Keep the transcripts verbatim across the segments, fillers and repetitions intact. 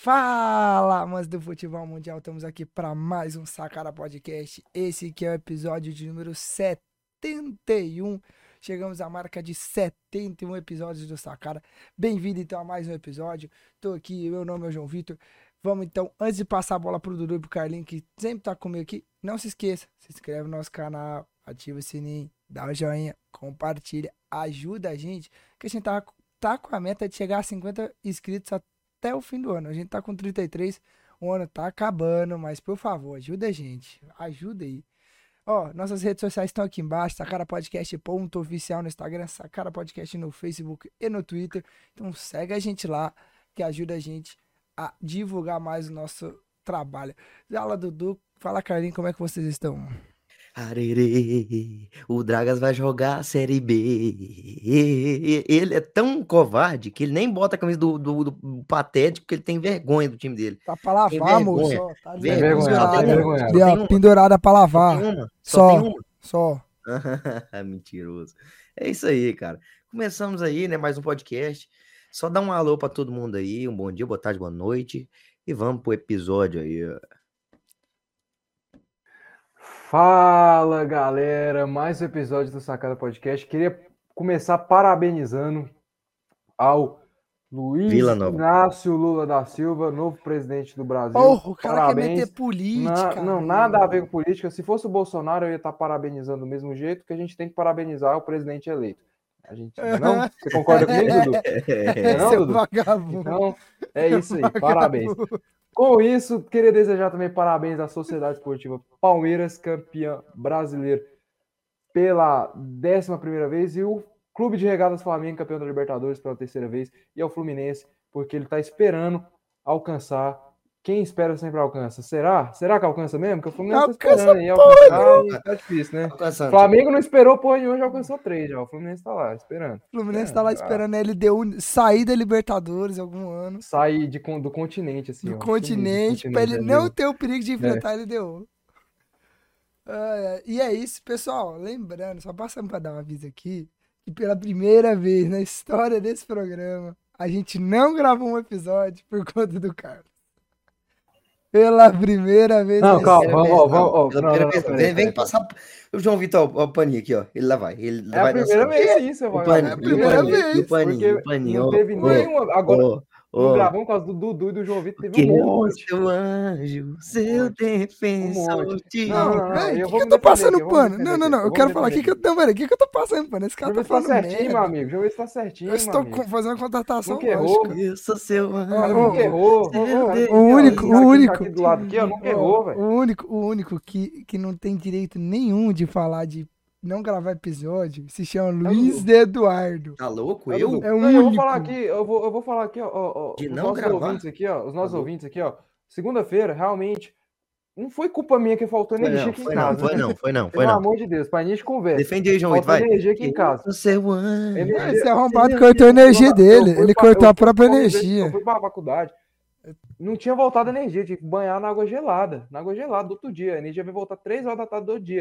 Fala, amantes do futebol mundial, estamos aqui para mais um Sacara Podcast. Esse que é o episódio de número setenta e um. Chegamos à marca de setenta e um episódios do Sacara. Bem-vindo então a mais um episódio. Tô aqui, meu nome é João Vitor. Vamos então, antes de passar a bola pro Dudu e pro Carlinho, que sempre tá comigo aqui, não se esqueça, se inscreve no nosso canal, ativa o sininho, dá o joinha, compartilha, ajuda a gente, que a gente tá, tá com a meta de chegar a cinquenta inscritos até o fim do ano. A gente tá com trinta e três, o ano tá acabando, mas por favor, ajuda a gente, ajuda aí. Ó, nossas redes sociais estão aqui embaixo, Sacara Podcast ponto oficial no Instagram, Sacara Podcast no Facebook e no Twitter. Então segue a gente lá, que ajuda a gente a divulgar mais o nosso trabalho. Fala, Dudu, fala, Carlinhos, como é que vocês estão? Arerê, o Dragas vai jogar a Série B. Ele é tão covarde que ele nem bota a camisa do, do, do patético, porque ele tem vergonha do time dele. Tá pra Tem lavar, moço, vergonha. ó, tá ali, Vergonha, só pendurada, tem uma, vergonha. só ali, tem ó, uma, pendurada pra só lavar, tem uma, só só, tem uma. só. Mentiroso. É isso aí, cara. Começamos aí, né, mais um podcast. Só dá um alô pra todo mundo aí, um bom dia, boa tarde, boa noite. E vamos pro episódio aí. Fala, galera, mais um episódio do Sacada Podcast. Queria começar parabenizando ao Luiz Vila Nova. Inácio Lula da Silva, novo presidente do Brasil. Porra, o cara Parabéns. quer meter política. Na- não, nada a ver com política. Se fosse o Bolsonaro, eu ia estar parabenizando do mesmo jeito, que a gente tem que parabenizar o presidente eleito. A gente, não? Você concorda comigo, Dudu? É, Não, seu Dudu? vagabundo. Então, é isso aí. Vagabundo. Parabéns. Com isso, queria desejar também parabéns à Sociedade Esportiva Palmeiras, campeã brasileiro pela décima primeira vez, e o Clube de Regatas Flamengo, campeão da Libertadores pela terceira vez, e ao Fluminense, porque ele está esperando alcançar. Quem espera sempre alcança. Será? Será que alcança mesmo? Porque o Fluminense está Alcança esperando aí alcançar e tá difícil, né? O Alcançando. Flamengo não esperou porra nenhuma, já alcançou três já. O Fluminense tá lá, esperando. O Fluminense tá lá esperando a L D U sair da Libertadores algum ano, Sair de, con- do continente, assim. do ó. continente, Sumir do pra ele continente, não entendeu? ter o perigo de enfrentar a L D U. Ah, é. E é isso, pessoal. Lembrando, só passando pra dar um aviso aqui, que pela primeira vez na história desse programa, a gente não gravou um episódio por conta do Carlos. Pela primeira vez Não, na calma, história. vamos, ó, vamos, ó. Pela Não, primeira não, vez, não, vem, peraí, vem peraí. passar o João Vitor, ó, o paninho aqui, ó. Ele lá vai. Ele É vai a primeira dançando. vez sim, seu O paninho, É a vagabundo. e o primeira paninho, e o vez, paninho, Porque o paninho, não ó. teve nenhuma. Agora, Ó, não ó. gravamos por causa do Dudu e do João Vitor, teve Que um é monte. seu anjo, seu Um defensor monte. de... Não, Não, não, não, peraí, eu o que, vou que eu me tô defender passando aqui, eu vou me pano? defender Não, não, aqui, não, eu eu vou quero me falar aqui defender que eu. Não, peraí, o que, que eu tô passando pano? Esse cara Deixa tá eu ver se tá falando certinho, merda. meu amigo. Deixa eu ver se tá certinho, Eu meu estou amigo. com- fazendo uma contratação Nunca errou. lógica. Eu sou seu anjo. Ó, Nunca errou. seu Cara, O aqui, ó, único, esse o cara que tá único. aqui do lado aqui, ó, nunca Ó, errou, velho. o único, o único que, que não tem direito nenhum de falar de não gravar episódio se chama Luiz Dudu. Eduardo. Tá louco? É o Eu? Dudu. É o Não, eu vou único. falar aqui, eu vou, eu vou falar aqui, ó, ó, ó, De os não nossos gravar? ouvintes aqui, ó, os nossos Tá ouvintes aqui, ó. Segunda-feira, realmente, não foi culpa minha que faltou Foi energia não, aqui em foi não, casa. foi não, foi não, foi Pelo não. amor de Deus, pra gente conversa. Defende aí, João Vitor, Faltou vai. energia aqui em Eu casa. sou seu anjo. Energia- Esse arrombado Seu cortou a energia Eu- dele. eu fui Ele pra- cortou eu a fui própria pra universidade, Eu energia. fui pra faculdade. Não tinha voltado a energia, tinha que banhar na água gelada. Na água gelada do outro dia. A energia vai voltar três horas da tarde do outro dia.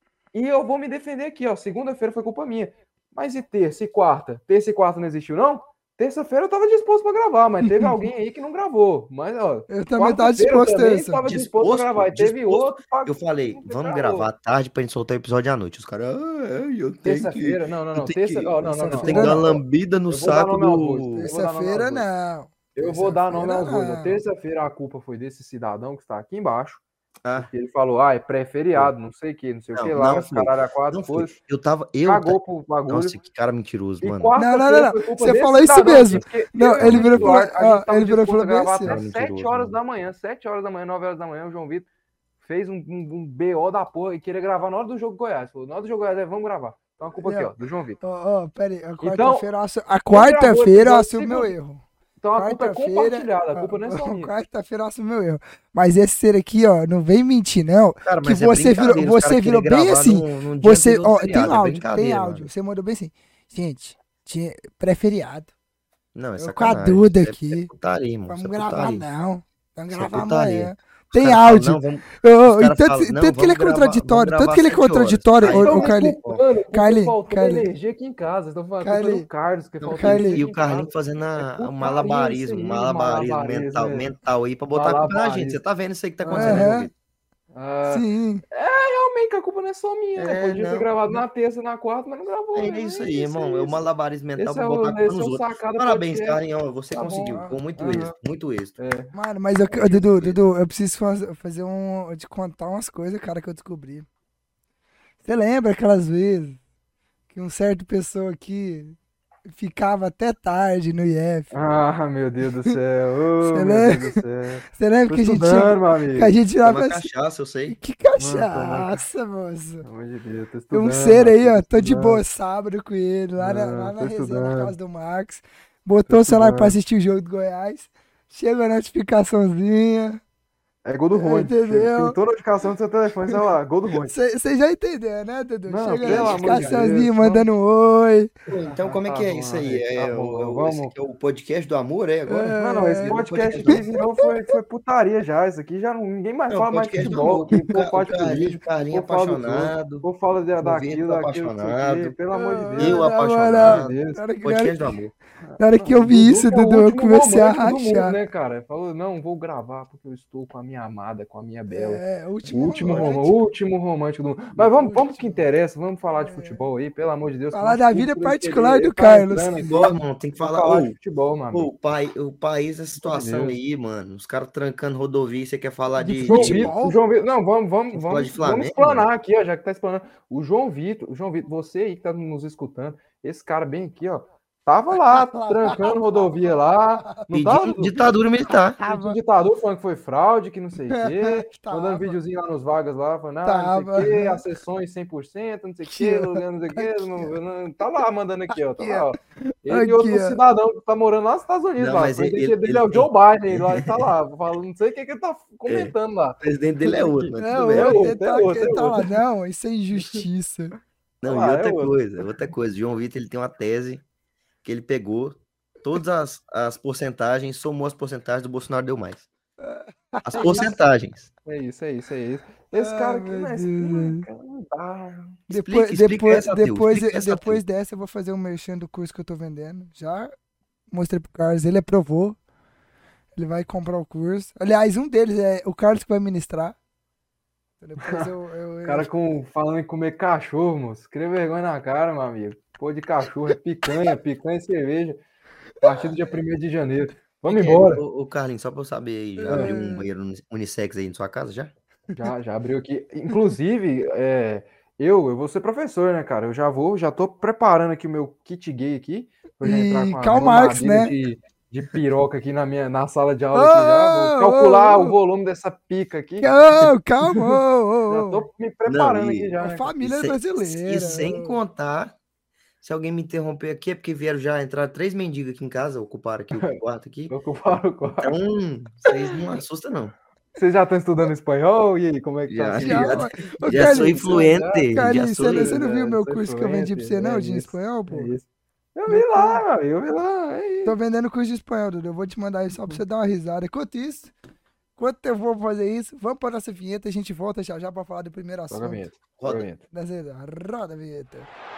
E eu vou me defender aqui, ó. Segunda-feira foi culpa minha. Mas e terça e quarta? Terça e quarta não existiu, não? Terça-feira eu tava disposto pra gravar, mas teve alguém aí que não gravou. Mas, ó. Eu também tava quarta-feira eu disposto também terça. tava disposto, Disposto, pra gravar. E teve disposto. outro. pra- Eu falei, não vamos gravou. gravar à tarde pra gente soltar o episódio à noite. Os caras, ah, é, eu tenho que... Terça-feira, não, não, eu não. tenho Terça, que- ó, não, não, eu não. tenho que dar uma não. lambida no Eu vou dar saco nome aos do... bois. Eu vou dar nome Terça-feira aos bois. não. Eu vou dar nome aos Terça-feira bois. ó. não. Terça-feira a culpa foi desse cidadão que está aqui embaixo. Ah, Que ele falou, ah, é pré-feriado, não sei o que, não sei Não, o que lá, não os foi. caralho a quatro, não foi. foda-se. Eu tava... Eu Cagou pro bagulho. Nossa, que cara mentiroso, E mano. quarta-feira Não, não, não, foi culpa você desse falou isso cidadão mesmo. que- que Não, eu e ele o virou e falou- Eduardo, a gente ó, tava ele virou e disposto a falou bem gravar assim. até Cara, sete mentiroso, horas mano. da manhã, sete horas da manhã, nove horas da manhã, o João Vitor fez um, um, um B O da porra e queria gravar na hora do jogo Goiás. Falou, na hora do jogo Goiás, é, vamos gravar. Então a culpa aqui, ó, do João Vitor. Ó, ó, pera aí. A Então, quarta-feira eu assu- a gravou quarta-feira eu episódio assumo meu segundo. erro. Então a culpa é Quarta-feira- compartilhada, a culpa não é só minha. Quarta-feira eu assumo meu erro. Mas esse ser aqui, ó, não vem mentir, não. Cara, Que mas é você virou, brincadeira, os você caras virou querem bem gravar assim. num- num dia Você, anterior do ó, tem feriado, é áudio, tem brincadeira, áudio. mano. Você mandou bem assim. Gente, tinha pré-feriado. Não, é Eu com a sacanagem. Duda É- aqui. É putaria, irmão. Vamos Isso é gravar putaria. não. Vamos Isso é gravar putaria. amanhã. Tem caras falam, áudio. não, vamos- Ô, ô, os e caras tanto falam, tanto não, que ele é vamos gravar- contraditório, vamos tanto que ele é gravar sete horas. contraditório, Aí, ô, Estão ô me Carlinhos. culpando, porque Carlinhos, faltou Carlinhos. energia aqui em casa. Estão falando culpa Carlinhos. do Carlos, que Não, faltou Carlinhos. energia E aqui o em casa. Carlinhos fazendo É a, o putaria malabarismo, isso aí, malabarismo malabarismo, mental, é. mental aí pra botar a culpa na gente. Malabarismo. Você tá vendo isso aí que tá acontecendo, Aham. João Vitor? Ah, Sim. realmente que a culpa não é só minha, né? É, Podia ter não. gravado na terça, na quarta, mas não gravou. É né? isso É aí, irmão. É o isso. malabarismo mental Esse pra é botar a o, culpa esse nos é o outros. sacada Parabéns, podcast. Carlinhos. Você Tá conseguiu. bom. Com muito Aham. êxito, muito êxito. É. Mano, mas eu, Muito Dudu, êxito. Dudu, eu preciso faz- fazer um. Te contar umas coisas, cara, que eu descobri. Você lembra aquelas vezes que um certo pessoa aqui ficava até tarde no I F? Ah, meu Deus do céu. Ô, Você meu lembra? Deus do céu. Você lembra Tô que a gente estudando, tinha. meu amigo. Que a gente lá Toma assim, cachaça, eu sei. que Mano, toma cachaça, moço. Pelo amor de Deus, tô Tem estudando. um ser aí, ó. Marcos, Tô de estudando. boa sábado com ele, lá na, Não, lá na tô resenha na estudando. casa do Max. Botou o celular estudando. pra assistir o jogo do Goiás. Chega a notificaçãozinha. É gol do Rony. Entendeu? Pintou a notificação do seu telefone, sei lá, gol do Rony. Você já entendeu, né, Dudu? Não, Chega a pelo amor de notificaçãozinha, Deus, mandando um oi. Então, como é Tá que é bom, isso aí? amigo, É, tá o, bom, é o- vamos. esse aqui é o podcast do amor, é agora? É. Não, não, esse É, podcast podcast aqui virou, foi, foi putaria já. Isso aqui já não, ninguém mais É o fala mais de podcast do futebol. amor. Aqui, O pô, Ca- fala o de Carlinhos, política, o Carlinhos pô, fala do outro, apaixonado. pô, fala da- O daquilo, Vitor daquilo, não sei o quê. apaixonado. Pelo amor de Ah, Deus. Eu na moral, apaixonado. Deus. Na hora, que- Podcast do amor. na hora que eu vi Dudu, isso, que é o Dudu, eu último comecei a romântico do mundo, rachar. né, cara? Falou, não, vou gravar porque eu estou com a minha amada, com a minha bela. É, o O último, último, rom- romântico. último romântico do mundo. Mas vamos, vamos pro que Último. interessa, vamos falar de É. futebol aí, pelo amor de Deus. que Falar nosso da vida público, ele particular queria- do ele tá Carlos. entrando aqui Igual, irmão, tem que pra falar. falar Ô, de futebol, meu ô, amigo. o, pai, o país, essa situação Deus. aí, mano. Os caras trancando rodovia, você quer falar De de. João de- futebol? Vitor, o João Vitor, não, vamos, vamos, Vamos falar vamos, de vamos Flamengo, explanar aqui, ó, já que tá explanando. O João Vitor, o João Vitor, você aí que tá nos escutando, esse cara bem aqui, ó, tava lá, trancando rodovia lá, não tava Pedindo ditadura militar. pedindo ditador, falando que foi fraude, que não sei o quê, Tava. mandando videozinho lá nos vagas lá, falando, ah, não sei Tava. o quê, as sessões cem por cento, não sei o quê, Aqui, ó. Lula, não sei o quê, não, não- tá lá mandando aqui, ó, tá Aqui, lá, ó. Ele Aqui, e outro ó. cidadão que tá morando lá nos Estados Unidos, Não, lá, mas o presidente ele- dele ele é o tem- Joe Biden, lá, ele tá lá, falando, não sei o que que ele tá comentando lá. O presidente dele é outro, mas É tudo bem. é outro, outro, ele tá, é outro, ele é tá lá, outro. não, isso é injustiça. Não, Ah, e é outra outro. coisa, outra coisa. João Vitor, ele tem uma tese que ele pegou todas as, as porcentagens, somou as porcentagens do Bolsonaro deu mais. As porcentagens. É isso, é isso, é isso. Esse Ai, cara aqui, meu né, esse Deus. cara não dá. Depois, explica depois, essa, Teus, depois, explica essa, depois dessa, eu vou fazer um merchan do curso que eu tô vendendo. Já mostrei pro Carlos, ele aprovou. Ele vai comprar o curso. Aliás, um deles é o Carlos que vai ministrar. Então, depois eu, eu, O cara com, falando em comer cachorro, moço. Cria vergonha na cara, meu amigo. Pô de cachorro, é picanha, picanha e cerveja. A partir do dia primeiro de janeiro. Vamos embora. Ô, ô, Carlinhos, só pra eu saber aí, já abriu um banheiro unissex aí na sua casa já? Já, já abriu aqui. Inclusive, é, eu, eu vou ser professor, né, cara? Eu já vou, já tô preparando aqui o meu kit gay aqui. Pra já E entrar com a Karl Marx, mamadeira né? De, de piroca aqui na, minha, na sala de aula. Aqui já. Vou Ô, calcular ô, ô. o volume dessa pica aqui. Ô, calma, ô, ô, Já ô. tô me preparando Não, e- aqui já. A né? família E sem- brasileira. E sem contar, se alguém me interromper aqui, é porque vieram já entrar três mendigos aqui em casa, ocuparam aqui o quarto aqui. Tô ocupado o quarto. Então, vocês não assustam, não. Vocês já estão estudando espanhol? E aí, como é que Já, tá? assim? Já, já, ô, já sou Carlinhos, influente. Já Carlinhos, sou. você, você não viu o meu sou curso que eu vendi pra você, influente, não, é de isso, espanhol, pô? é isso. Eu vi lá, meu amigo, eu vi lá. É isso. Tô vendendo curso de espanhol, Dudu. Eu vou te mandar aí só pra você dar uma risada. Enquanto isso, enquanto eu vou fazer isso, vamos pra nossa vinheta. A gente volta já já pra falar do primeiro Joga a assunto. vinheta. Joga a vinheta. Nessa- Roda a vinheta.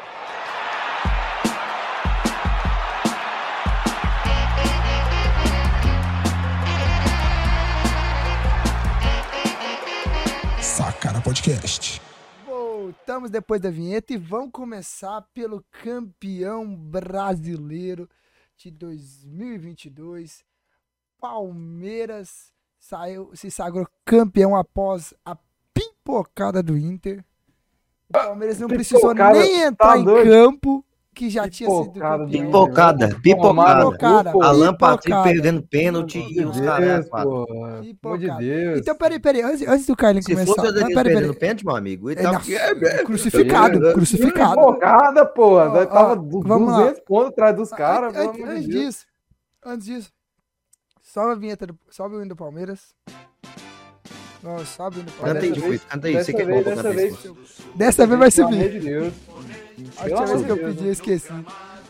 Sacana Podcast. Voltamos depois da vinheta e vamos começar pelo campeão brasileiro de dois mil e vinte e dois. Palmeiras saiu, se sagrou campeão após a pipocada do Inter. O Palmeiras não precisou Pipocada, nem tá entrar em doido? campo, que já tinha sido Pipocada do campeão. Inter. Pipocada, Tomaram no pipocada. cu, pô. Alan Patrick Pipocada. perdendo pênalti Pelo e amor os de caras. Deus, quatro. pô. Pelo amor de Pipocada. Deus. Então, peraí, peraí, antes, antes do Carlinhos Se começar. fosse o Não, daquele peraí, perdendo peraí. pênalti, meu amigo, ele É, tava. não, crucificado, crucificado. Pipocada, pô. Ó, ó, Tava vamos lá. duzentos pontos atrás dos caras, An- pelo an- amor antes de Deus. disso, antes disso, sobe a vinheta, do, sobe o hino do Palmeiras. Não, sobe o hino do Canta Palmeiras. aí, Dessa vez- Tico, canta aí. dessa Você que é vez- bom pra dessa cantar vez- isso. Dessa vez vai Pelo amor subir. de Deus. A Pelo última amor vez de que eu Deus, pedi, né? eu esqueci.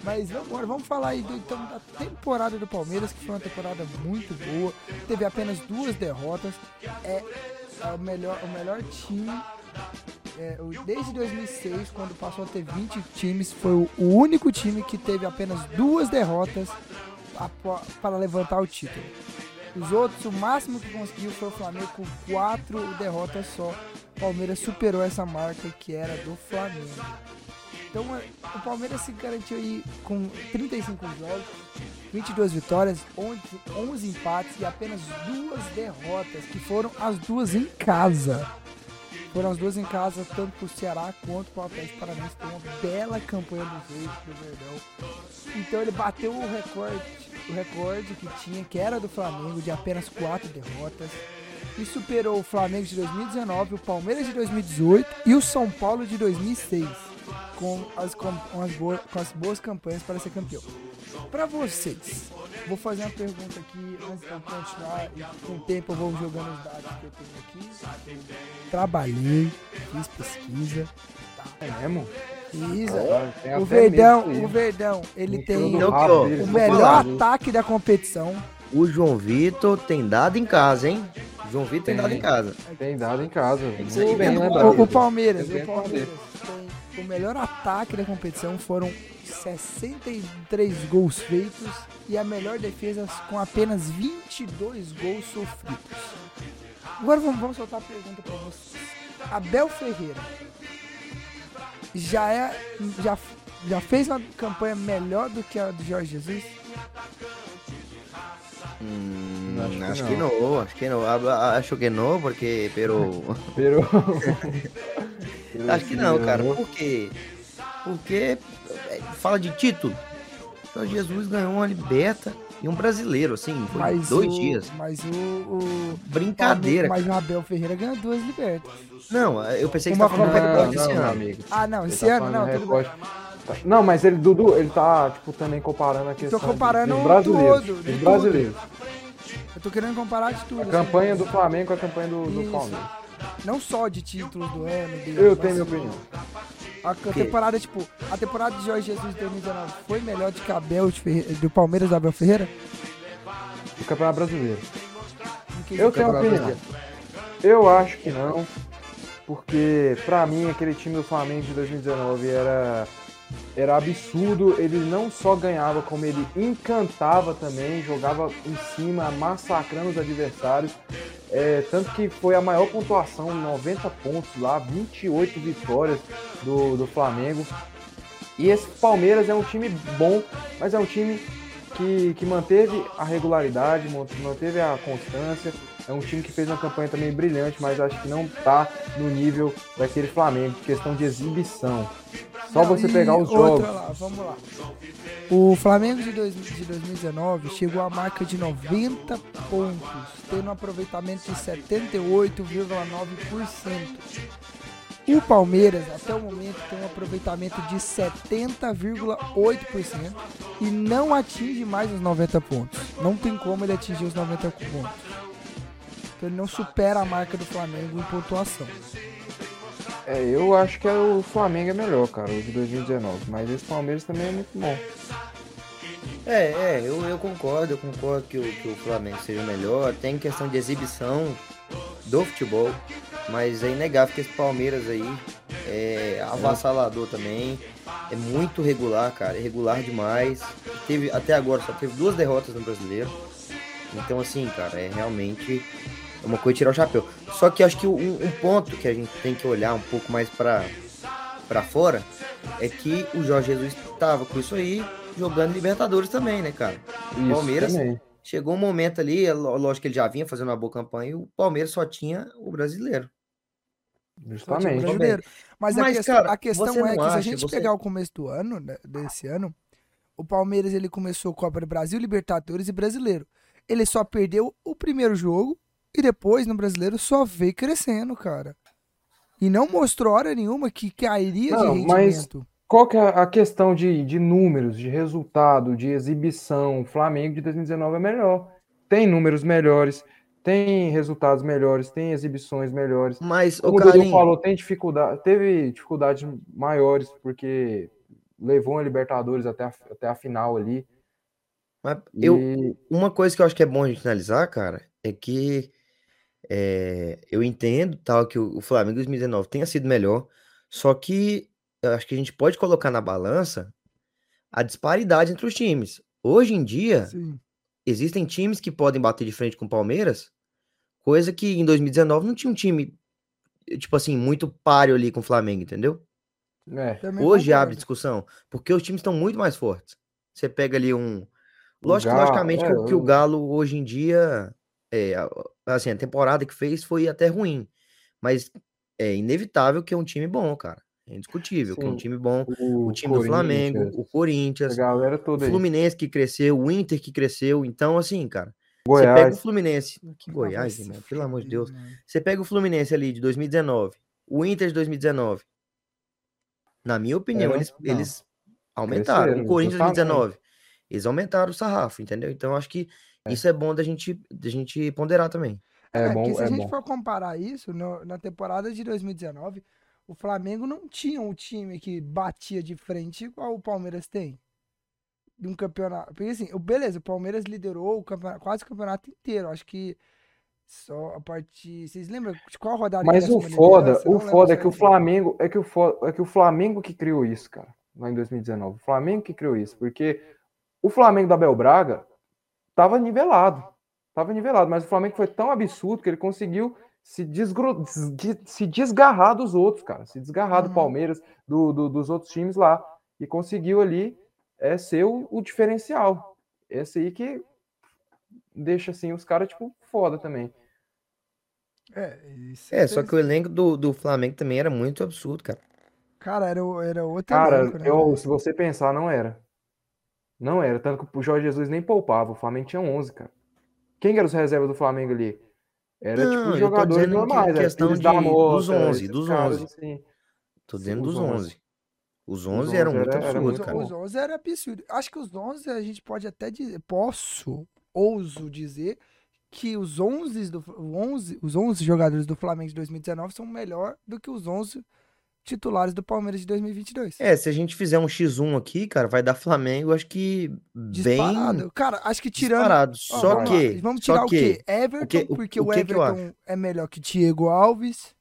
Mas vamos, agora vamos falar aí do, então, da temporada do Palmeiras, que foi uma temporada muito boa. Teve apenas duas derrotas. É, é o, melhor, o melhor time. É, desde dois mil e seis, quando passou a ter vinte times, foi o, o único time que teve apenas duas derrotas a, para levantar o título. Os outros, o máximo que conseguiu foi o Flamengo com quatro derrotas só. O Palmeiras superou essa marca que era do Flamengo. Então o Palmeiras se garantiu aí com trinta e cinco jogos, vinte e duas vitórias, onze empates e apenas duas derrotas, que foram as duas em casa. Foram as duas em casa, tanto para o Ceará quanto para o Atlético Paranaense. Foi uma bela campanha do Reis, do Verdão. Então ele bateu o recorde, o recorde que tinha, que era do Flamengo, de apenas quatro derrotas. E superou o Flamengo de dois mil e dezenove, o Palmeiras de dois mil e dezoito e o São Paulo de dois mil e seis. Com as, com, as boas, com as boas campanhas para ser campeão. Para vocês, vou fazer uma pergunta aqui antes de eu continuar. E com o tempo eu vou jogando os dados que eu tenho aqui. Trabalhei, fiz pesquisa. Tá. É mesmo? Fiz. É, o Verdão, o Verdão, ele No tem show do o, rabo o dele, melhor falar. ataque da competição. O João Vitor tem dado em casa, hein? O João Vitor tem, Tem. dado em casa. Tem dado em casa. Tem que sair Bem vendo. lembrado. O, o Palmeiras, Tem o Palmeiras tem o melhor ataque da competição, foram sessenta e três gols feitos e a melhor defesa com apenas vinte e dois gols sofridos. Agora vamos, vamos soltar a pergunta para vocês. Abel Ferreira já, é, já, já fez uma campanha melhor do que a do Jorge Jesus? Hum, Acho que acho não. que no, acho que no. A- Acho que no, porque, pero. Pero... Acho que não, cara. Por quê? Porque é, fala de título. Então Jesus ganhou uma liberta e um brasileiro, assim, foi Mas dois o, dias. Mas o, o Brincadeira. Mas o Abel Ferreira ganhou duas libertas. Não, eu pensei que Uma você tava falando Copa do do recorte não, esse meu ano. amigo. Ah, não, Ele esse tá ano não, falando tudo bem. recorte. Tá- Não, mas ele, Dudu, ele tá, tipo, também comparando a questão Tô comparando dos brasileiros. todo, de Dos brasileiros. Eu tô querendo comparar de tudo. A assim. campanha do Flamengo com a campanha do, do Isso. Palmeiras. Não só de títulos do ano. De, Eu tenho minha mas opinião. A, a temporada, tipo, a temporada de Jorge Jesus de dois mil e dezenove foi melhor do que a Abel de Ferre- do Palmeiras do Abel Ferreira? Do Campeonato Brasileiro. Em que- Eu tenho Campeonato opinião. Brasileiro. Eu acho que não, porque pra mim aquele time do Flamengo de dois mil e dezenove era, era absurdo. Ele não só ganhava, como ele encantava também, jogava em cima, massacrando os adversários. É, tanto que foi a maior pontuação, noventa pontos lá, vinte e oito vitórias do, do Flamengo. E esse Palmeiras é um time bom, mas é um time que, que manteve a regularidade, manteve a constância. É um time que fez uma campanha também brilhante, mas acho que não tá no nível daquele Flamengo, questão de exibição. Só Não, você e pegar os outra jogos. Lá, vamos lá. O Flamengo de, dois, de dois mil e dezenove chegou à marca de noventa pontos, tendo um aproveitamento de setenta e oito vírgula nove por cento. O Palmeiras, até o momento, tem um aproveitamento de setenta vírgula oito por cento e não atinge mais os noventa pontos. Não tem como ele atingir os noventa pontos. Então ele não supera a marca do Flamengo em pontuação. É, eu acho que é o Flamengo é melhor, cara, o de dois mil e dezenove. Mas esse Palmeiras também é muito bom. É, é, eu, eu concordo, eu concordo que o, que o Flamengo seja melhor. Tem questão de exibição do futebol, mas é inegável que esse Palmeiras aí é avassalador também. É muito regular, cara, é regular demais. Teve, até agora só teve duas derrotas no Brasileiro. Então, assim, cara, é realmente uma coisa de tirar o chapéu. Só que acho que um, um ponto que a gente tem que olhar um pouco mais pra, pra fora é que o Jorge Jesus tava com isso aí, jogando Libertadores também, né, cara? O Isso Palmeiras também. chegou um momento ali, é ló- lógico que ele já vinha fazendo uma boa campanha, e o Palmeiras só tinha o brasileiro. Só tinha o Justamente. brasileiro. Mas, a, Mas, questão, cara, a questão você é não que se a acha, gente você- pegar o começo do ano, né, desse ano, o Palmeiras ele começou Copa do Brasil, Libertadores e Brasileiro. Ele só perdeu o primeiro jogo e depois no Brasileiro só veio crescendo, cara. E não mostrou hora nenhuma que cairia Não, de mas- rendimento. Qual que é a questão de, de números, de resultado, de exibição? O Flamengo de dois mil e dezenove é melhor. Tem números melhores, tem resultados melhores, tem exibições melhores. Mas, Como o o Dudu Carlinhos, falou, tem dificuldade, teve dificuldades maiores, porque levou a Libertadores até a, até a final ali. Mas E eu, uma coisa que eu acho que é bom a gente analisar, cara, é que é, eu entendo tal que o, o Flamengo dois mil e dezenove tenha sido melhor, só que eu acho que a gente pode colocar na balança a disparidade entre os times. Hoje em dia, Sim. existem times que podem bater de frente com o Palmeiras, coisa que em dois mil e dezenove não tinha um time, tipo assim, muito páreo ali com o Flamengo, entendeu? é, Também Hoje abre concordo. discussão, porque os times estão muito mais fortes. Você pega ali um. o Lógico, Galo, logicamente que, é, o, que o o- Galo hoje em dia, é, a- assim, a temporada que fez foi até ruim, mas é inevitável que é um time bom, cara. É indiscutível que é um sim, time bom. O o time do Flamengo, Corinthians, o a Corinthians, galera o toda aí. Fluminense que cresceu, o Inter que cresceu. Então, assim, cara, você pega o Goiás, Fluminense. Que Ah, vai Goiás, se irmão, pelo amor de fuder, Deus. mano. Você pega o Fluminense ali de dois mil e dezenove, o Inter de dois mil e dezenove. Na minha opinião, era, eles, não, eles aumentaram. O cresceram, Corinthians de justamente. dois mil e dezenove, eles aumentaram o sarrafo, entendeu? Então, acho que É, isso é bom da gente, da gente ponderar também. é É, que bom, se a é gente bom. for comparar isso, no- na temporada de dois mil e dezenove, o Flamengo não tinha um time que batia de frente igual o Palmeiras tem. De um campeonato. Porque assim, o- beleza, o Palmeiras liderou o campeonato, quase o campeonato inteiro. Acho que só a partir. Vocês lembram de qual rodada que ele Mas o assumiu a foda, liderança? o Não lembro foda é que o certinho. Flamengo, é que o foda, é que o Flamengo que criou isso, cara, lá em dois mil e dezenove. O Flamengo que criou isso, porque o Flamengo da Abel Braga tava nivelado. Tava nivelado, mas o Flamengo foi tão absurdo que ele conseguiu se, desgru... des- se desgarrar dos outros, cara. Se desgarrar do Uhum. Palmeiras, do, do- dos outros times lá. E conseguiu ali é, ser o, o diferencial. Esse aí que deixa assim os caras, tipo, foda também. É, isso É, é só ter- que o elenco do, do Flamengo também era muito absurdo, cara. Cara, era, o- era outro Cara, elenco, né, eu, velho? se você pensar, não era. Não era. Tanto que o Jorge Jesus nem poupava. O Flamengo tinha onze, cara. Quem que era os reservas do Flamengo ali? Era tipo os Não, eu tô jogadores dizendo em, que- em normais, era questão Pires da de, dos Mota, onze, esses dos caras onze. assim. Tô dizendo Os dos onze. onze. Os Os onze eram onze era, muito era Os, absurdos, muito cara. os bom. onze era absurdo. Acho que os onze a gente pode até dizer, posso, ouso dizer, que os onze, do, o onze, os onze jogadores do Flamengo de dois mil e dezenove são melhor do que os onze titulares do Palmeiras de dois mil e vinte e dois. É, se a gente fizer um xis um aqui, cara, vai dar Flamengo, acho que bem Disparado. Cara, acho que tirando. disparado. Ó, Só vamos Vai. lá. que, Vamos só tirar o quê? que, o que, Everton, o, porque o o que que eu acho? Everton é melhor que Diego Alves,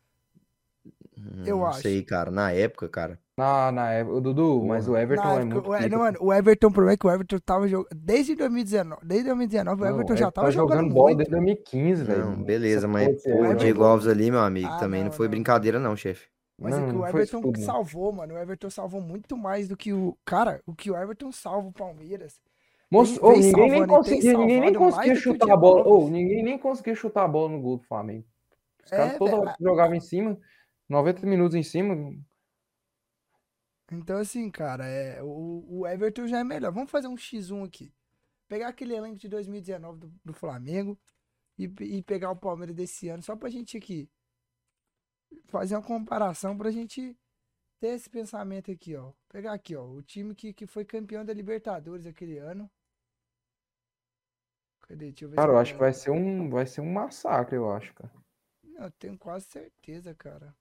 Hum, eu Não acho. sei, cara. Na época, cara. Na, na época, o Dudu, mas Porra. o Na Everton é época, muito o, E- pica, não, pô. mano, o Everton, o problema é que o Everton tava jogando. Desde dois mil e dezenove, desde dois mil e dezenove, o Não, Everton o já Everton tava tá jogando jogando bola desde muito. dois mil e quinze, Não, velho. Essa beleza, mas porra desse pô, o O Everton aí. Diego Everton. Alves ali, meu amigo, Ah, também não não, foi não, não. brincadeira, não, chefe. Mas é Não, que o não foi isso Everton tudo, não. salvou, mano. O Everton salvou muito mais do que o. Cara, o que o Everton salva o Palmeiras. Tem, Moço, ô, vem ninguém nem salvando e tem conseguia, ninguém nem salvado mais conseguia do que o chutar a Diego bola. Ô, Alves. ninguém nem conseguia chutar a bola no gol do Flamengo. Os caras É, toda velho. hora que jogavam em cima, noventa minutos em cima. Então, assim, cara, é, o, o Everton já é melhor. Vamos fazer um xis um aqui. Pegar aquele elenco de dois mil e dezenove do, do Flamengo e, e pegar o Palmeiras desse ano, só pra gente aqui fazer uma comparação, pra gente ter esse pensamento aqui, ó. Pegar aqui, ó, o time que, que foi campeão da Libertadores aquele ano. Cadê? Deixa eu ver se Cara, eu eu acho que pego. vai ser um, vai ser um massacre, eu acho, cara. Não, eu tenho quase certeza, cara.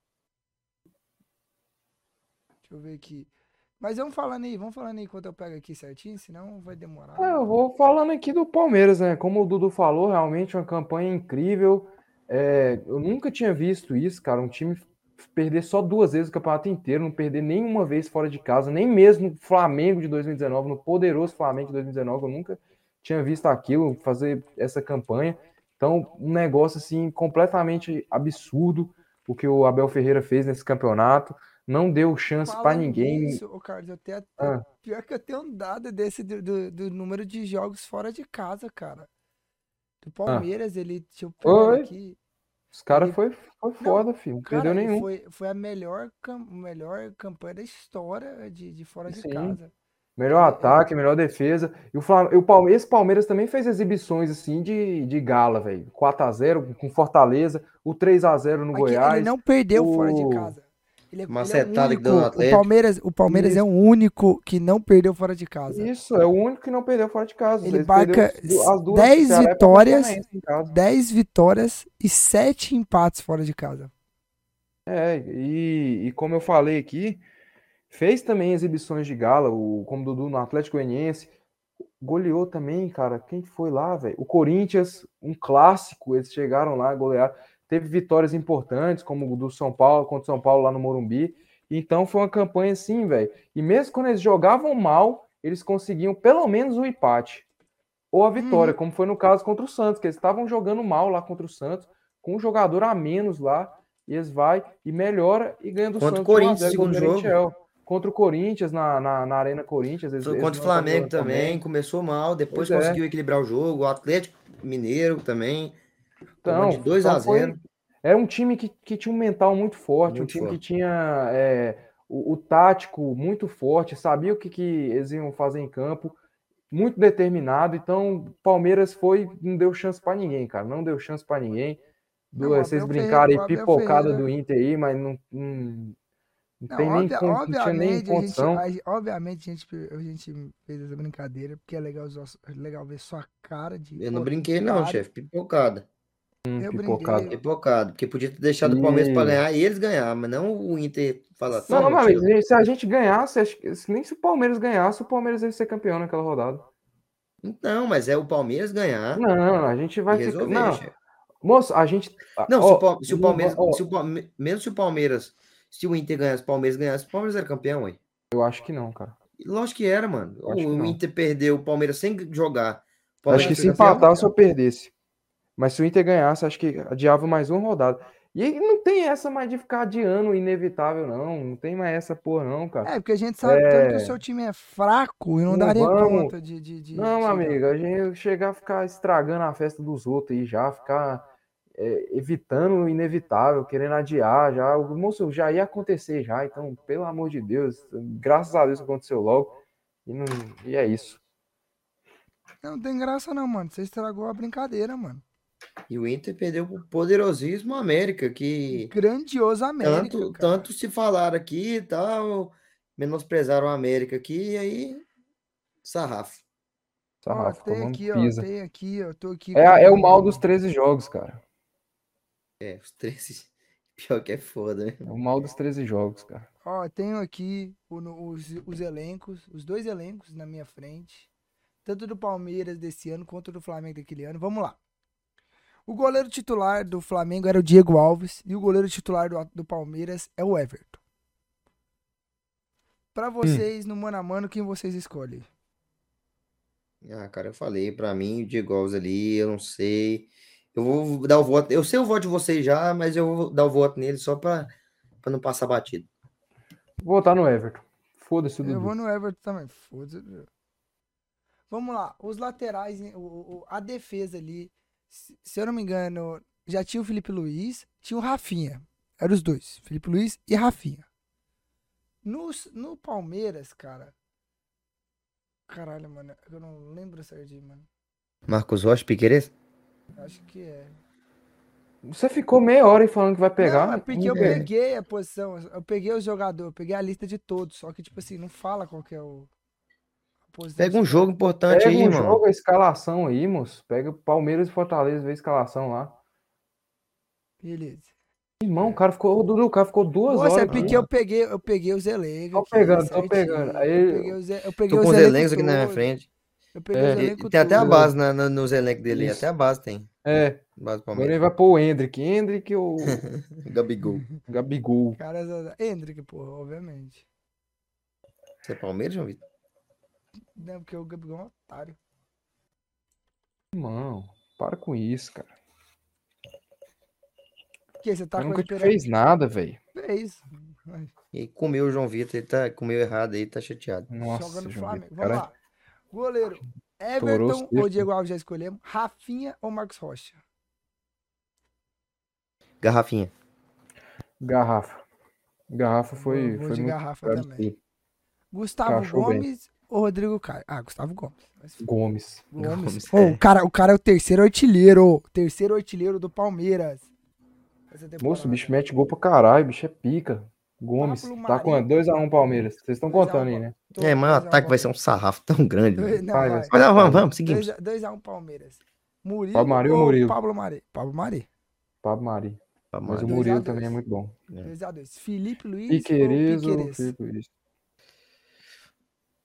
Deixa eu ver aqui. Mas vamos falando aí, vamos falando aí enquanto eu pego aqui certinho, senão vai demorar. Ah, eu vou falando aqui do Palmeiras, né? Como o Dudu falou, realmente uma campanha incrível. É, eu nunca tinha visto isso, cara. Um time perder só duas vezes o campeonato inteiro, não perder nenhuma vez fora de casa, nem mesmo no Flamengo de dois mil e dezenove, no poderoso Flamengo de dois mil e dezenove, eu nunca tinha visto aquilo, fazer essa campanha. Então, um negócio assim completamente absurdo o que o Abel Ferreira fez nesse campeonato. Não deu chance para Falando ninguém. nisso, ô Carlos, eu tenho, Ah. eu- pior que eu tenho um dado desse do, do, do número de jogos fora de casa, cara. Do Palmeiras, ele, deixa eu pegar ele Oi? aqui. Os caras Ele- foi, foi foda, filho. Não Cara, perdeu ele nenhum. foi, foi a melhor, cam- melhor campanha da história de, de fora de Sim. casa. Melhor Ele- ataque, melhor defesa. E o, Flam... e o Palme... esse Palmeiras também fez exibições assim de, de gala, velho. quatro a zero com Fortaleza, o três a zero no Aqui, ele Goiás. não perdeu o- fora de casa. Ele, é- ele é o Macetada que deu no único. O Atlético. Palmeiras, o Palmeiras é Isso. o único que não perdeu fora de casa. Isso, é o único que não perdeu fora de casa. Ele Eles marca perderam as duas dez Ceará e vitórias, Paranaense em casa. dez vitórias e sete empates fora de casa. É, e, e como eu falei aqui, Fez também exibições de gala, o, como o Dudu no Atlético Goianiense. Goleou também, cara. Quem foi lá, velho? O Corinthians, um clássico. Eles chegaram lá, golearam. Teve vitórias importantes, como o do São Paulo, contra o São Paulo lá no Morumbi. Então foi uma campanha assim, velho. E mesmo quando eles jogavam mal, eles conseguiam pelo menos o empate. Ou a vitória, Uhum. como foi no caso contra o Santos, que eles estavam jogando mal lá contra o Santos, com um jogador a menos lá, e eles vai e melhora e ganha do Contra o Santos de um a Corinthians, zero, gol do segundo jogo. Merentiel. Contra o Corinthians, na, na, na Arena Corinthians, eles, Foi eles contra o não estavam Flamengo jogando também, também. começou mal, depois Pois é. conseguiu equilibrar o jogo. O Atlético Mineiro também, tomando Então, de dois então a zero. foi. Era um time que, que tinha um mental muito forte, um Muito time que forte. tinha é, o, o tático muito forte, sabia o que, que eles iam fazer em campo, muito determinado. Então, Palmeiras foi, não deu chance para ninguém, cara, não deu chance para ninguém. Não, Do, o vocês Abel brincaram Ferreira, aí, o Abel pipocada Ferreira. do Inter aí, mas não, não, não Não, tem nem, obvia- con- não tinha nem obviamente, a gente, condição. a- obviamente a gente, a gente fez essa brincadeira, porque é legal, os nossos- é legal ver sua cara de Eu não brinquei não, otário. chefe, pipocada. Hum, Eu pipocada. brinquei. Pipocada, porque podia ter deixado o Palmeiras para E. ganhar e eles ganhar, mas não o Inter falar, Não, toma, mas tio. amigo, se a gente ganhasse, acho que- nem se o Palmeiras ganhasse, o Palmeiras ia ser campeão naquela rodada. Não, mas é o Palmeiras ganhar Não, a gente e vai ficar. resolver, Não, chefe. moço, a gente. Não, se o, Ó, Pal- se o não vai- Palmeiras, ó, se o Palme- mesmo se o Palmeiras, se o Inter ganhasse, o Palmeiras ganhasse, o Palmeiras era campeão, ué. eu acho que não, cara. E lógico que era, mano. Eu acho que O, o não. Inter perdeu o Palmeiras sem jogar. O Acho Palmeiras que foi se campeão? empatasse ou perdesse. Mas se o Inter ganhasse, acho que adiava mais uma rodada. E aí não tem essa mais de ficar adiando inevitável, não. Não tem mais essa porra, não, cara. É, porque a gente sabe tanto que o É. seu time é fraco e não Não daria vamos. conta de, de, de Não, chegar. amigo, a gente chegar a ficar estragando a festa dos outros aí já, ficar é, evitando o inevitável, querendo adiar já. O moço já ia acontecer já, então, pelo amor de Deus, graças a Deus aconteceu logo. E, não, e é isso. Não tem graça não, mano. Você estragou a brincadeira, mano. E o Inter perdeu pro poderosíssimo América, que Grandioso América, tanto, cara. tanto se falaram aqui e tal, menosprezaram o América aqui, e aí, sarrafo. Ó, Sarrafo, tem tomando aqui, ó. pisa. Tem aqui, ó. Tô aqui É, a- é o com- mal dos treze jogos, cara. É, os treze, pior que é foda, né? É o mal dos treze jogos, cara. Ó, tenho aqui o- no- os, os elencos, os dois elencos na minha frente. Tanto do Palmeiras desse ano quanto do Flamengo daquele ano. Vamos lá. O goleiro titular do Flamengo era o Diego Alves e o goleiro titular do, do Palmeiras é o Everton. Pra vocês, no mano a mano, quem vocês escolhem? Ah, cara, eu falei, pra mim, o Diego Alves ali, eu não sei. Eu vou dar o voto, eu sei o voto de vocês já, mas eu vou dar o voto nele só pra, pra não passar batido. Vou votar no Everton. Foda-se o Eu Dudu. vou no Everton também. Foda-se. Vamos lá. Os laterais, o- o- a defesa ali, se se eu não me engano, já tinha o Felipe Luiz, tinha o Rafinha. Eram os dois, Felipe Luiz e Rafinha. Nos, no Palmeiras, cara. Caralho, mano, eu não lembro certinho, mano. Marcos Rocha, Piquerez? Acho que é. Você ficou meia hora aí falando que vai pegar. Não, é porque eu É. peguei a posição, eu peguei os jogadores, eu peguei a lista de todos, só que, tipo assim, não fala qual que é o, a posição. Pega um dos jogo importante Pega aí, um irmão. jogo, a escalação aí, moço. Pega Palmeiras e Fortaleza, vê a escalação lá. caras. Beleza. Irmão, o cara ficou, o Dudu, o cara ficou duas Nossa, é horas porque aqui. eu peguei, eu peguei os elencos. Tô aqui, pegando, tô certinho. pegando. Aí- Eu peguei os, eu peguei Tô os com os elencos elencos aqui na minha todos. frente. Eu peguei É. os E- elencos Tem até a todos. base na, na- nos elencos dele, Isso. até a base tem. É, Base do agora ele Palmeiras. vai pôr o Hendrick. Hendrick ou Gabigol. Gabigol. Caras, Hendrick, porra, obviamente. Você é Palmeiras, João Vitor? Não, porque o Gabigol é um otário. Irmão, para com isso, cara. Porque você tá Eu com nunca a te esperança. fez nada, velho. Fez. E comeu o João Vitor, ele tá, comeu errado aí, tá chateado. Nossa, Joga no João Flamengo. Vitor, Vamos cara. lá. Goleiro. Estourou Everton os ou textos. Diego Alves já escolhemos? Rafinha ou Marcos Rocha? Garrafinha. Garrafa. Garrafa foi, Vou- vou foi de muito garrafa caro também. isso Gustavo Encaixou bem. Gomes ou Rodrigo Caio? Ah, Gustavo Gomes. Mas aí. Gomes. Gomes. Gomes, Ô, é. o, cara, o cara é o terceiro artilheiro. o Terceiro artilheiro do Palmeiras. Essa temporada. Moço, o bicho mete gol pra caralho, o bicho é pica. Gomes. Pablo Tá com Marinho. dois a um Palmeiras. Vocês estão dois a um contando aí, né? Tô- É, mas o dois a um ataque vai ser Palmeiras. um sarrafo tão grande. Dois- velho. Não, Vai, vai. vai. Mas não, vamos, vamos, seguimos. dois a um Palmeiras. Murilo Pablo Mari ou ou Murilo? Pablo Mari? Pablo Mari. Pablo Mari. Vamos Mas lá. o dois a Murilo dois. também é muito bom. É. dois a dois. Felipe Luiz Piquerez ou ou Piquerez? Felipe Luiz?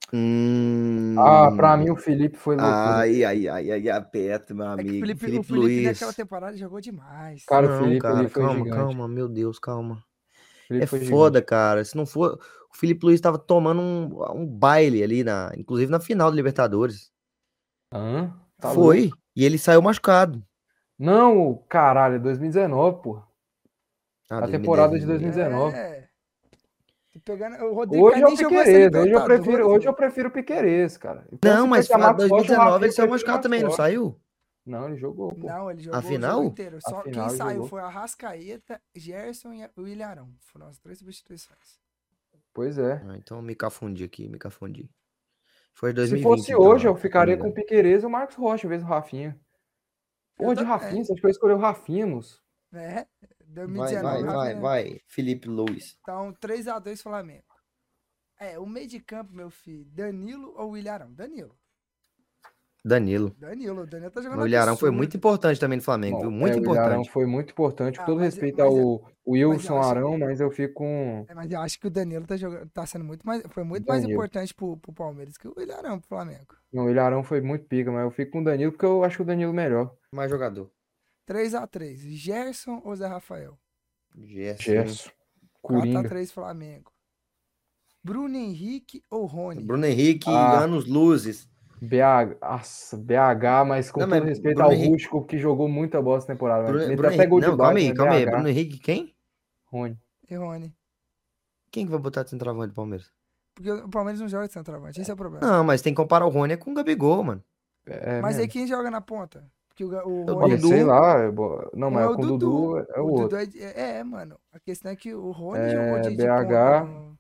Hum... Ah, pra mim o Felipe foi loucura. Ai, ai, ai, ai, aperta, meu É que o amigo. Felipe, o Felipe Felipe Luiz. naquela temporada jogou demais. Cara, o Não, Felipe ali cara, foi calma, gigante. calma, meu Deus, calma. O Felipe É foi foda, gigante. cara. Se não for. O Felipe Luiz tava tomando um, um baile ali, na, inclusive na final da Libertadores. Hã? Tá louco? Foi. E ele saiu machucado. Não, caralho, é dois mil e dezenove, pô. Ah, A temporada de dois mil e dez. dois mil e dezenove. É. Tô pegando, o Rodrigo Hoje Caio é o nem jogou essa Piquerez, hoje eu prefiro, Libertadores, hoje eu velho. prefiro o Piquerez, cara. Então Não, se for mas chamar Max Rocha, o dois mil e dezenove Rafinha, ele eu saiu prefiro o machucado Max também, não Rocha. saiu? Não, ele jogou, pô. Não, ele A jogou o jogo final? inteiro. A Só quem final ele saiu jogou. foi a Arrascaeta, Gerson e o Willian Arão. Foram as três substituições. Pois é. Ah, então me cafundi aqui, me cafundi. Foi Se dois mil e vinte, fosse então, hoje, ó, eu se eu não me ficaria com o engano. Piquerez e o Marcos Rocha, em vez do Rafinha. Eu Porra de também. Rafinha, você acha que eu escolhi o Rafinha, moço? É, Vai, vai, dois mil e dezenove, vai, Rafinha. vai. Felipe Luiz. Então, três a dois Flamengo. É, o meio de campo, meu filho, Danilo ou Willian Arão? Danilo. Danilo. Danilo, o Danilo tá jogando O Ilharão foi absurdo. muito importante também no Flamengo, viu? Bom, Muito é, o Willian Arão importante. foi muito importante, com Ah, todo mas, respeito mas, ao mas Wilson eu acho, Arão, mas eu fico com é, mas eu acho que o Danilo tá, jogando, tá sendo muito mais, foi muito mais Danilo. importante pro, pro Palmeiras que o Willian Arão pro Flamengo. Não, o Willian Arão foi muito pica, mas eu fico com o Danilo porque eu acho o Danilo melhor. Mais jogador. três a três Gerson ou Zé Rafael? Gerson. Gerson, Coringa. quatro a três Flamengo. Bruno Henrique ou Rony? Bruno Henrique, Ah. anos luzes. B H, nossa, B H, mas com Não, todo mas respeito Bruno ao Henrique- Rústico, que jogou muita bola essa temporada. Bruno, Meteu Bruno até Henrique. gol de Não, calma bike, aí, mas calma aí. B H, Bruno Henrique quem? Rony. E Rony. Quem que vai botar de centroavante do Palmeiras? Porque o Palmeiras não joga de centroavante, esse é o problema. Não, mas tem que comparar o Rony com o Gabigol, mano. É, Mas aí mesmo. quem joga na ponta? Porque o, Ga- o Eu Rony Olha, Dudu. sei lá, é bo- não, um mas é o com o Dudu. Dudu é o o outro. Dudu é, é, é, mano. A questão é que o Rony É, jogou de, de B H. ponta. no-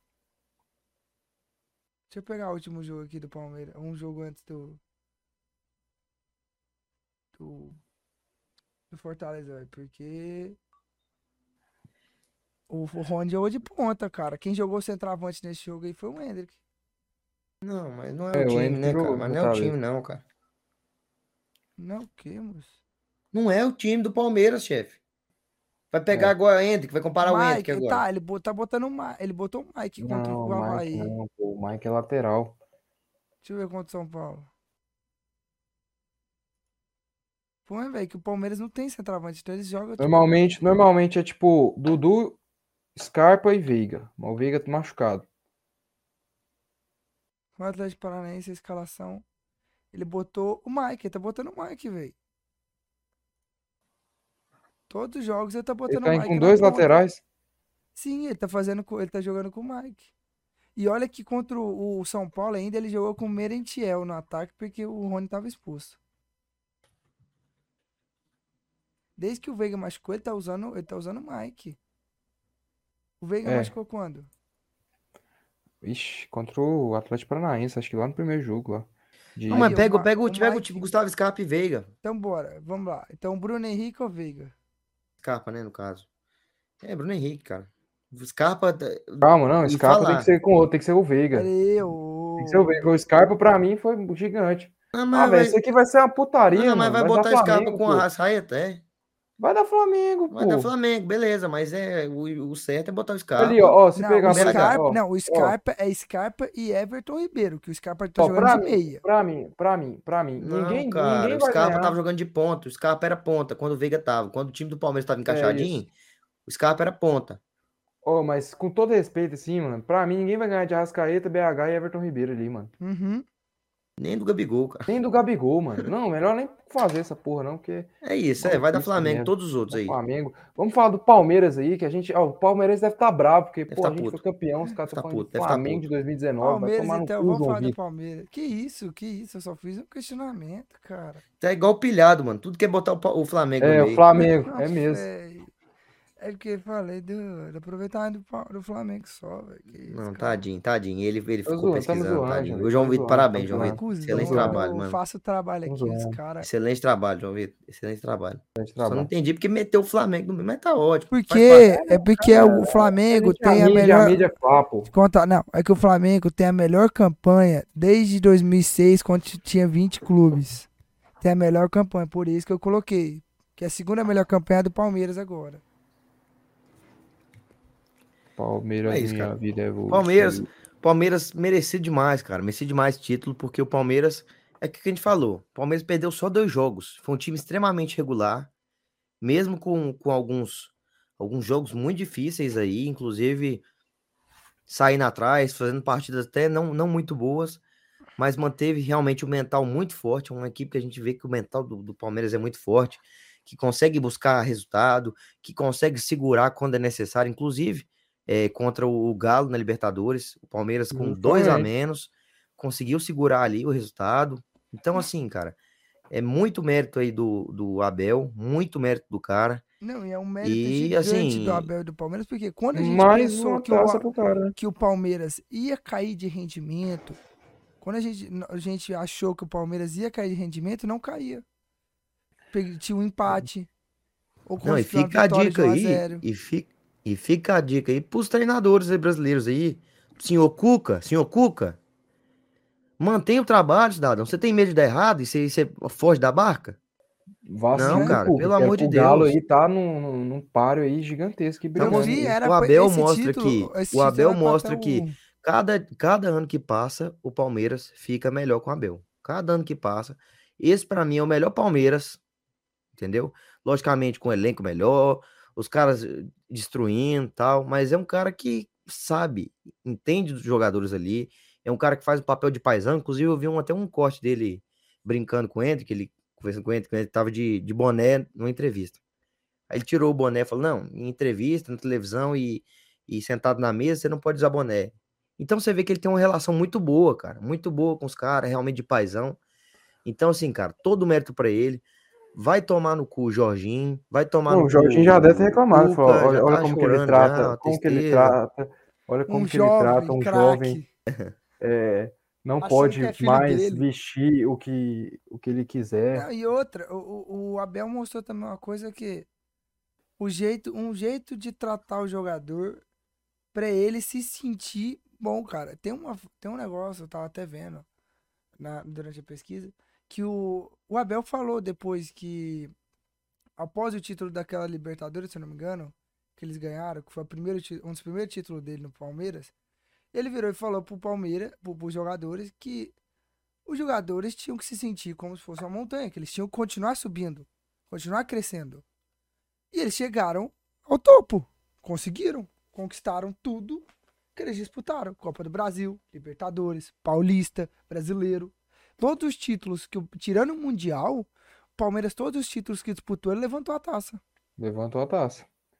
Deixa eu pegar o último jogo aqui do Palmeiras. Um jogo antes do. Do, do Fortaleza, velho. Porque. O, o Rony jogou de ponta, cara. Quem jogou centroavante nesse jogo aí foi o Hendrick. Não, mas não é, É, o o time, Henrique né, cara? jogou Mas no não é o Fortaleza. time, não, cara. Não, o que, moço? Não é o time do Palmeiras, chefe. Vai pegar É. agora o Hendrick, vai comparar o Hendrick Mike, agora. tá, ele bo- tá botando o Mike. Ele botou o Mike contra Não, o o Mike Avaí. não, pô, o Mike é lateral. Deixa eu ver contra o São Paulo. Pô, é, velho, que o Palmeiras não tem centroavante, então eles jogam. tipo, Normalmente, normalmente é tipo Dudu, Scarpa e Veiga. Mas o Veiga tá machucado. O Atlético Paranaense, a escalação. Ele botou o Mike, ele tá botando o Mike, velho. Todos os jogos ele tá Ele botando tá o indo Mike com na dois ponta. laterais. Sim, ele tá fazendo, com- ele tá jogando com o Mike. E olha que contra o o São Paulo ainda ele jogou com o Merentiel no ataque porque o Rony tava expulso. Desde que o Veiga machucou, ele tá usando, ele tá usando o Mike. O Veiga É. machucou quando? Ixi, contra o Atlético Paranaense, acho que lá no primeiro jogo lá. De... Não, mas Aí, o pega, Ma- pega, o, o pega o Mike- time Gustavo Scarpa e Veiga. Então bora, vamos lá. Então Bruno Henrique ou Veiga? Scarpa, né, no caso. É, Bruno Henrique, cara. O Scarpa. tá- Calma, não, E Scarpa tem falar. que ser com outro, tem que ser o Veiga. Peraí, Tem que ser o Veiga. O Scarpa pra mim foi gigante. Ah, Ah, mas velho, vai, isso aqui vai ser uma putaria, ah, mas mano. vai Vai botar dar Scarpa Flamengo, com pô. a Arrascaeta, é? Vai dar Flamengo, Vai dar pô. Flamengo, beleza, mas é o, o certo é botar o Scarpa. Ali, ó, ó, se Não, pegar o por exemplo, Scarpa, ó, não, o ó, Scarpa é Scarpa e Everton Ribeiro, que o Scarpa tá ó, jogando pra de mim, meia. pra mim, pra mim, pra mim, Não, ninguém, cara, ninguém o vai Scarpa ganhar. tava jogando de ponta, o Scarpa era ponta, quando o Veiga tava. Quando o time do Palmeiras tava É encaixadinho, o Scarpa era ponta. Ó, mas com todo respeito, assim, mano, pra mim ninguém vai ganhar de Arrascaeta, B H e Everton Ribeiro ali, mano. Uhum. Nem do Gabigol, cara. Nem do Gabigol, mano. Não, melhor nem fazer essa porra, não, porque É isso, é, vai dar maluquice Flamengo, mesmo. todos os outros O aí. Flamengo. Vamos falar do Palmeiras aí, que a gente. Ó, o Palmeiras deve estar bravo, porque, Deve pô, tá a gente puto. foi campeão, os caras Deve tá estão falando puto, de deve tá Flamengo puto. de dois mil e dezenove. Vai Palmeiras, tomar no então, cu, vamos João falar do Vitor. Palmeiras. Que isso, que isso, eu só fiz um questionamento, cara. Tá igual o pilhado, mano. Tudo quer botar o, Pa- o Flamengo É, no o meio. Flamengo, é Não, mesmo. véi. É porque eu falei do, do aproveitamento do, Pa- do Flamengo só, velho. Que isso, Não, cara. tadinho, tadinho. Ele, ele Tô ficou zoando, tamo pesquisando, zoando, tadinho. João O João Vitor, Vitor, tamo parabéns, zoando, João tamo Vitor. Cusão, Excelente eu- trabalho, eu mano. faço o trabalho Tamo aqui, os zoando. caras. Excelente trabalho, João Vitor. Excelente trabalho. Excelente Só não trabalho. entendi porque meteu o Flamengo no meio, mas tá ótimo. Faz parte. Porque, é porque o A Flamengo gente, a tem a mídia, a melhor. mídia é papo. Conta, não, é que o Flamengo tem a melhor campanha desde dois mil e seis, quando t- tinha vinte clubes. Tem a melhor campanha, por isso que eu coloquei. Que é a segunda melhor campanha do Palmeiras agora. Palmeiras, É isso, minha cara. vida é você. Palmeiras, Palmeiras merecia demais, cara. Merecia demais título, porque o Palmeiras, é o que a gente falou, o Palmeiras perdeu só dois jogos. Foi um time extremamente regular, mesmo com, com alguns, alguns jogos muito difíceis aí, inclusive saindo atrás, fazendo partidas até não, não muito boas, mas manteve realmente o mental muito forte. É uma equipe que a gente vê que o mental do, do Palmeiras é muito forte, que consegue buscar resultado, que consegue segurar quando é necessário, inclusive é, contra o, o Galo na Libertadores, o Palmeiras com dois a menos, conseguiu segurar ali o resultado. Então, assim, cara, é muito mérito aí do, do Abel, muito mérito do cara. Não, e é um mérito E, gigante assim, do Abel e do Palmeiras, porque quando a gente Mais pensou uma que o, taça A- pro cara, né? que o Palmeiras ia cair de rendimento, quando a gente, a gente achou que o Palmeiras ia cair de rendimento, não caía. Pe- Tinha um empate, ou não, e conseguiu uma fica a vitória de dica um a aí, zero. e fica, e fica a dica aí pros treinadores aí brasileiros aí. Senhor Cuca, senhor Cuca, mantenha o trabalho, cidadão. Você tem medo de dar errado e você, você foge da barca? Não, Vacilo do cara, Cuca, pelo que era amor de pro Galo Deus. aí tá num, num, num páreo aí gigantesco e Tá Meu brigando filho, mostrando, mesmo. era o pra, Abel esse mostra título, que, esse o título Abel era pra até mostra que o... cada, cada ano que passa, o Palmeiras fica melhor com o Abel. Cada ano que passa. Esse, pra mim, é o melhor Palmeiras, entendeu? Logicamente, com um elenco melhor, os caras eh, destruindo e tal, mas é um cara que sabe, entende dos jogadores ali, é um cara que faz o papel de paizão. Inclusive, eu vi um, até um corte dele brincando com ele, que ele conversando com ele, que ele tava de, de boné numa entrevista. Aí ele tirou o boné e falou: não, em entrevista, na televisão e, e sentado na mesa, você não pode usar boné. Então você vê que ele tem uma relação muito boa, cara, muito boa com os caras, realmente de paizão. Então, assim, cara, todo o mérito pra ele. Vai tomar no cu o Jorginho, vai tomar Não, no o cu Jorginho já deve ter o, o reclamado, falou, Cuca, já olha, olha tá como que ele chorando já, trata, uma como que ele tristeza. trata, olha Um como que ele trata jovem um jovem, craque, é, não achando que é pode filho mais dele. vestir o que, o que ele quiser. Não, e outra, o, o- o Abel mostrou também uma coisa que o jeito, um jeito de tratar o jogador pra ele se sentir bom, cara. Tem uma, tem um negócio, eu tava até vendo na, durante a pesquisa, que o, o Abel falou depois que, após o título daquela Libertadores, se eu não me engano, que eles ganharam, que foi o primeiro, ti- um dos primeiros títulos dele no Palmeiras, ele virou e falou pro Palmeiras, pro, pros jogadores, que os jogadores tinham que se sentir como se fosse uma montanha, que eles tinham que continuar subindo, continuar crescendo. E eles chegaram ao topo, conseguiram, conquistaram tudo que eles disputaram. Copa do Brasil, Libertadores, Paulista, Brasileiro. Todos os títulos, que tirando o Mundial, o Palmeiras, todos os títulos que disputou, ele levantou a taça. Levantou a taça.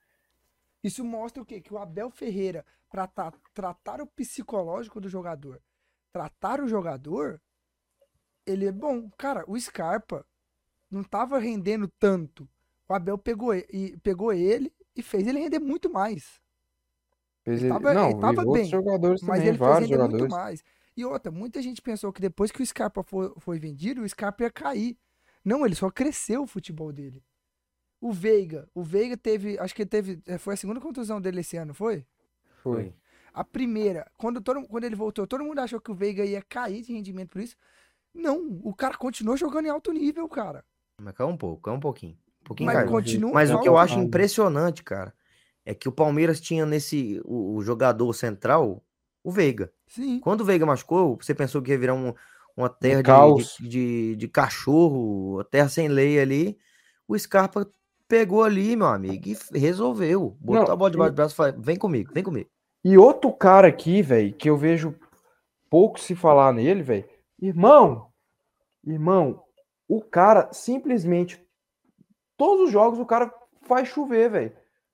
Isso mostra o quê? Que o Abel Ferreira, para tratar o psicológico do jogador, tratar o jogador, ele é bom. Cara, o Scarpa não tava rendendo tanto. O Abel pegou, e, pegou ele e fez ele render muito mais. Fez Ele ele... tava, ele Não, e tava outros bem, jogadores mas também, ele fez vários render muito jogadores. mais. E outra, muita gente pensou que depois que o Scarpa foi, foi vendido, o Scarpa ia cair. Não, ele só cresceu o futebol dele. O Veiga, o Veiga teve, acho que ele teve, é, foi a segunda contusão dele esse ano, foi? Foi. A primeira, quando, todo, quando ele voltou, todo mundo achou que o Veiga ia cair de rendimento por isso. Não, o cara continuou jogando em alto nível, cara. Mas calma um pouco, calma um pouquinho. Um pouquinho Mas caiu. continua Mas o só que eu o- acho impressionante, cara, é que o Palmeiras tinha nesse, o, o jogador central, o Veiga. Sim. Quando o Veiga machucou, você pensou que ia virar um, uma Um terra de, de, caos. de, de cachorro, uma terra sem lei ali. O Scarpa pegou ali, meu amigo, e resolveu. Botou a Não, bola debaixo e, do braço e falou: vem comigo, vem comigo. e outro cara aqui, velho, que eu vejo pouco se falar nele, velho. Irmão, irmão, o cara simplesmente, todos os jogos o cara faz chover, velho.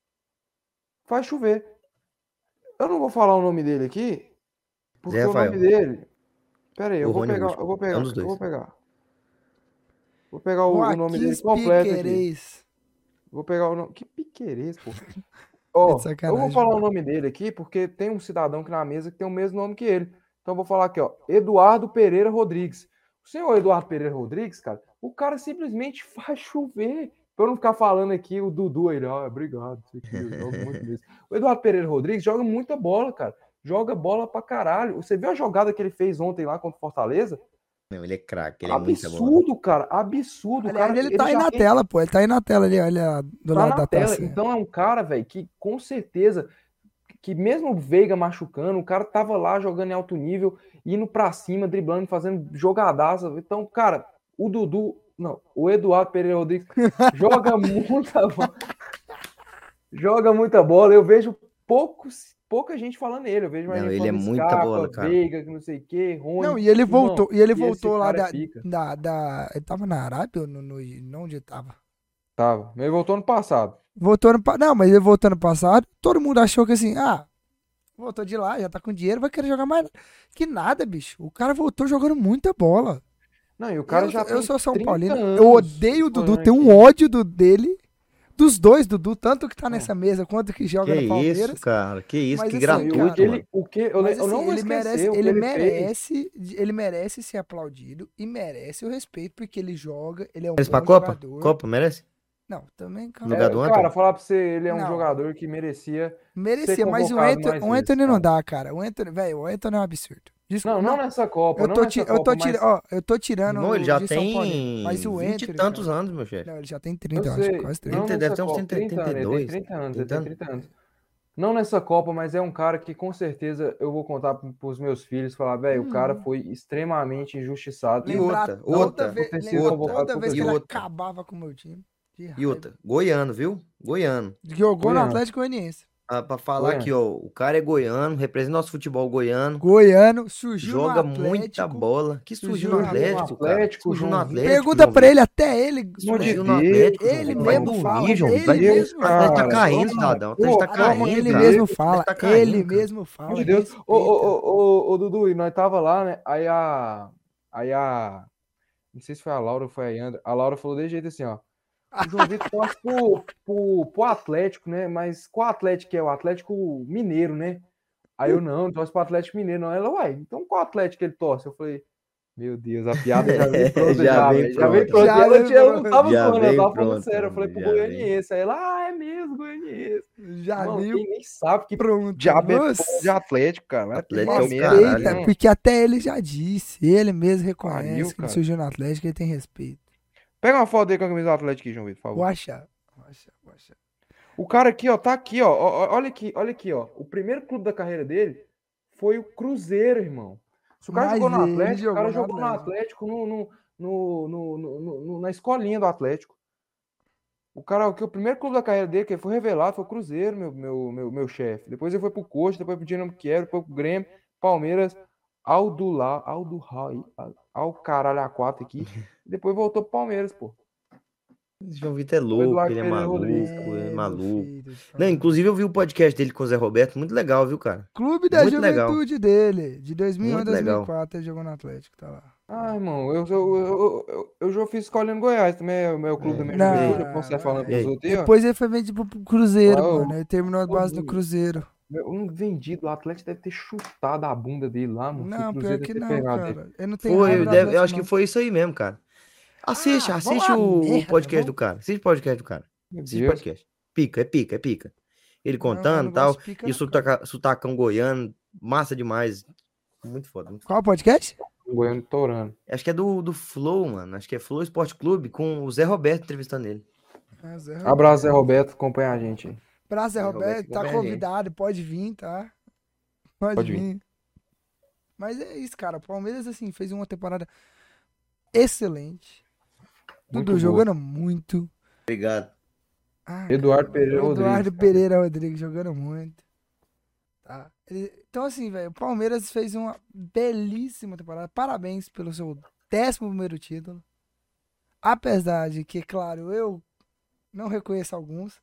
Faz chover. Eu não vou falar o nome dele aqui, porque Zé o nome Rafael, dele. Pera aí, o eu vou Rony pegar, Russo. eu vou É pegar, um dos eu dois. vou pegar. Vou pegar o, o nome Joaquim dele completo aqui. Piquerez. Vou pegar o nome. Que piqueires, pô. É de Ó, eu vou sacanagem, falar o mano. nome dele aqui, porque tem um cidadão aqui na mesa que tem o mesmo nome que ele. Então eu vou falar aqui, ó. Eduardo Pereira Rodrigues. O senhor Eduardo Pereira Rodrigues, cara, o cara simplesmente faz chover. Pra eu não ficar falando aqui o Dudu aí, ah, obrigado, isso aqui, eu jogo muito mesmo. O Eduardo Pereira Rodrigues joga muita bola, cara. Joga bola pra caralho. Você viu a jogada que ele fez ontem lá contra o Fortaleza? Não, ele é craque, ele é muita bola. Absurdo, cara. Absurdo. O Aliás, cara, ele tá aí já na tem- tela, pô. Ele tá aí na tela ali, olha, do tá lado na da tela. taça. Então é um cara, velho, que com certeza que mesmo o Veiga machucando, o cara tava lá jogando em alto nível, indo pra cima, driblando, fazendo jogadaça. Então, cara, o Dudu, não, o Eduardo Pereira Rodrigues joga muita bola. Joga muita bola. Eu vejo poucos, pouca gente falando nele. Eu vejo mais Não, gente ele é falando muita Scarpa, bola, cara. Veiga, que não sei o que, Rony. Não, e ele Irmão, voltou, e ele esse voltou lá cara é da, pica. da, da. Ele tava na Arábia ou no, no, não, onde ele tava? Tava. Ele voltou no passado. Voltou ano pa- Não, mas ele voltou ano passado, todo mundo achou que assim, ah, voltou de lá, já tá com dinheiro, vai querer jogar mais. Que nada, bicho. O cara voltou jogando muita bola. Não, e o cara eu, já eu tem sou São trinta Paulino, anos. eu odeio o Dudu, tenho um ódio do, dele, dos dois, Dudu, tanto que tá nessa mesa quanto que joga Que no Palmeiras. isso, cara. Que isso, Mas que assim, gratuito, cara, mano. O que, eu, Mas eu assim, não vou ele esquecer merece, o que ele ele fez. merece, ele merece ser aplaudido e merece o respeito porque ele joga, ele é um Merece pra bom Copa? jogador. Copa, merece? Não, também, No calma. lugar do É, Antony? cara, falar pra você, ele é um Não. jogador que merecia Merecia, ser mas o convocado Anthony, mais o vezes, Anthony não cara. dá, cara. O Anthony, velho, o Anthony é um absurdo. Desculpa, Não, não nessa Copa, eu não tô, nessa ti- Copa, eu tô mas tirando, ó, eu tô tirando Irmão, ele o já de São Paulino, tem mas o vinte e Anthony, tantos cara, anos, meu chefe. não, ele já tem eu trinta, eu acho, sei, quase não trinta. Deve nessa ter uns Copa, trinta, trinta anos, ele tem trinta e dois. trinta anos, ele trinta tem trinta anos. Não nessa Copa, mas é um cara que com certeza eu vou contar pro- pros meus filhos, falar, velho, o cara foi extremamente injustiçado. E Lembrar outra, toda outra, vez, ter sido lembrar convocado toda por vez que e ele outra. acabava com o meu time. De E raiva. outra, goiano, viu? Goiano. Jogou no Goiano. Atlético Goianiense. Ah, pra falar Goiano. aqui, ó, o cara é goiano, representa nosso futebol goiano, Goiano, surgiu joga no muita Atlético. bola. Que surgiu no surgiu no Atlético, cara. Atlético, Surgiu no João Atlético. Pergunta João pra Vitor. ele, até ele. Amor de Surgiu no Deus, Atlético, João ele Vitor. Vai mesmo dormir, fala, João ele Vitor. mesmo O Atlético tá fala. caindo, Calma, cidadão. O pô, Atlético tá calma, caindo, Ele cara. mesmo O fala, Atlético tá caindo, ele cara. mesmo fala. Pelo amor de Deus. respeita. Ô, ô, ô, ô, ô, Dudu, e nós tava lá, né? Aí a. Aí a. Não sei se foi a Laura ou foi a Yandra. A Laura falou desse jeito assim, ó. O João Vitor torce pro, pro, pro Atlético, né? Mas qual Atlético que é? O Atlético Mineiro, né? Aí eu não, não torce pro Atlético Mineiro, não. Ela, uai, então qual Atlético ele torce? Eu falei, meu Deus, a piada já veio pronta, Já já, veio velho. Já veio pronta. pronta. Já E ela, veio tinha, ela não pronta. tava Já zoando, ela veio tava falando pronta, sério. Eu falei pro já veio. Goianiense. Aí ela, ah, é mesmo, Goianiense. Já Mano, viu? quem nem sabe que Pronto. diabo é Nossa. porra de Atlético, cara. Vai Atlético tomar é o merda, caralho, Respeita, né? porque até ele já disse, ele mesmo reconhece Pariu, que ele cara. surgiu no Atlético, ele tem respeito. Pega uma foto aí com a camisa do Atlético aqui, João Vitor, por favor. Vou achar. Vou achar, vou achar. O cara aqui, ó, tá aqui, ó, ó, ó, olha aqui, olha aqui, ó. O primeiro clube da carreira dele foi o Cruzeiro, irmão. Se o cara Mas jogou no ele Atlético, o cara jogou no jogou no Atlético no, no, no, no- no- no- na escolinha do Atlético. O cara, o que o primeiro clube da carreira dele, que foi revelado, foi o Cruzeiro, meu, meu, meu, meu chefe. Depois ele foi pro Coxa, depois pro Dinamo Kiev, depois pro Grêmio, Palmeiras, Aldulá, Aldurra, ao caralho a quatro aqui. Depois voltou pro Palmeiras, pô. Esse João Vitor é louco, Eduardo ele é Pereira maluco, Rodrigues, ele é meu maluco. filho, deixa eu Não, falar. inclusive eu vi o podcast dele com o Zé Roberto, muito legal, viu, cara? Clube da Muito legal. Juventude dele, de dois mil e um a Muito legal. dois mil e quatro, ele jogou no Atlético, tá lá. Ah, irmão, eu, eu, eu, eu, eu já fiz escolinha no Goiás também, é o meu clube da minha Não, juventude, eu posso sair falando E aí? pros outros aí, ó. Depois ele foi vendido pro Cruzeiro, Ah, eu- mano. Ele terminou a base do eu- Cruzeiro. Meu, um vendido, o Atlético deve ter chutado a bunda dele lá, mano. Não, o pior Cruzeiro que deve não, ter pegado cara. ele. Ele não tem Foi, raiva do deve- eu Atlético, acho que não. foi isso aí mesmo, cara. Assiste, Ah, assiste vamos a o merda, podcast vamos- do cara. Assiste o podcast do cara. Meu Assiste o Deus. podcast. Pica, é pica, é pica. Ele Não, eu contando não e tal. gosto de pica, E o não, sotaca- sotacão goiano, massa demais. Muito foda, muito foda. Qual podcast? O Goiano torando. Acho que é do, do Flow, mano. Acho que é Flow Esporte Clube com o Zé Roberto entrevistando ele. Ah, Zé Abraço, Zé Roberto, acompanha a gente aí. Abraço, Zé Zé Roberto. Roberto, Tá acompanha a gente. convidado, pode vir, tá? Pode, Pode vir. vir. Mas é isso, cara. O Palmeiras, assim, fez uma temporada excelente. Muito Dudu boa. jogando muito. Obrigado. Ah, Eduardo cara, Pereira Eduardo Rodrigues, cara. Pereira Rodrigues jogando muito. Tá? Ele- Então, assim, velho, o Palmeiras fez uma belíssima temporada. Parabéns pelo seu décimo primeiro título. Apesar de que, claro, eu não reconheço alguns.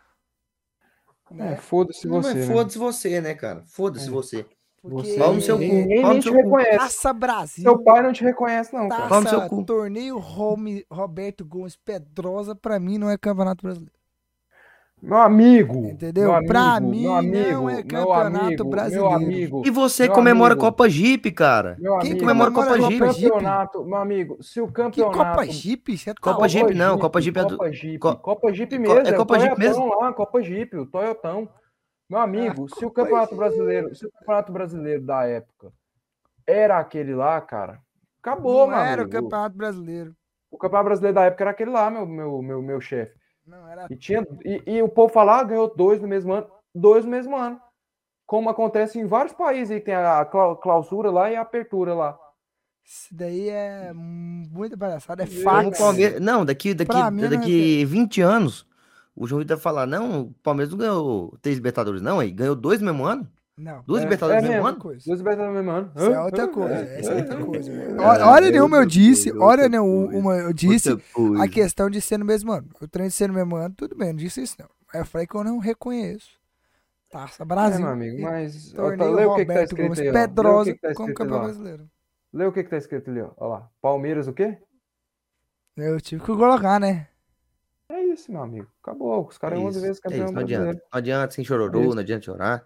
É, Né? foda-se Não, você, mas né? foda-se você, né, cara? Foda-se É. você. Porque Você, Pau no seu cu. ninguém, ninguém Pau no nem te seu cu. reconhece. Taça Brasil, Seu pai não te reconhece, não, cara. Pau no seu Taça cu. Torneio Rome- Roberto Gomes Pedrosa, pra mim não é Campeonato Brasileiro. Meu amigo. Entendeu? Meu amigo, Pra mim, meu amigo, não é meu campeonato amigo, brasileiro. Meu amigo. E você meu comemora amigo, Copa Jeep, cara. Meu Quem amigo, comemora comemora Copa se o Jeep? Copa Jeep? campeonato, meu amigo, se o Que campeonato... Copa Jeep? Você tá Copa louco? Jeep não, Copa Jeep é do- Copa Jeep, Co- Copa Jeep é co- mesmo, é é, Copa o Jeep Toyotão mesmo? lá, Copa Jeep, o Toyotão. Meu amigo, Ah, se o Copa campeonato Jeep. brasileiro, se o campeonato brasileiro da época era aquele lá, cara, acabou, Não meu era o amigo. Campeonato Brasileiro. O campeonato brasileiro da época era aquele lá, meu, meu, meu, meu chefe. Não era. E, tinha, e, e o povo falar, ah, ganhou dois no mesmo ano. Dois no mesmo ano. como acontece em vários países aí, tem a clau- clausura lá e a apertura lá. Isso daí é muita palhaçada, é Meu O fax. Palmeiras, não, daqui, daqui, Pra mim, eu não daqui vinte anos, o João Vitor vai falar, não, o Palmeiras não ganhou três Libertadores, não, aí ganhou dois no mesmo ano? Não, Duas É, Libertadores é no mesmo mesmo. ano? coisa. Dois betas no mesmo ano. Isso é Hã? outra Hã? coisa, É, essa é outra é, coisa. é, Olha, é, olha é nenhuma eu outra disse, coisa, olha outra nenhuma coisa. eu disse Outra coisa. a questão de ser no mesmo ano. O trem de ser no mesmo ano, tudo bem, não disse isso não. Aí eu falei que eu não reconheço. Taça É, Brasil. meu amigo, e mas... ó, tá, torneio lê o que que tá Roberto escrito Gomes aí, ó. Lê o que Pedrosa que tá como escrito campeão lá. brasileiro. Lê o que que tá escrito ali, ó. Olha lá. Palmeiras o quê? Eu tive que colocar, né? É isso, meu amigo. Acabou. Os É caras é onze isso, vezes é campeão isso, não adianta. brasileiro. Não adianta sem É chororô, isso. não adianta chorar.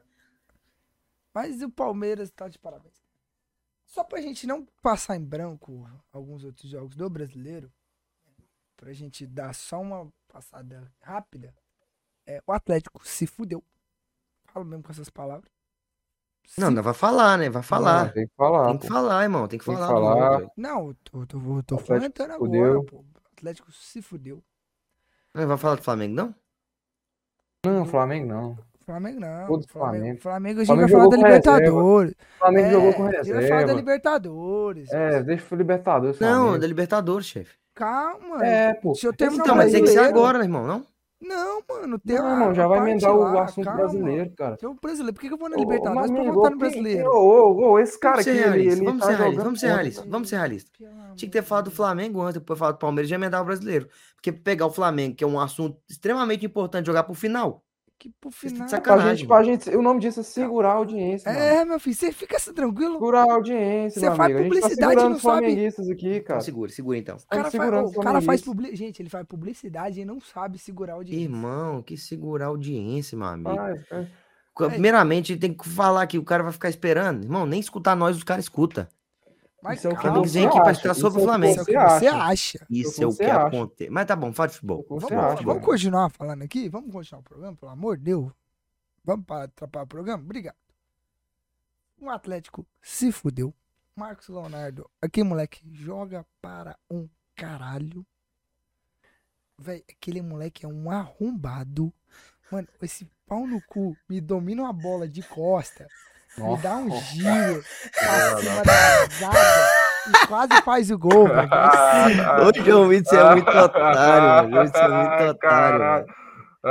Mas o Palmeiras tá de parabéns. Só pra gente não passar em branco alguns outros jogos do brasileiro, pra gente dar só uma passada rápida, é, o Atlético se fudeu. Falo mesmo com essas palavras. Não, Se- não vai falar, né? Vai Não, falar. tem que falar, Tem que pô. falar, irmão. Tem que Tem que falar dos outros, falar. velho. Não, eu tô, tô, tô, tô O Atlético comentando se agora, fudeu. pô. O Atlético se fudeu. Não vai falar do Flamengo, não? Não, Flamengo não. Flamengo não. Todos Flamengo, Flamengo. Flamengo a gente Flamengo vai falar jogou da com reserva. Libertadores. Flamengo jogou com É, a gente vai falar da reserva. Libertadores. É, deixa o Libertadores, Não, Flamengo. da Libertadores, chefe. Calma. É, pô. Deixa eu Esse terminar Então, o mas tem que ser brasileiro. agora, né, irmão? Não? Não, mano, tem Não, a, irmão, já a vai parte emendar o lá, assunto calma. brasileiro, cara. Tem o brasileiro. Por que que eu vou na Ô, Libertadores meu pra amigo, voltar ô, no quem- brasileiro? ô, ô, ô, esse cara Vamos aqui, ser ele, realistas, ele vamos tá ser realistas, jogando vamos ser contra. realistas, vamos ser realistas. Pelo amor Tinha que ter de falado do Deus. Flamengo antes, depois falar do Palmeiras e emendar o brasileiro. Porque pegar o Flamengo, que é um assunto extremamente importante, jogar pro final. Que pro Vocês estão final. de Pra sacanagem, gente, mano. pra gente, o nome disso é segurar a audiência, meu amigo. É, meu filho, você fica assim, tranquilo. Segurar a audiência, Você meu faz amigo. A gente tá publicidade e segurando não os sabe. flamenguistas aqui, Então cara. segura, segura então. O cara, Estamos faz, segurando ô, os o cara faz flamenguistas. publicidade. Gente, ele faz publicidade e não sabe segurar o audiência. Irmão, que segurar a audiência, meu amigo. Vai, vai. É, Primeiramente, tem que falar que o cara vai ficar esperando. Irmão, nem escutar nós, os caras escutam. mas Isso é o que calma. Tem que vir você aqui pra acha. estar Isso sobre o é o que Flamengo. Isso é o você que você acha. acha. Isso É é o o que que você acha. acontece. Mas tá bom, fala de futebol. É o que você Vamos, acha. futebol. vamos continuar falando aqui? Vamos continuar o programa, pelo amor de Deus? Vamos para atrapalhar o programa? Obrigado. O Atlético se fudeu. Marcos Leonardo, aquele moleque joga para um caralho. Véi, aquele moleque é um arrombado. Mano, esse pau no cu me domina uma bola de costa, me dá um giro pra cima da zaga e quase faz o gol, velho. Esse- Ô, João Vitor, você é muito otário, mano. João Vitor, você é muito otário, Caralho. mano.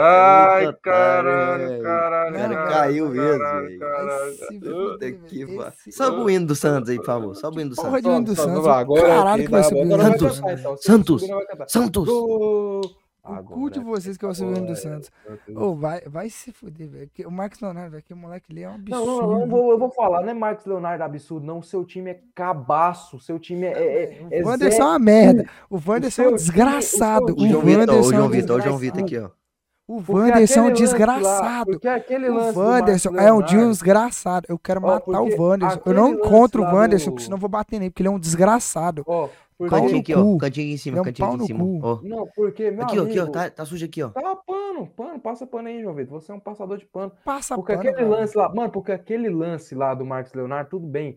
Ai, muito otário, caralho, velho. caralho. O cara Não, caiu caralho, mesmo, caralho, velho. Vai caralho. se Puta fuder, que velho. pariu. Esse- Sobe o hino do Santos aí, por favor. Sobe o hino do Porra Santos. de hino do Sobe, Santos. sobe, O agora caralho aqui, que vai tá subir o bom. hino Agora do vai Santos. cantar, Santos. então. Se Santos. subir, não vai cantar. Santos. Gol. O cu de Agora, vocês que vai subir o hino do agora, Santos. Santos. Ô, vai, vai se fuder, velho. Que- O Marcos Leonardo, velho, que moleque ali é um absurdo. Não, não, não, eu vou, eu vou falar, não é Marcos Leonardo absurdo, não. Seu time é cabaço, seu time é. é, é O Wanderson é Zé uma merda. Cu. O Wanderson é seu um time- desgraçado. o O seu O João Vitor, Wanderson ô, é João um Vitor, ô, João desgraçado. Vitor aqui, ó. O Porque Wanderson é um aquele lance lá- desgraçado. porque aquele O lance do Wanderson Marcos é um Leonardo- desgraçado. Eu quero Ó, matar porque o Wanderson. Eu aquele não lance encontro o lá Wanderson, do- porque senão eu vou bater nele, porque ele é um desgraçado. Ó, porque, Pau Cantinho no aqui, ó. cu. Cantinho aqui em Ele é cima, um cantinho pau aqui em no cima. cu. Ó. não, porque, meu Aqui, ó, amigo, aqui, ó. Tá, tá sujo aqui, ó. tá pano, pano, passa pano aí, João Vitor. Você é um passador de pano. Passa Porque pano, aquele velho. lance lá, mano, porque aquele lance lá do Marcos Leonardo, tudo bem,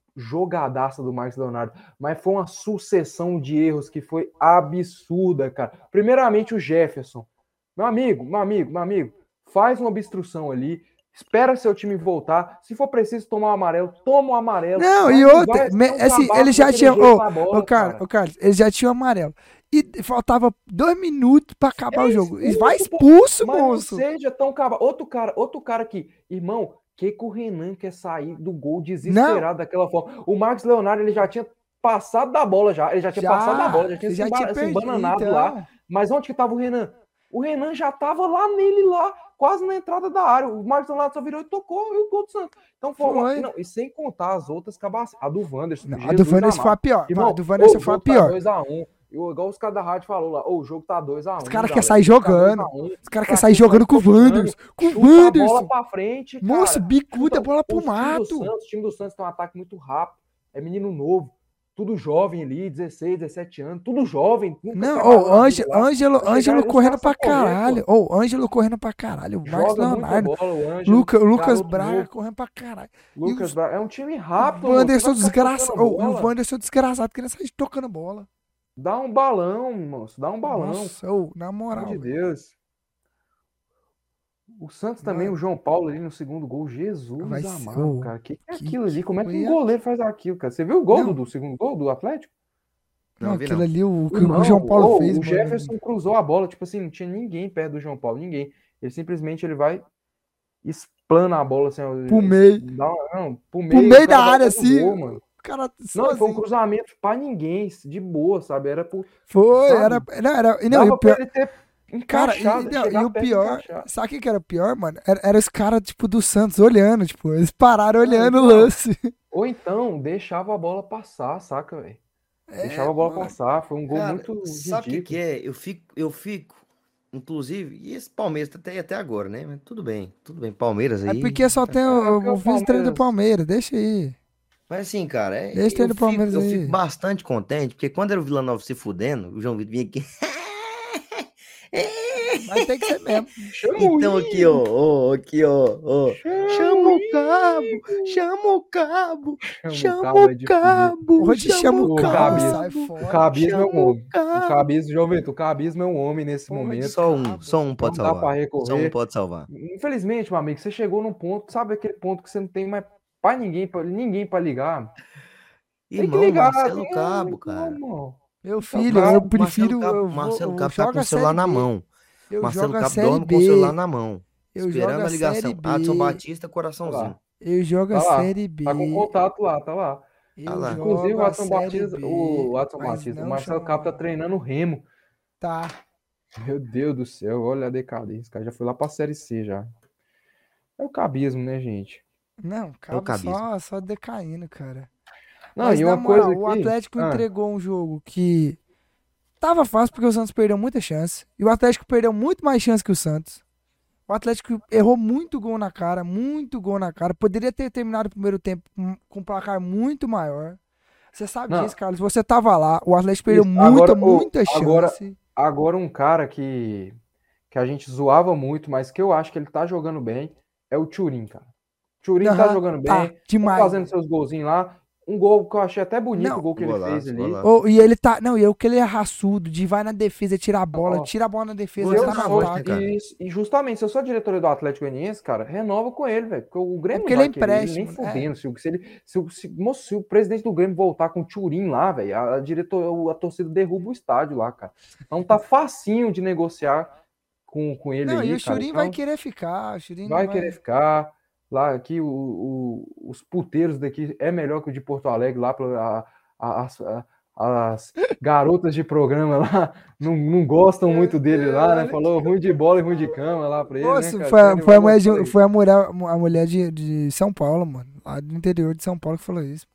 jogadaça do Marcos Leonardo, mas foi uma sucessão de erros que foi absurda, cara. Primeiramente o Jefferson. Meu amigo, meu amigo, meu amigo, faz uma obstrução ali, espera seu time voltar, se for preciso tomar o amarelo, toma o amarelo. Não, Mas e vai outra, ser me- um assim, cabaço ele já daquele tinha. jeito Ô, na bola, ô, cara, ô, Carlos, ele já tinha amarelo. E faltava dois minutos pra acabar É o jogo. E expulso, vai pô. expulso, Mas não moço. seja tão caba. Outro cara, outro cara aqui, irmão, que que o Renan quer sair do gol desesperado daquela forma? O Marcos Leonardo, ele já tinha passado da bola já, ele já tinha passado da bola, já tinha ele se, já emba- tinha se perdido. embananado Então, lá. Mas onde que tava o Renan? O Renan já tava lá nele lá, quase na entrada da área. O Marcos Leonardo só virou e tocou e o gol do Santos. Então foi, uma- Foi. não, e sem contar as outras cabaças. A do Wanderson. Não, a Jesus do Wanderson amado. foi a pior. Irmão, A do Wanderson ô, o foi a jogo tá pior. dois a um. Eu, igual os caras da rádio falou lá, ô, o jogo tá dois a um. Os caras querem sair Tá dois a jogando. um. Os caras Pra querem sair que jogando com o sair jogando? Wanderson. Com o Chuta a bola Wanderson. pra frente, cara. Moço, bicuda, Chuta- bola pro o time do mato. Santos, o time do Santos tem um ataque muito rápido. É menino novo. Tudo jovem ali, dezesseis, dezessete anos. Tudo jovem. nunca Não, trabalhou ô, na Ângelo, vida lá. Ângelo, Chegaram Ângelo ali, os correndo caras pra só correndo, caralho. Ô, Ângelo correndo pra caralho. O Marcos Joga muita Leonardo. bola, o Ângelo. Luca, Lucas garoto Braga novo. correndo pra caralho. Lucas os- Braga. É um time rápido, O moço. Wanderson Você vai ficar desgraçado. tocando O bola? Wanderson desgraçado, querendo sair tocando bola. Dá um balão, moço. Dá um balão. Nossa, ô, na Pelo moral. amor de velho. Deus. O Santos também, Mano. o João Paulo ali no segundo gol. Jesus Vai ser- amado, ô, cara. Que que é que- aquilo ali? Como é que foi um a- goleiro faz aquilo, cara? Você viu o gol Não. do, do segundo gol do Atlético? Não, Não, vi aquilo não. ali, o que Irmão, o João Paulo ô, fez, o mano. Jefferson cruzou a bola, tipo assim, não tinha ninguém perto do João Paulo, ninguém. Ele simplesmente ele vai explana a bola assim, ó, Pro meio. dá uma- não, pro Pro meio, meio o cara da vai área, atrás do assim. gol, mano. O cara Não, e foi um sozinho. cruzamento pra ninguém, de boa, sabe? Era pro. Foi, sabe? era. Não, era e não, e Dava o pior. pra ele ter Cara, e, encaixado, e não, chegar e o perto e pior. encaixar. Sabe o que que era o pior, mano? Era, era os caras, tipo, do Santos olhando, tipo, eles pararam olhando o então. lance. Ou então, deixava a bola passar, saca, velho? É, Deixava a bola mano. passar, foi um gol Cara, muito sabe o que, que ridículo. é? Eu fico, eu fico, inclusive, e esse Palmeiras tá até, até agora, né? Mas tudo bem, tudo bem. Palmeiras É aí. porque só tem o, É, porque o o vice-treino do Palmeiras- Palmeiras, deixa aí. Mas assim, cara, é- Deixa eu, ele do fico, Palmeiras eu aí. fico bastante contente, porque quando era o Vila Nova se fudendo, o João Vitor vinha aqui. Mas tem que ser mesmo. Chama o Então aqui, ó, ó, aqui, ó, ó. Chama Chama o o cabo, chama o cabo, Chama o chama cabo, é o difícil. cabo, Porra de chama o o cabo, Cabeça. sai O fora. Cabismo é um chama o homem. O cabo. Cabismo, João Vitor, o Cabismo é um homem nesse Porra de momento. Só um, cabo. só um pode Não dá pra salvar. Só um recorrer. pode salvar. Infelizmente, meu amigo, você chegou num ponto, sabe aquele ponto que você não tem mais pra ninguém, pra, ninguém pra ligar? Tem que Irmão, ligar, Marcelo tem, Cabo, é, cara. irmão. Meu Então, filho, cara, eu Marcelo prefiro. Cabo, Eu vou, Marcelo eu Cabo tá jogo com a o celular Série na B. mão. Eu Marcelo jogo a Cabo Série dorme com o celular B. na mão. Eu Esperando jogo a a ligação. Série Adson B. Batista, Tá coraçãozinho. lá, Eu jogo a tá lá. Série Tá com B. contato lá, tá lá. Tá Eu lá. Inclusive, jogo o a Adson Série Batista, B. o Adson Mas Batista, o não Marcelo chama. Cabo tá treinando remo. Tá. Meu Deus do céu, olha a decadência. O cara já foi lá pra Série C já. É o cabismo, né, gente? Não, É o Cabo cabismo. só, só decaindo, cara. Não, Mas e na uma coisa moral, o aqui. Atlético Ah, entregou um jogo que tava fácil porque o Santos perdeu muita chance. E o Atlético perdeu muito mais chance que o Santos. O Atlético errou muito gol na cara, muito gol na cara. Poderia ter terminado o primeiro tempo com com um placar muito maior. Você sabe Não. disso, Carlos. Você tava lá. O Atlético perdeu Isso, muita, agora, ô, muita agora- chance. agora um cara que, que a gente zoava muito, mas que eu acho que ele tá jogando bem, é o Thuram, cara. Thuram tá Aham, jogando tá, bem, tá demais. fazendo seus golzinhos lá. Um gol que eu achei até bonito, Não. o gol que ele Golaço, fez ali. golaço. Ô, e ele tá. Não, e eu que ele é raçudo, de vai na defesa, tirar a bola, Ó, tira a bola na defesa, Gol Se de eu tá na sou, cavalho, né, cara? ataque. e, e justamente, se eu sou a diretoria do Atlético Goianiense, cara, renova com ele, velho. Porque o Grêmio porque não vai ele é querer ele nem empréstimo, é. fudendo. Se, o- se, ele, se, o- se, moço, se o presidente do Grêmio voltar com o Thuram lá, velho, a, a, diretor, a torcida derruba o estádio lá, cara. Então tá facinho de negociar com, com ele Não, aí, e o cara. Churin vai Então, querer ficar. O Churin não vai vai. querer ficar. Lá aqui, o, o- os puteiros daqui é melhor que o de Porto Alegre, lá pra, a- a- as, a- as garotas de programa lá não, não gostam muito dele lá, né? Falou ruim de bola e ruim de cama lá pra ele, né, Nossa, cara? foi, Então a- ele foi, a vai mulher gostar de, aí. foi a mulher, a mulher de, de São Paulo, mano. Lá do interior de São Paulo que falou isso.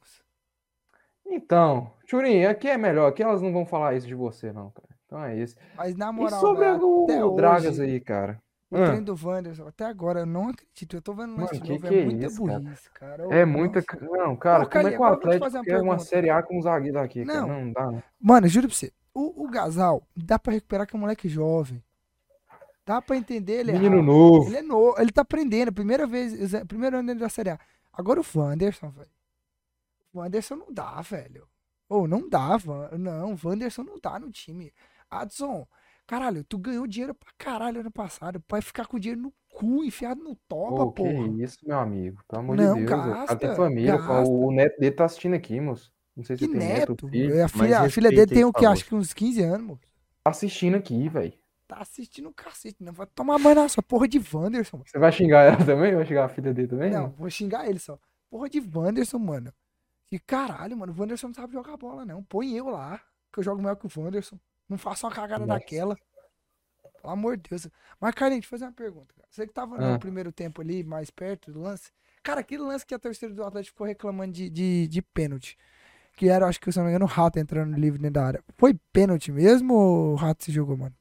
Então, Churin, aqui é melhor, aqui elas não vão falar isso de você, não, cara. Então é isso. Mas na E moral, sobre velho, até o Dragas hoje, aí, cara? o Ah, trem do Wanderson, até agora, eu não acredito. Eu tô vendo o lance Mano, de que novo, que é é muita isso, cara? burrice, cara. Ô, É muita. nossa. Não, cara, Ô, como é Carlinhos, que o agora eu vou te fazer Atlético uma quer uma pergunta. Série A com um zagueiro aqui, cara? Não. Não, não dá, não. Mano, juro pra você, o, o Gasal, dá pra recuperar que é um moleque jovem. Dá pra entender ele Menino errar. novo. Ele é novo, ele tá aprendendo, primeira vez, primeiro ano dele da Série A. Agora o Wanderson, velho. O Wanderson não dá, velho. Ou não dá, Van- não, o Wanderson não dá no time. Adson, caralho, tu ganhou dinheiro pra caralho ano passado. Vai ficar com o dinheiro no cu, enfiado no toba, Ô, que porra. isso, meu amigo. Pelo amor Não, de Deus. O cara tem gasta, família. pô, gasta. O neto dele tá assistindo aqui, moço. Não sei se Que você tem neto, neto? filho. A filha, a filha respeita dele aí, tem o por que? favor. Acho que uns quinze anos, mano. Tá assistindo aqui, velho. Tá assistindo o cacete. Não vai tomar banho na sua porra de Wanderson, mano. Você vai xingar ela também? Vai xingar a filha dele também? Não, vou xingar ele só. Porra de Wanderson, mano. Que caralho, mano. O Wanderson não sabe jogar bola, não. Põe eu lá, que eu jogo melhor que o Wanderson. Não faça uma cagada Nossa. daquela. Pelo amor de Deus. Mas, Carlinhos, deixa eu fazer uma pergunta. Cara. Você que tava Ah. no primeiro tempo ali, mais perto do lance. Cara, aquele lance que a torcida do Atlético ficou reclamando de, de, de pênalti. Que era, acho que, se não me engano, o Rato entrando livre dentro da área. Foi pênalti mesmo ou o Rato se jogou, mano?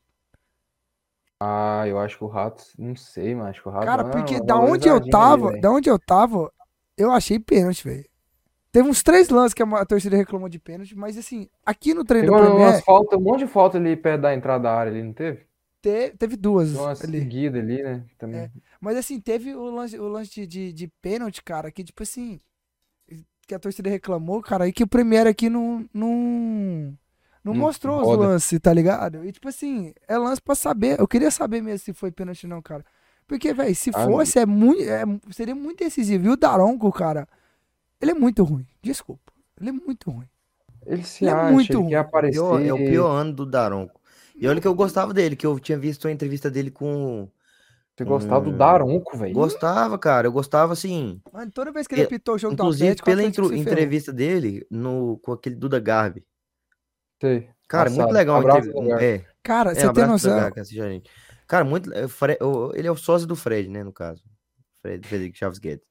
Ah, eu acho que o Rato. Não sei, mas acho que o Rato. Cara, é uma porque da onde eu valorisadinha tava, ali, velho. da onde eu tava, eu achei pênalti, velho. Teve uns três lances que a torcida reclamou de pênalti, mas assim, aqui no treino Teve do uma- umas Premier, falta, um monte de falta ali perto da entrada da área ali, não teve? te- teve duas Deu uma ali. seguida ali, né? Também. É. Mas assim, teve o lance, o lance de, de, de pênalti, cara, que tipo assim, que a torcida reclamou, cara, e que o Premier aqui não, não, não Não mostrou os roda. lances, tá ligado? E tipo assim, é lance pra saber, eu queria saber mesmo se foi pênalti ou não, cara. Porque, velho, se Ah, fosse, é muito, é, seria muito decisivo. E o Daronco, cara, ele é muito ruim. Desculpa. Ele é muito ruim. Ele se Ele é acha, muito ele ruim. quer Pior- é o aparecer. pior ano do Daronco. E olha que eu gostava dele, que eu tinha visto a entrevista dele com. Você gostava do com- Daronco, velho. Gostava, cara. Eu gostava assim. Mano, toda vez que ele E- apitou o jogo do Inclusive, Atlético, o pela Atlético intro- se ferrou. entrevista dele no, com aquele Duda Garbi. Sei. Cara, muito Passado. legal a Abraço, entrevista. Duda. É, Cara, é, você tem abraço noção? Duda Garbi, que assiste a gente. Cara, muito. é, Fre- o- Ele é o sócio do Fred, né, no caso. Fred, Frederico Chaves Guedes.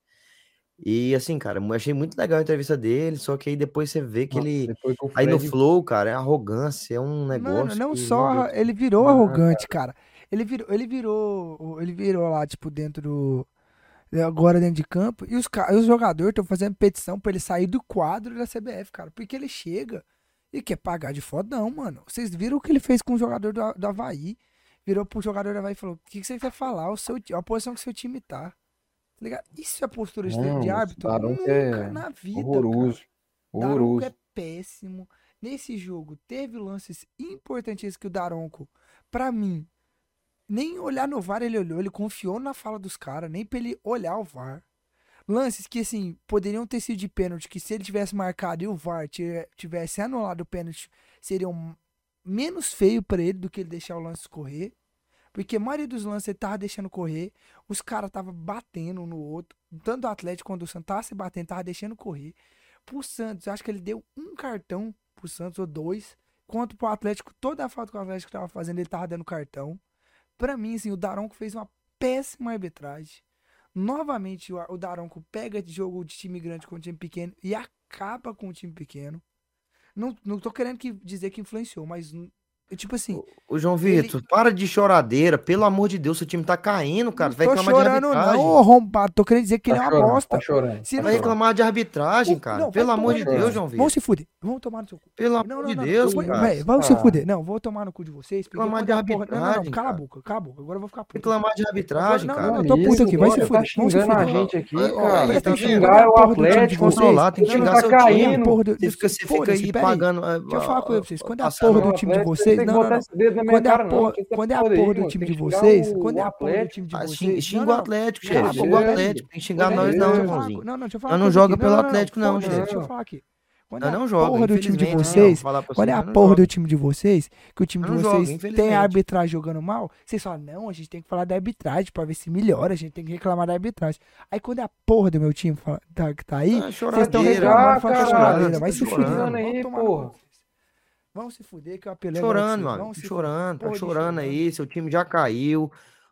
E assim, cara, eu achei muito legal a entrevista dele, só que aí depois você vê que Nossa, ele. depois que o Aí no Fred- Flow, cara, é arrogância, é um Mano, negócio. não que, meu só Deus. ele virou Ah, arrogante, cara. Ele virou, ele virou, ele virou lá, tipo, dentro do. Agora dentro de campo. E os, ca- e os jogadores estão fazendo petição pra ele sair do quadro da C B F, cara. Porque ele chega e quer pagar de fodão, mano. Vocês viram o que ele fez com o jogador do, do Avaí? Virou pro jogador do Avaí e falou: o que, que você quer falar? O seu, ti- a posição que o seu time tá. Tá ligado? Isso é postura de, Não, de esse árbitro? Daronco Nunca é na vida. horroroso. Cara. Daronco Horroroso. é péssimo. Nesse jogo, teve lances importantíssimos que o Daronco, pra mim, nem olhar no V A R ele olhou, ele confiou na fala dos caras, nem pra ele olhar o V A R. Lances que, assim, poderiam ter sido de pênalti, que se ele tivesse marcado e o V A R tive- tivesse anulado o pênalti, seriam menos feio pra ele do que ele deixar o lance correr. Porque a maioria dos lances ele tava deixando correr, os caras tava batendo um no outro, tanto o Atlético quanto o Santos tava se batendo, tava deixando correr. Pro Santos, eu acho que ele deu um cartão pro Santos, ou dois, quanto pro Atlético, toda a falta que o Atlético tava fazendo, ele tava dando cartão. Pra mim, assim, o Daronco fez uma péssima arbitragem. Novamente, o, o Daronco pega de jogo de time grande com time pequeno e acaba com o time pequeno. Não, não tô querendo que, dizer que influenciou, mas, hum, tipo assim, Ô, João Ele- Vitor, para de choradeira. Pelo amor de Deus, seu time tá caindo, cara. não Vai tô reclamar de chorando arbitragem. não, ô arrombado. Tô querendo dizer que ele é Tá uma chorando, bosta. tá chorando. Se tá Vai não- chorando. reclamar de arbitragem, O- cara. não, Pelo vai amor tomar de no Deus, cu. João Vão Vitor. se fuder. Vão tomar no seu cu. Pelo Não, amor não, de não. Deus, eu vou, cara. véi, vão se Ah. fuder. Não, vou tomar no cu de vocês. Porque Reclamar quando de a porra... Não, não, não. arbitragem, Cala a cara. boca, cala a boca. Agora eu vou ficar puto. Reclamar de arbitragem, Não, cara. não, não, tô puto aqui. Vai se Você fuder. tá Vão se xingando a fuder. gente aqui, Ó, ó, cara. aí, Você tá tem que vendo? xingar é o Porra do time de Atlético. vocês. Controlar, tem que Você não xingar tá seu caindo. time. Porra do- Você fica, você fica Foda-se, aí pera aí. pagando. Deixa eu falar com vocês. Quando é a passando- porra do Não, time de Atlético, vocês... Tem que Não, não, botar não. esse dedo na minha Quando é a cara, não. porra, Você tá quando é a foda aí, porra do mano. time Tem de que xingar vocês, o- quando é o a porra do Atlético. time de Ah, vocês... xinga, Não, xinga o não, não. Atlético, Cala a chefe. boca. Xinga o Beleza. Atlético. Tem que xingar Beleza. nós, Deixa não, eu falar, Joãozinho. não, não, deixa eu falar Nós não uma coisa joga aqui. pelo Não, não, não, Atlético, não, foda-se, chefe. Deixa eu falar aqui. Quando é Nós a não joga, porra do time de infelizmente. vocês, Não, falar pra quando você, é a nós não porra joga. do time de vocês, que o time de Nós não joga, vocês tem infelizmente. a arbitragem jogando mal, vocês falam, não, a gente tem que falar da arbitragem pra ver se melhora, a gente tem que reclamar da arbitragem. Aí quando é a porra do meu time fala- tá, que tá aí, Ah, vocês estão choradeira. reclamando, Ah, fala que é caralho, choradeira, vai tá se fuder, chorando mano. aí, Vão tomar no porra. cu de vocês. Vão se fuder que eu apelei Chorando, agora mano. de vocês. Vão se Chorando, tá Porra de chorando chorando. aí. Seu time já caiu.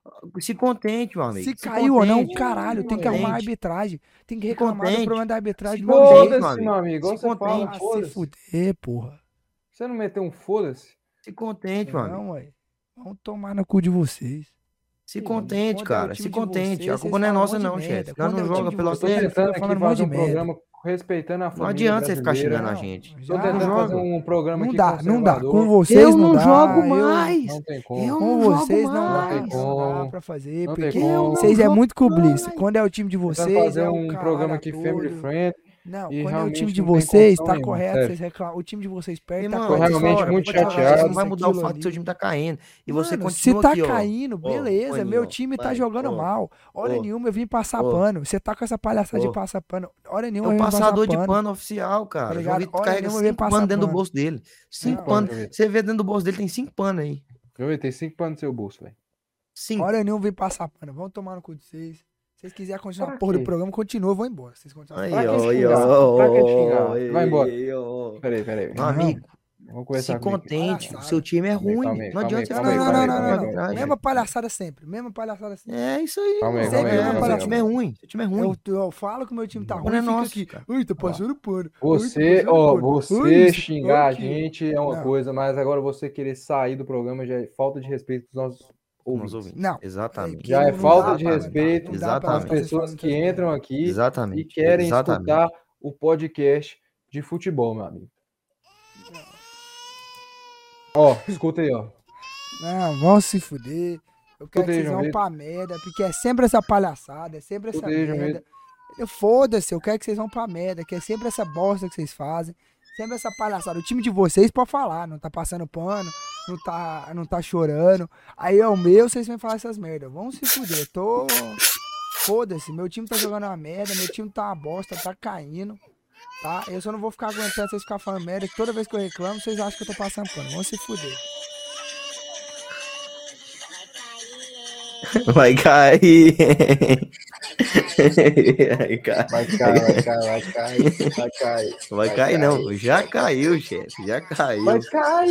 Se contente, meu amigo. Se caiu ou não, contente. caralho, tem que arrumar a arbitragem. Tem que reclamar do contente. problema da arbitragem Se do meu jeito. contente, Foda-se, meu amigo. Se Você fala, contente. Ah, se foda-se. fuder, porra. Você não meteu um foda-se? Se contente, meu amigo. Não, ué. Vão tomar no cu de vocês. Se Sim, contente, quando é o cara. time Se de contente. vocês, A culpa vocês não é falam um nossa, monte de não, merda. chefe. Nós Quando não é o joga time de pelo Eu tô vocês, Atlético. fica tentando aqui falando um monte fazer de um merda. programa respeitando a Não família adianta você ficar brasileira. xingando a Não, gente. Tô já tentando não fazer joga. um programa Não aqui dá, não dá. conservador. Com vocês não, dá. eu- Não tem como. Eu Com não jogo vocês não dá. mais. Não tem Não dá como. pra fazer. Não tem Porque como. vocês é Não muito jogo clubista. mais. Quando é o time de Tentando vocês, fazer é o um caralho programa aqui todo. family friend. Não, E quando é o realmente time de não tem vocês, condição tá nenhuma, correto, sério. vocês reclamam. O time de vocês perde, tá Irmão, Tô correto. realmente vocês muito falam, chateado. Isso não vai isso, mudar o aquilo fato ali. do seu time tá caindo. E você Mano, continua se tá aqui, ó. caindo, Ó, beleza. ó, meu ó, time tá vai, jogando ó, mal. Hora ó, nenhuma eu vim passar ó. pano. Você tá com essa palhaçada de Ó. passar pano. Hora É nenhuma o eu vim passar passador de pano. pano oficial, cara. Tá O João ligado? Vitor Olha, carrega eu vou ver cinco passar panos dentro do pano. bolso dele. Cinco Não, panos. João Vitor. Você vê dentro do bolso dele, tem cinco panos aí. Eu tem cinco panos no seu bolso, velho. Cinco. Hora nenhuma eu vim passar pano. Vamos tomar no cu de vocês. Se vocês quiserem continuar Pra a porra do quê? programa, continua, eu vou embora. Vocês continuam. Aí, Pra que ó, aí, xingar? ó, Pra que ó, xingar? ó, Vai embora. aí, ó. Peraí, peraí. Meu Não. amigo, Vamos se conversar comigo. contente. Palhaçada. Seu time é Calma aí, ruim. calma aí, Não adianta você Não, calma aí, não, ficar não, calma não, aí, não, calma não, aí, não. calma aí. Mesma palhaçada sempre. Mesma palhaçada sempre. É isso aí. Calma aí, Sempre calma aí, é, calma aí, seu calma time é aí. ruim. Seu time é ruim. Eu, eu falo que o meu time tá Não ruim é e fica nosso, aqui. cara. Ui, tá passando pano. Você, Ui, tá passando ó, pano. Ui, você isso, xingar a aqui. gente é uma Não. coisa, mas agora você querer sair do programa já é falta de respeito com os nossos Nos ouvintes. ouvintes. Não. Exatamente. Já é Não falta dá de pra respeito aguentar, não dá pra com as Exatamente. vocês pessoas falando que essas entram merda. aqui e Exatamente. querem Exatamente. escutar o podcast de futebol, meu amigo. Ó, escuta aí, ó. Não, vão se fuder. Eu quero Escuta que aí, vocês João vão Vitor. pra merda, porque é sempre essa palhaçada, é sempre essa Escuta aí, João merda. Eu- Foda-se, eu quero que vocês vão pra merda, que é sempre essa bosta que vocês fazem. Sempre essa palhaçada. O time de vocês pode falar, não tá passando pano, não tá, não tá chorando. Aí é o meu, vocês vêm falar essas merdas. Vamos se fuder. Tô. Foda-se, meu time tá jogando uma merda, meu time tá uma bosta, tá caindo. Tá? Eu só não vou ficar aguentando vocês ficar falando merda, que toda vez que eu reclamo, vocês acham que eu tô passando pano. Vamos se fuder. Vai cair. Vai cair. Vai cair, vai cair, vai cair, vai cair. Vai cair não, já caiu, chefe, já caiu. Vai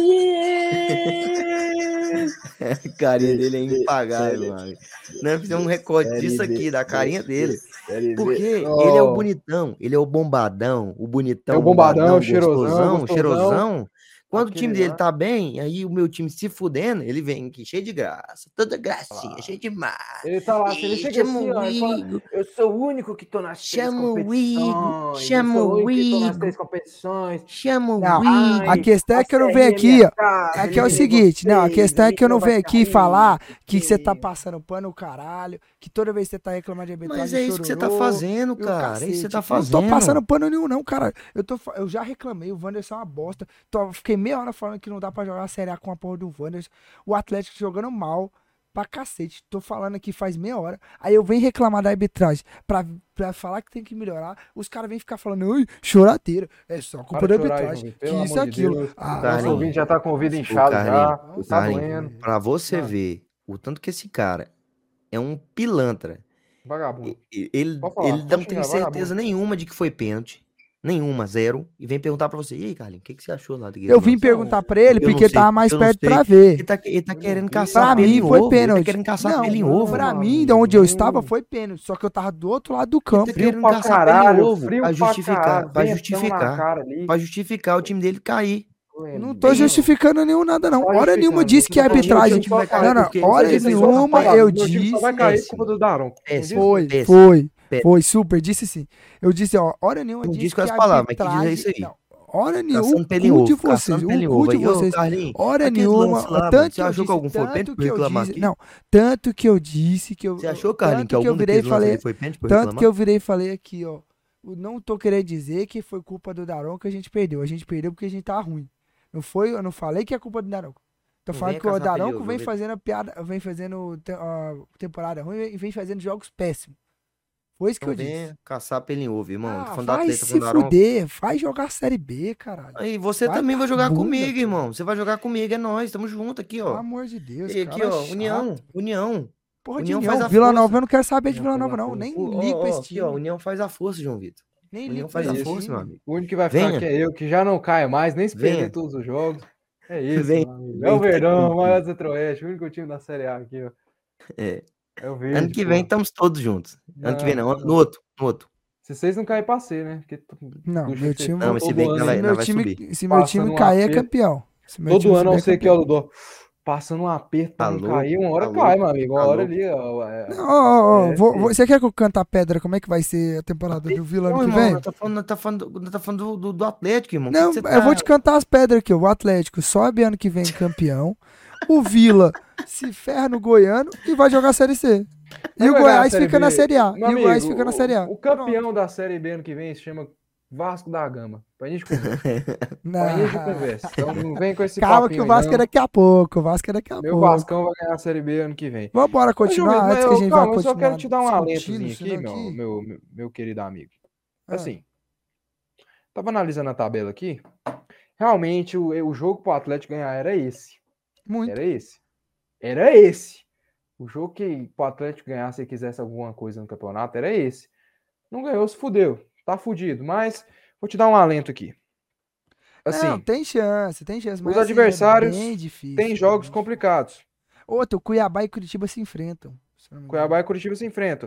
cair! A carinha dele é impagável, mano. Nós fizemos um recorde disso aqui, da carinha dele. Porque ele é o bonitão, ele é o bombadão, o bonitão, É o bombadão, bombadão, cheirosão, gostosão, gostosão. cheirosão. Quando o time Aquele dele lá. tá bem, aí o meu time se fudendo, ele vem aqui cheio de graça, toda gracinha, cheio de mar. Ele tá lá, assim, ele Ih, chega chama assim, ó, o ele fala, Igor. eu sou o único que tô nas três Chama o competições. Igor, eu chama sou o o único que tô nas Igor. três competições. Chama o Não, Igor. a questão é que eu não venho aqui, ó. É que é o seguinte, não, a questão é que eu não venho aqui falar que você tá passando pano o caralho, que toda vez que você tá reclamando de arbitragem, Mas é isso que você tá chororô, fazendo, e o cara. É isso que você cacete. tá fazendo. Não tô passando pano nenhum, não, cara. Eu, tô, fa- eu já reclamei, o Wanderson é uma bosta. Tô, fiquei meia hora falando que não dá pra jogar a Série A com a porra do Wanderson. O Atlético jogando mal pra cacete. Tô falando aqui faz meia hora. Aí eu venho reclamar da arbitragem pra, pra falar que tem que melhorar. Os caras vêm ficar falando, ai, choradeira. É só culpa da Para de chorar aí, arbitragem. João Vitor, pelo Que isso, amor de aquilo. Deus. Ah, Nosso Carlinhos. ouvinte já tá com o ouvido inchado já. Carlinhos, Tá Carlinhos, doendo. pra você Ah. ver o tanto que esse cara é um pilantra. Vagabundo. E- Ele, Pode falar, ele pode não xingar, tem certeza vagabundo. nenhuma de que foi pênalti. Nenhuma, zero. E vem perguntar pra você, e aí, Carlinhos, o que, que você achou lá? eu vim perguntar pra ele Eu não porque sei, tava mais eu não perto sei. pra ver. Ele tá, ele tá querendo Pra caçar Pra pelo mim em foi ovo. Ele tá pênalti. querendo caçar Não, pelo em ovo. pra meu mim, amigo. de onde eu Não. estava, foi pênalti. Só que eu tava do outro lado do campo. Ele tá querendo Frio pra caçar pelo em caralho, ovo. frio Pra pra justificar, caralho, pra ventão na justificar. cara ali. Pra justificar o time dele cair. Não tô justificando nenhum nada, não. Tá Hora nenhuma justificando. disse que a Você tá falando que arbitragem. o time vai cair Não, não, porque hora vocês Vocês só só nenhuma falam, eu meu time só vai disse. cair por péssimo. culpa do Daron. Péssimo. Foi, Péssimo. foi, Péssimo. foi, super, disse sim. Eu disse, ó, hora nenhuma Não disse disse com que as a palavras, mas quis dizer arbitragem... isso aí. Não, hora nenhuma, Caçando o pelo em cu de ovo, vocês, caçando pelo em o cu ovo. de Aí, ô, vocês, Carlinhos, hora aquele nenhuma, lance lá, mano, tanto você que eu achou que algum disse, foi pênalti tanto pra que eu reclamar disse, aqui? não, tanto que eu disse que eu... Você achou, Carlinhos, que tanto que eu algum virei e daqueles lances falei, ali foi pênalti pra tanto reclamar? que eu virei e falei aqui, ó, eu não tô querendo dizer que foi culpa do Daron que a gente perdeu, a gente perdeu porque a gente tá ruim. Não foi, eu não falei que é culpa do Daronco. Tô Não falando venha que o caçar Daronco pelo vem ovo, fazendo a piada, vem fazendo te- a temporada ruim e vem fazendo jogos péssimos. Foi isso que Não eu disse. venha caçar pelo em ovo, irmão. Tô Ah, falando do vai atleta, tô se falando do Daronco. fuder, vai jogar Série B, caralho. Aí você Vai também vai pra jogar bunda, comigo, pô. irmão. Você vai jogar comigo, é nós. Tamo junto aqui, Pelo ó. amor de Deus, E aqui, cara ó, chato. União, União. Porra de União União, faz a Vila força. Nova, eu não quero saber de União Vila faz Nova, a não. força. Nem Ó, ligo pra ó, esse aqui, ó, time. União faz a força, João Vitor. Nem União ligo pra faz a esse força, time. meu amigo. O único que vai ficar Venha. aqui é eu, que já não caio mais, nem se perder Venha. todos os jogos. É isso, Vem, meu amigo. É vem, o Verdão, tá o maior do Centro-Oeste, o único time da Série A aqui, ó. É. É o Verde, Ano que pô. vem estamos todos juntos. Ano que vem não, Não, no outro, no outro. Se vocês não caírem pra ser, né? Porque t- Não, do meu jeito que time- vocês Não, mas estão se bem que todo não ano vai- aí, Se meu vai time, subir. se meu Passando time um cair, é aperto. campeão. Se meu time Todo ano eu subir, é sei que é o campeão. Dodô. Passando um aperto pra Tá não louco, cair, uma hora tá cai, louco, meu amigo. Uma tá hora louco. ali, ó. é- Não, ó, ó, é, vou- filho. vou- você quer que eu cante a pedra? Como é que vai ser a temporada do Vila ano Não, que irmão, vem? nós tá falando, nós tá falando, nós tá falando do, do, do Atlético, irmão. O que Não, que você eu vou tá- te cantar as pedras aqui. ó. O Atlético sobe ano que vem campeão. O Vila se ferra no Goiano e vai jogar a Série C. E Vai o ganhar a Goiás Série fica na B. Série A. Meu E o amigo, Goiás fica na o- Série A. O campeão da Série B ano que vem se chama Vasco da Gama. Pra gente conversar. Não. Pra gente conversa. Então não vem com esse Calma papinho que o aí, Vasco é não. daqui a pouco. O Vasco é daqui a Meu pouco. Vascão vai ganhar a Série B ano que vem. Vambora Mas, continuar Júlio, antes mas que a eu- gente calma, vai eu só continuar quero te dar um discutindo alentozinho isso aqui, daqui. meu, meu, meu, meu querido amigo. Ah. Assim, tava analisando a tabela aqui. Realmente, o, o jogo pro Atlético ganhar era esse. Muito. Era esse. Era esse. O jogo que pro Atlético ganhar, se quisesse alguma coisa no campeonato, era esse. Não ganhou, se fudeu. Tá fudido. Mas vou te dar um alento aqui. Assim, Não, tem chance, tem chance. Mas os assim, adversários é bem difícil, tem é jogos bem complicados. difícil. Outro, Cuiabá e Curitiba se enfrentam. se eu não me engano. Cuiabá e Curitiba se enfrentam.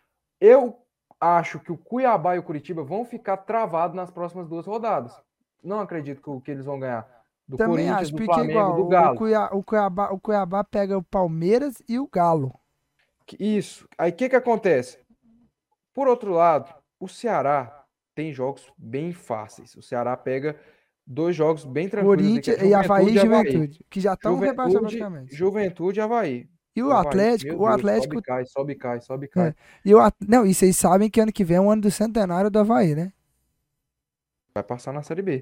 Eu acho que o Cuiabá e o Curitiba vão ficar travados nas próximas duas rodadas. Não acredito que, o- que eles vão ganhar do Também Corinthians, acho, do porque Flamengo, igual, do o, Galo. Cuiá, o, Cuiabá, o Cuiabá pega o Palmeiras e o Galo. Que- Isso. Aí o que, que acontece? Por outro lado, o Ceará tem jogos bem fáceis. O Ceará pega dois jogos bem tranquilos. aí, que é Corinthians e Havaí e Juventude Juventude, que já estão rebaixados Juventude, praticamente. Juventude e Havaí. E o Havaí, Atlético, meu o Deus, Atlético, Sobe, cai, sobe, cai, sobe, cai. É. e o, At- não, e vocês sabem que ano que vem é o ano do centenário do Havaí, né? Vai passar na Série B.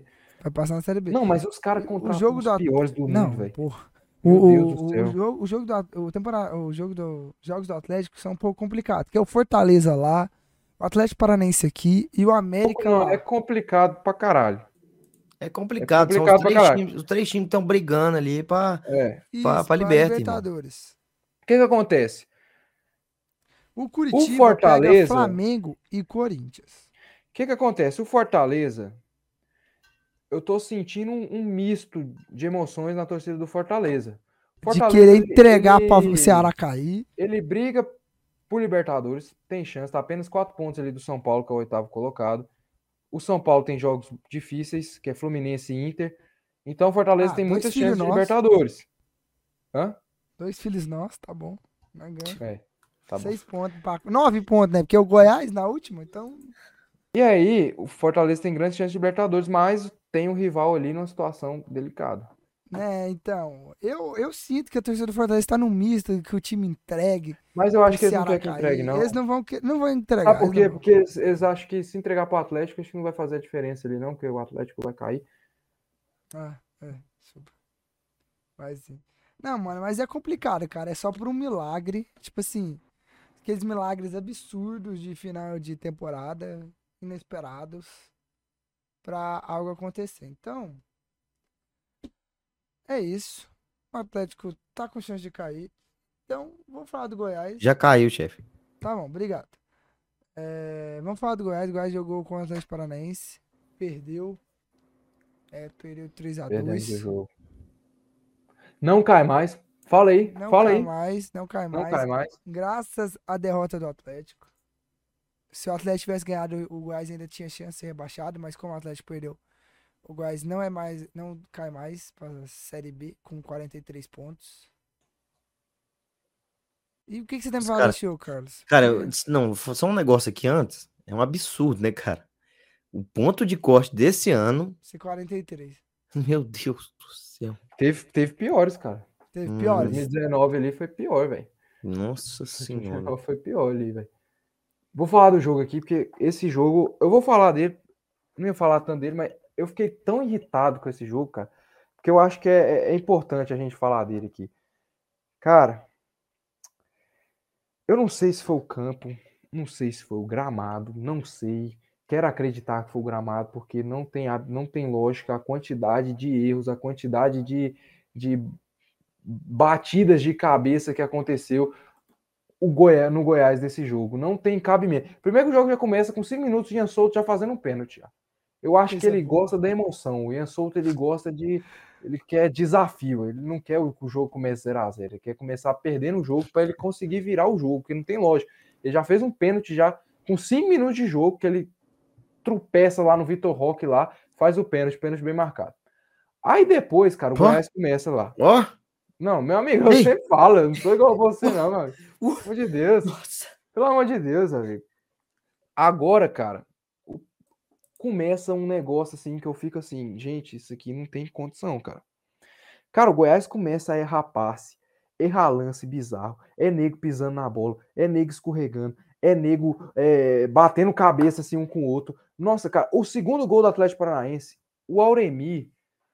Vai passar na Série B. Não, mas os caras O contratam jogo os do piores do Não, mundo, velho. porra. Meu O, Deus do o, céu. o jogo, o jogo do o temporada, o jogo do jogos do Atlético são um pouco complicados, porque é o Fortaleza lá, o Atlético Paranaense aqui e o América Não, lá. é complicado pra caralho. É complicado, É são complicado os pra três caralho. times, os três times estão brigando ali pra, É. pra, Isso, pra pra Liberta, irmão. Libertadores. O que que acontece? O O Curitiba pega Fortaleza, Flamengo e Corinthians. o que que acontece? O Fortaleza, eu tô sentindo um, um misto de emoções na torcida do Fortaleza. De Fortaleza, querer ele, entregar para o ele, Ceará cair. ele briga por Libertadores, tem chance, tá apenas quatro pontos ali do São Paulo, que é o oitavo colocado. O São Paulo tem jogos difíceis, que é Fluminense e Inter. Então o Fortaleza Ah, tem dois muitas filhos chances de nossos. Libertadores. Hã? Dois filhos nossos, tá bom. Nós ganhamos. É, tá bom. Seis pontos. Pra... Nove pontos, né? Porque o Goiás na última, então. E aí, o Fortaleza tem grandes chances de Libertadores, mas tem um rival ali numa situação delicada. Né, então. Eu, eu sinto que a torcida do Fortaleza tá num misto, que o time entregue. Mas eu acho que eles não Ceará querem que cair. entregue, não. Eles não vão, que- não vão entregar. Sabe por eles quê? não vão. Porque eles, eles acham que se entregar pro Atlético, acho que não vai fazer a diferença ali, não, porque o Atlético vai cair. Ah, é. Super. Vai sim. Não, mano, mas é complicado, cara. É só por um milagre. Tipo assim, aqueles milagres absurdos de final de temporada, inesperados, pra algo acontecer. Então, é isso. O Atlético tá com chance de cair. Então, vamos falar do Goiás. Já caiu, chefe. Tá bom, obrigado. É, vamos falar do Goiás. O Goiás jogou com o Atlético Paranaense. Perdeu. É, perdeu três a Perdemos o dois. jogo. Não cai mais. Fala aí, Não fala cai aí. mais, não cai Não mais. cai mais. Graças à derrota do Atlético. Se o Atlético tivesse ganhado, o Goiás ainda tinha chance de ser rebaixado, mas como o Atlético perdeu, o Goiás não é mais, não cai mais para a Série B com quarenta e três pontos. E o que, que você tem pra falar Cara, desse jogo, Carlos? Cara, eu Porque- disse- não, só um negócio aqui antes. É um absurdo, né, cara? O ponto de corte desse ano, Esse quarenta e três. meu Deus do céu. Teve, teve piores, cara. Teve Hum, piores. dois mil e dezenove ali foi pior, velho. Nossa senhora. Foi pior ali, velho. Vou falar do jogo aqui, porque esse jogo, eu vou falar dele, não ia falar tanto dele, mas eu fiquei tão irritado com esse jogo, cara, porque eu acho que é, é importante a gente falar dele aqui. Cara, eu não sei se foi o campo, não sei se foi o gramado, não sei. Quero acreditar que foi o gramado, porque não tem, a- não tem lógica a quantidade de erros, a quantidade de, de batidas de cabeça que aconteceu o Goiás, no Goiás desse jogo. Não tem cabimento. Primeiro que o jogo já começa com cinco minutos, o Ian Souto já fazendo um pênalti. Já. Eu acho que Coisa ele boa. gosta da emoção. O Ian Souto, ele gosta de... Ele quer desafio. Ele não quer que o jogo comece zero a zero. Ele quer começar perdendo o jogo para ele conseguir virar o jogo, porque não tem lógica. Ele já fez um pênalti já com cinco minutos de jogo, que ele tropeça lá no Vitor Roque lá, faz o pênalti, pênalti bem marcado. Aí depois, cara, o Pô. Goiás começa lá. Ó, Não, meu amigo, Ei. você fala, eu não sou igual você, não, meu amigo. Uh. Pelo amor de Deus. nossa. Pelo amor de Deus, amigo. Agora, cara, o- começa um negócio assim que eu fico assim, gente, isso aqui não tem condição, cara. Cara, o Goiás começa a errar passe, errar lance bizarro, é nego pisando na bola, é nego escorregando, é nego é, batendo cabeça assim um com o outro. Nossa, cara, o segundo gol do Atlético Paranaense, o Auremir,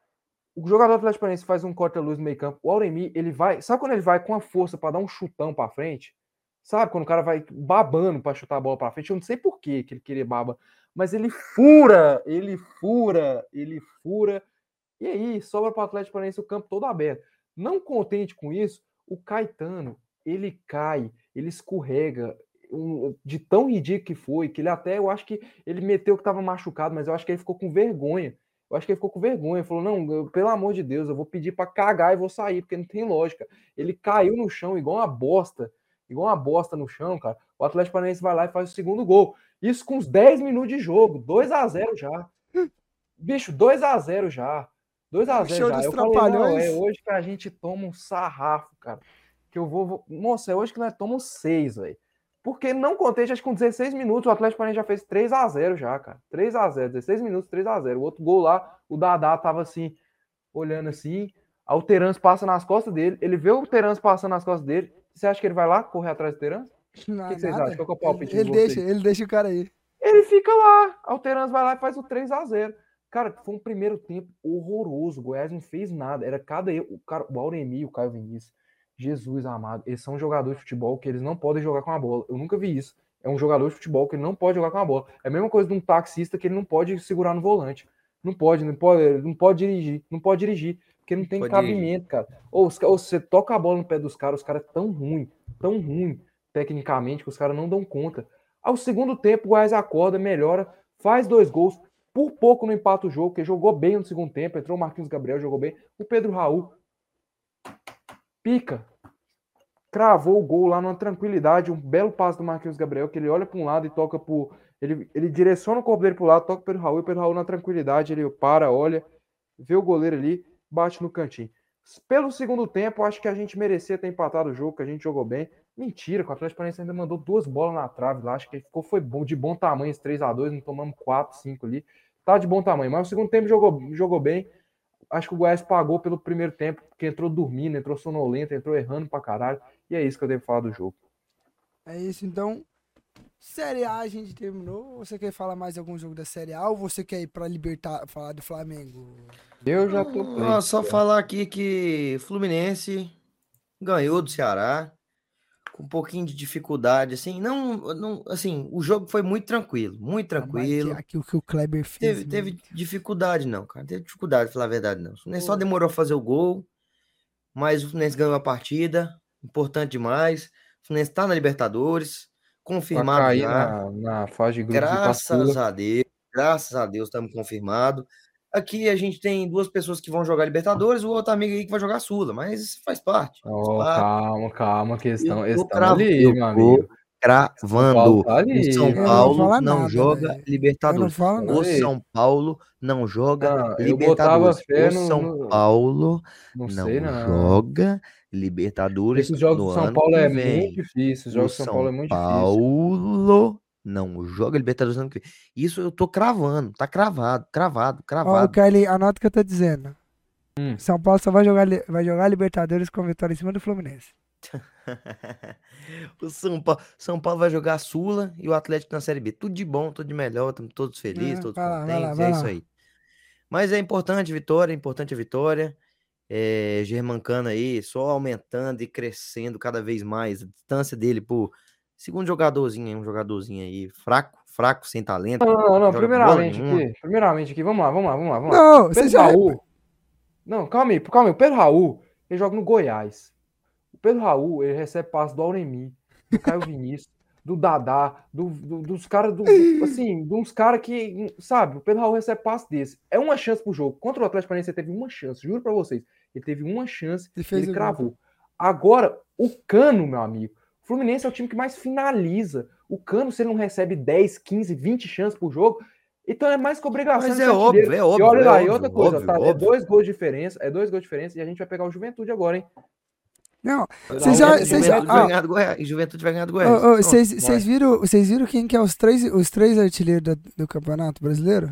o jogador do Atlético Paranaense faz um corta-luz no meio campo, o Auremir, ele vai, sabe quando ele vai com a força para dar um chutão para frente? Sabe quando o cara vai babando para chutar a bola para frente? Eu não sei por que que ele queria baba, mas ele fura, ele fura, ele fura. E aí, sobra para o Atlético Paranaense o campo todo aberto. Não contente com isso, o Caetano, ele cai, ele escorrega, um, de tão ridículo que foi, que ele até, eu acho que ele meteu que estava machucado, mas eu acho que ele ficou com vergonha. Eu acho que ele ficou com vergonha. Falou, não, eu, pelo amor de Deus, eu vou pedir para cagar e vou sair, porque não tem lógica. Ele caiu no chão igual uma bosta, igual uma bosta no chão, cara. O Atlético Paranaense vai lá e faz o segundo gol. Isso com uns dez minutos de jogo, dois a zero já. Bicho, dois a zero já. dois a zero Show já. dos Eu falei, não, Trapalhões. é hoje que a gente toma um sarrafo, cara. Que eu vou. vou... Nossa, é hoje que nós tomamos seis, velho. Porque não contente, acho que com dezesseis minutos o Atlético Paranaense já fez três a zero já, cara. três a zero, dezesseis minutos, três a zero. O outro gol lá, o Dadá tava assim, olhando assim. Aí o Terence passa nas costas dele. Ele vê o Terence passando nas costas dele. Você acha que ele vai lá correr atrás do Terence? Não, O que, que vocês nada. acham? Qual que é o palpite Ele, de ele vocês? deixa, ele deixa o cara aí. Ele fica lá. Aí o Terence vai lá e faz o três a zero. Cara, foi um primeiro tempo horroroso. O Goiás não fez nada. Era cada erro. O, cara, o Auremir, o Caio Vinícius, Jesus amado, eles são jogadores de futebol que eles não podem jogar com a bola. Eu nunca vi isso. É um jogador de futebol que ele não pode jogar com a bola. É a mesma coisa de um taxista que ele não pode segurar no volante. Não pode, não pode, não pode dirigir. Não pode dirigir, porque não tem Pode cabimento, dirigir. cara. Ou, os, ou você toca a bola no pé dos caras, os caras tão ruim, tão ruim tecnicamente que os caras não dão conta. Ao segundo tempo, o Goiás acorda, melhora, faz dois gols. Por pouco não empata o jogo, porque jogou bem no segundo tempo. Entrou o Marquinhos Gabriel, jogou bem. O Pedro Raul pica. Cravou o gol lá numa tranquilidade. Um belo passe do Marquinhos Gabriel, que ele olha para um lado e toca pro... Ele, ele direciona o corpo dele pro lado, toca o Pedro Raul. E o Pedro Raul na tranquilidade, ele para, olha, vê o goleiro ali, bate no cantinho. Pelo segundo tempo, acho que a gente merecia ter empatado o jogo, que a gente jogou bem. Mentira, o Atlético Paranaense ainda mandou duas bolas na trave lá. Acho que ficou, foi bom, de bom tamanho esse três a dois, não tomamos quatro, cinco ali. Tá de bom tamanho, mas o segundo tempo jogou, jogou bem. Acho que o Goiás pagou pelo primeiro tempo, porque entrou dormindo, entrou sonolento, entrou errando pra caralho. E é isso que eu devo falar do jogo. É isso, então. Série A a gente terminou. Você quer falar mais de algum jogo da Série A ou você quer ir pra libertar, falar do Flamengo? Eu já tô play. Ah, só falar aqui que Fluminense ganhou do Ceará com um pouquinho de dificuldade, assim, não, não assim, o jogo foi muito tranquilo, muito tranquilo. Aqui o que o Kleber fez. Teve, teve dificuldade não, cara, teve dificuldade, pra falar a verdade não. O Fluminense só Pô. demorou a fazer o gol, mas o Fluminense ganhou a partida, importante demais. O Fluminense tá na Libertadores, Pra confirmado cair já. na, na fase de grupos e Graças passula. a Deus, graças a Deus, estamos confirmados. Aqui a gente tem duas pessoas que vão jogar Libertadores, o outro amigo aí que vai jogar Sula, mas isso faz parte. faz Oh, parte. calma, calma, que eles Eu estão, eles tô, estão cravo, ali, eu meu tô amigo. São Paulo cravando. tá ali, O São meu Eu não vou Paulo falar não nada, joga velho. Eu não Libertadores. falo nada. O Ei. São Paulo não joga Não, eu botava Libertadores. fé O no- São no- Paulo Não não sei, não. joga Libertadores Esses jogos no do São ano Paulo que é vem. muito difícil. Os O jogos do São Paulo é São muito difícil. Paulo não joga Libertadores no ano que vem. Isso eu tô cravando, tá cravado, cravado, Ó, o cravado. Carlinhos, anota o que eu tô dizendo. Hum. São Paulo só vai jogar, li- vai jogar Libertadores com vitória em cima do Fluminense. O São Paulo, São Paulo vai jogar a Sula e o Atlético na Série B. Tudo de bom, tudo de melhor, estamos todos felizes, É, todos vai lá, vai lá, contentes, vai é lá. isso aí. Mas é importante vitória, é importante a vitória. É, Germancano aí só aumentando e crescendo cada vez mais. A distância dele pro segundo jogadorzinho aí, um jogadorzinho aí fraco, fraco, sem talento. Não, não, não. joga bola Primeiramente nenhuma. aqui, primeiramente aqui, vamos lá, vamos lá, vamos lá, vamos lá. Não, você Pedro já. Raul. Não, calma aí, calma aí. O Pedro Raul, ele joga no Goiás. O Pedro Raul, ele recebe passe do Auremir, do Caio Vinícius, do Dadá, do, do- dos caras, do, assim, de uns caras que, sabe, o Pedro Raul recebe passe desse. É uma chance pro jogo. Contra o Atlético Paranaense, ele teve uma chance, juro pra vocês. Ele teve uma chance Ele e fez ele o gol. cravou. Agora, o Cano, meu amigo, o Fluminense é o time que mais finaliza. O Cano, se ele não recebe dez, quinze, vinte chances por jogo, então é mais que obrigação Mas de é ser óbvio, artilheiro. é E óbvio, olha é lá, e óbvio, outra coisa, óbvio, tá? É óbvio. dois gols de diferença, é dois gols de diferença e a gente vai pegar o Juventude agora, hein? Não, Pedro vocês Raul já. é Vocês já. Juventude vai Ó, ganhar do Goiás. Juventude vai ganhar do ó, Goiás. ó, Pronto, Vocês vai. vocês viram, vocês viram quem que é os três, os três artilheiros da- do Campeonato Brasileiro?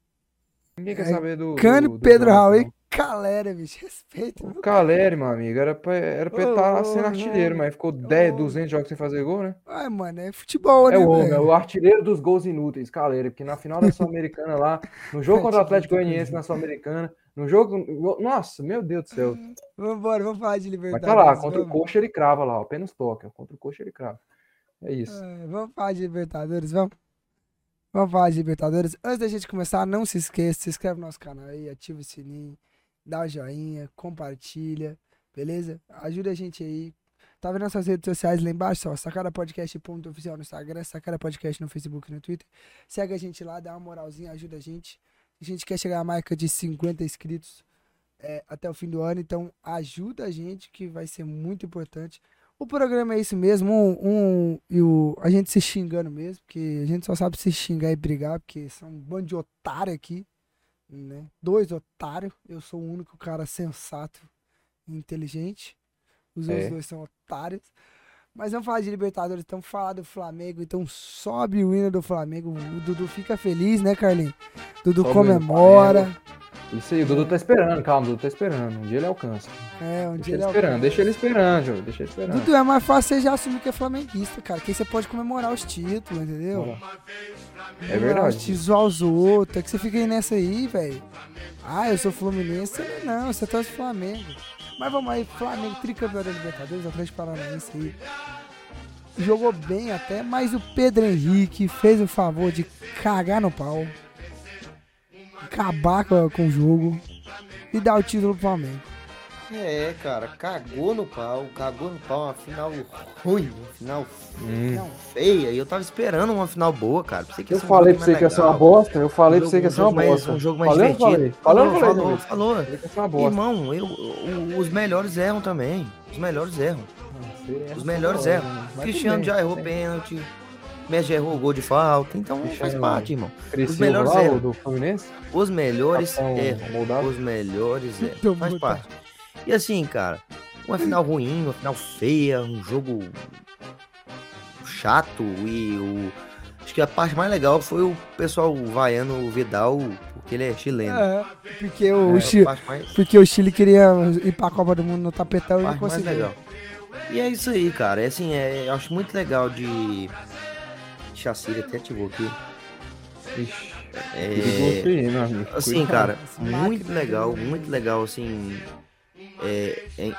Ninguém quer É saber do. Cano, do, do Pedro Jonathan, Raul não. e Calera, bicho. Respeita. O viu? Caleri, meu amigo, era pra, era pra ele estar Ô, sendo ô, artilheiro, ô, mas ficou ô. dez, duzentos jogos sem fazer gol, né? Ai, mano, é futebol, É né, o homem, é velho? o artilheiro dos gols inúteis, Caleri, porque na final da Sul-Americana lá, no jogo contra o Atlético Goianiense na Sul-Americana, no jogo. Nossa, meu Deus do céu. Vambora, vamos falar de Mas Libertadores. tá lá, contra o vamos. Coxa ele crava lá, ó, apenas toca. Contra o Coxa ele crava. É isso. Ah, vamos falar de Libertadores, vamos? Vamos falar de Libertadores. Antes da gente começar, não se esqueça, se inscreve no nosso canal aí, ativa o sininho, dá o joinha, compartilha, beleza? Ajuda a gente aí. Tá vendo nossas redes sociais lá embaixo, ó, Sacada Podcast ponto oficial no Instagram, Sacada Podcast no Facebook e no Twitter. Segue a gente lá, dá uma moralzinha, ajuda a gente. A gente quer chegar à marca de cinquenta inscritos é, até o fim do ano, então ajuda a gente, que vai ser muito importante. O programa é isso mesmo, um, um e o, a gente se xingando mesmo, porque a gente só sabe se xingar e brigar, porque são um bando de otário aqui, né? Dois otários, eu sou o único cara sensato e inteligente, os outros É. dois são otários. Mas vamos falar de Libertadores, então falar do Flamengo, então sobe o hino do Flamengo, o Dudu fica feliz, né, Carlinhos? Dudu Sobe o hino do comemora, Isso aí, o Dudu tá esperando, calma, o Dudu tá esperando. Um dia ele alcança. É, um Deixa dia ele ele esperando, deixa ele esperando, João. Deixa ele esperando. Dudu, é mais fácil você já assumir que é flamenguista, cara. Que aí você pode comemorar os títulos, entendeu? É Comemorar verdade. os títulos, zoar os outros. É que você fica aí nessa aí, velho. Ah, eu sou fluminense. Você não, não, você torce pro Flamengo. Mas vamos aí, Flamengo, tricampeão da Libertadores, Atlético Paranaense aí. Jogou bem até, mas o Pedro Henrique fez o favor de cagar no pau. Acabar com, com o jogo e dar o título pro Flamengo. É, cara, cagou no pau, cagou no pau, uma final ruim, uma final Hum. não, feia. E eu tava esperando uma final boa, cara. Pensei que ia Eu ser um falei jogo pra você mais que ia ser uma legal. bosta, eu falei Um pra você que ia jogo- ser uma um jogo mais- bosta. um jogo mais Falei ou não divertido. falei? Falei ou não Falou, falei? falou, Luiz? falou. Falei que ia ser uma bosta. Irmão, eu, o- os melhores erram também. Os melhores erram. Você Os erra melhores toda hora, erram. né? Mas Cristiano tudo já bem, errou tudo bem. pênalti. Messi já errou gol de falta. Então faz Cristiano parte, irmão. Cris Os Silva melhores lá, erram. o do Fluminense? Os melhores Capitão erram. moldavo? Os melhores erram. Então, Faz puta. parte. E assim, cara, uma final ruim, uma final feia, um jogo chato e o... Acho que a parte mais legal foi o pessoal vaiando o Vidal, porque ele é chileno. É, porque o, É, Chi- a parte mais, porque o Chile queria ir pra Copa do Mundo no tapetão e não parte mais conseguiu. legal. E é isso aí, cara. É assim, é, eu acho muito legal de... Chacira até ativou aqui. Ixi, É, perigoso aí, meu amigo. assim, Cuidado. cara, Esse muito máquina legal, de- muito legal, assim, é, é-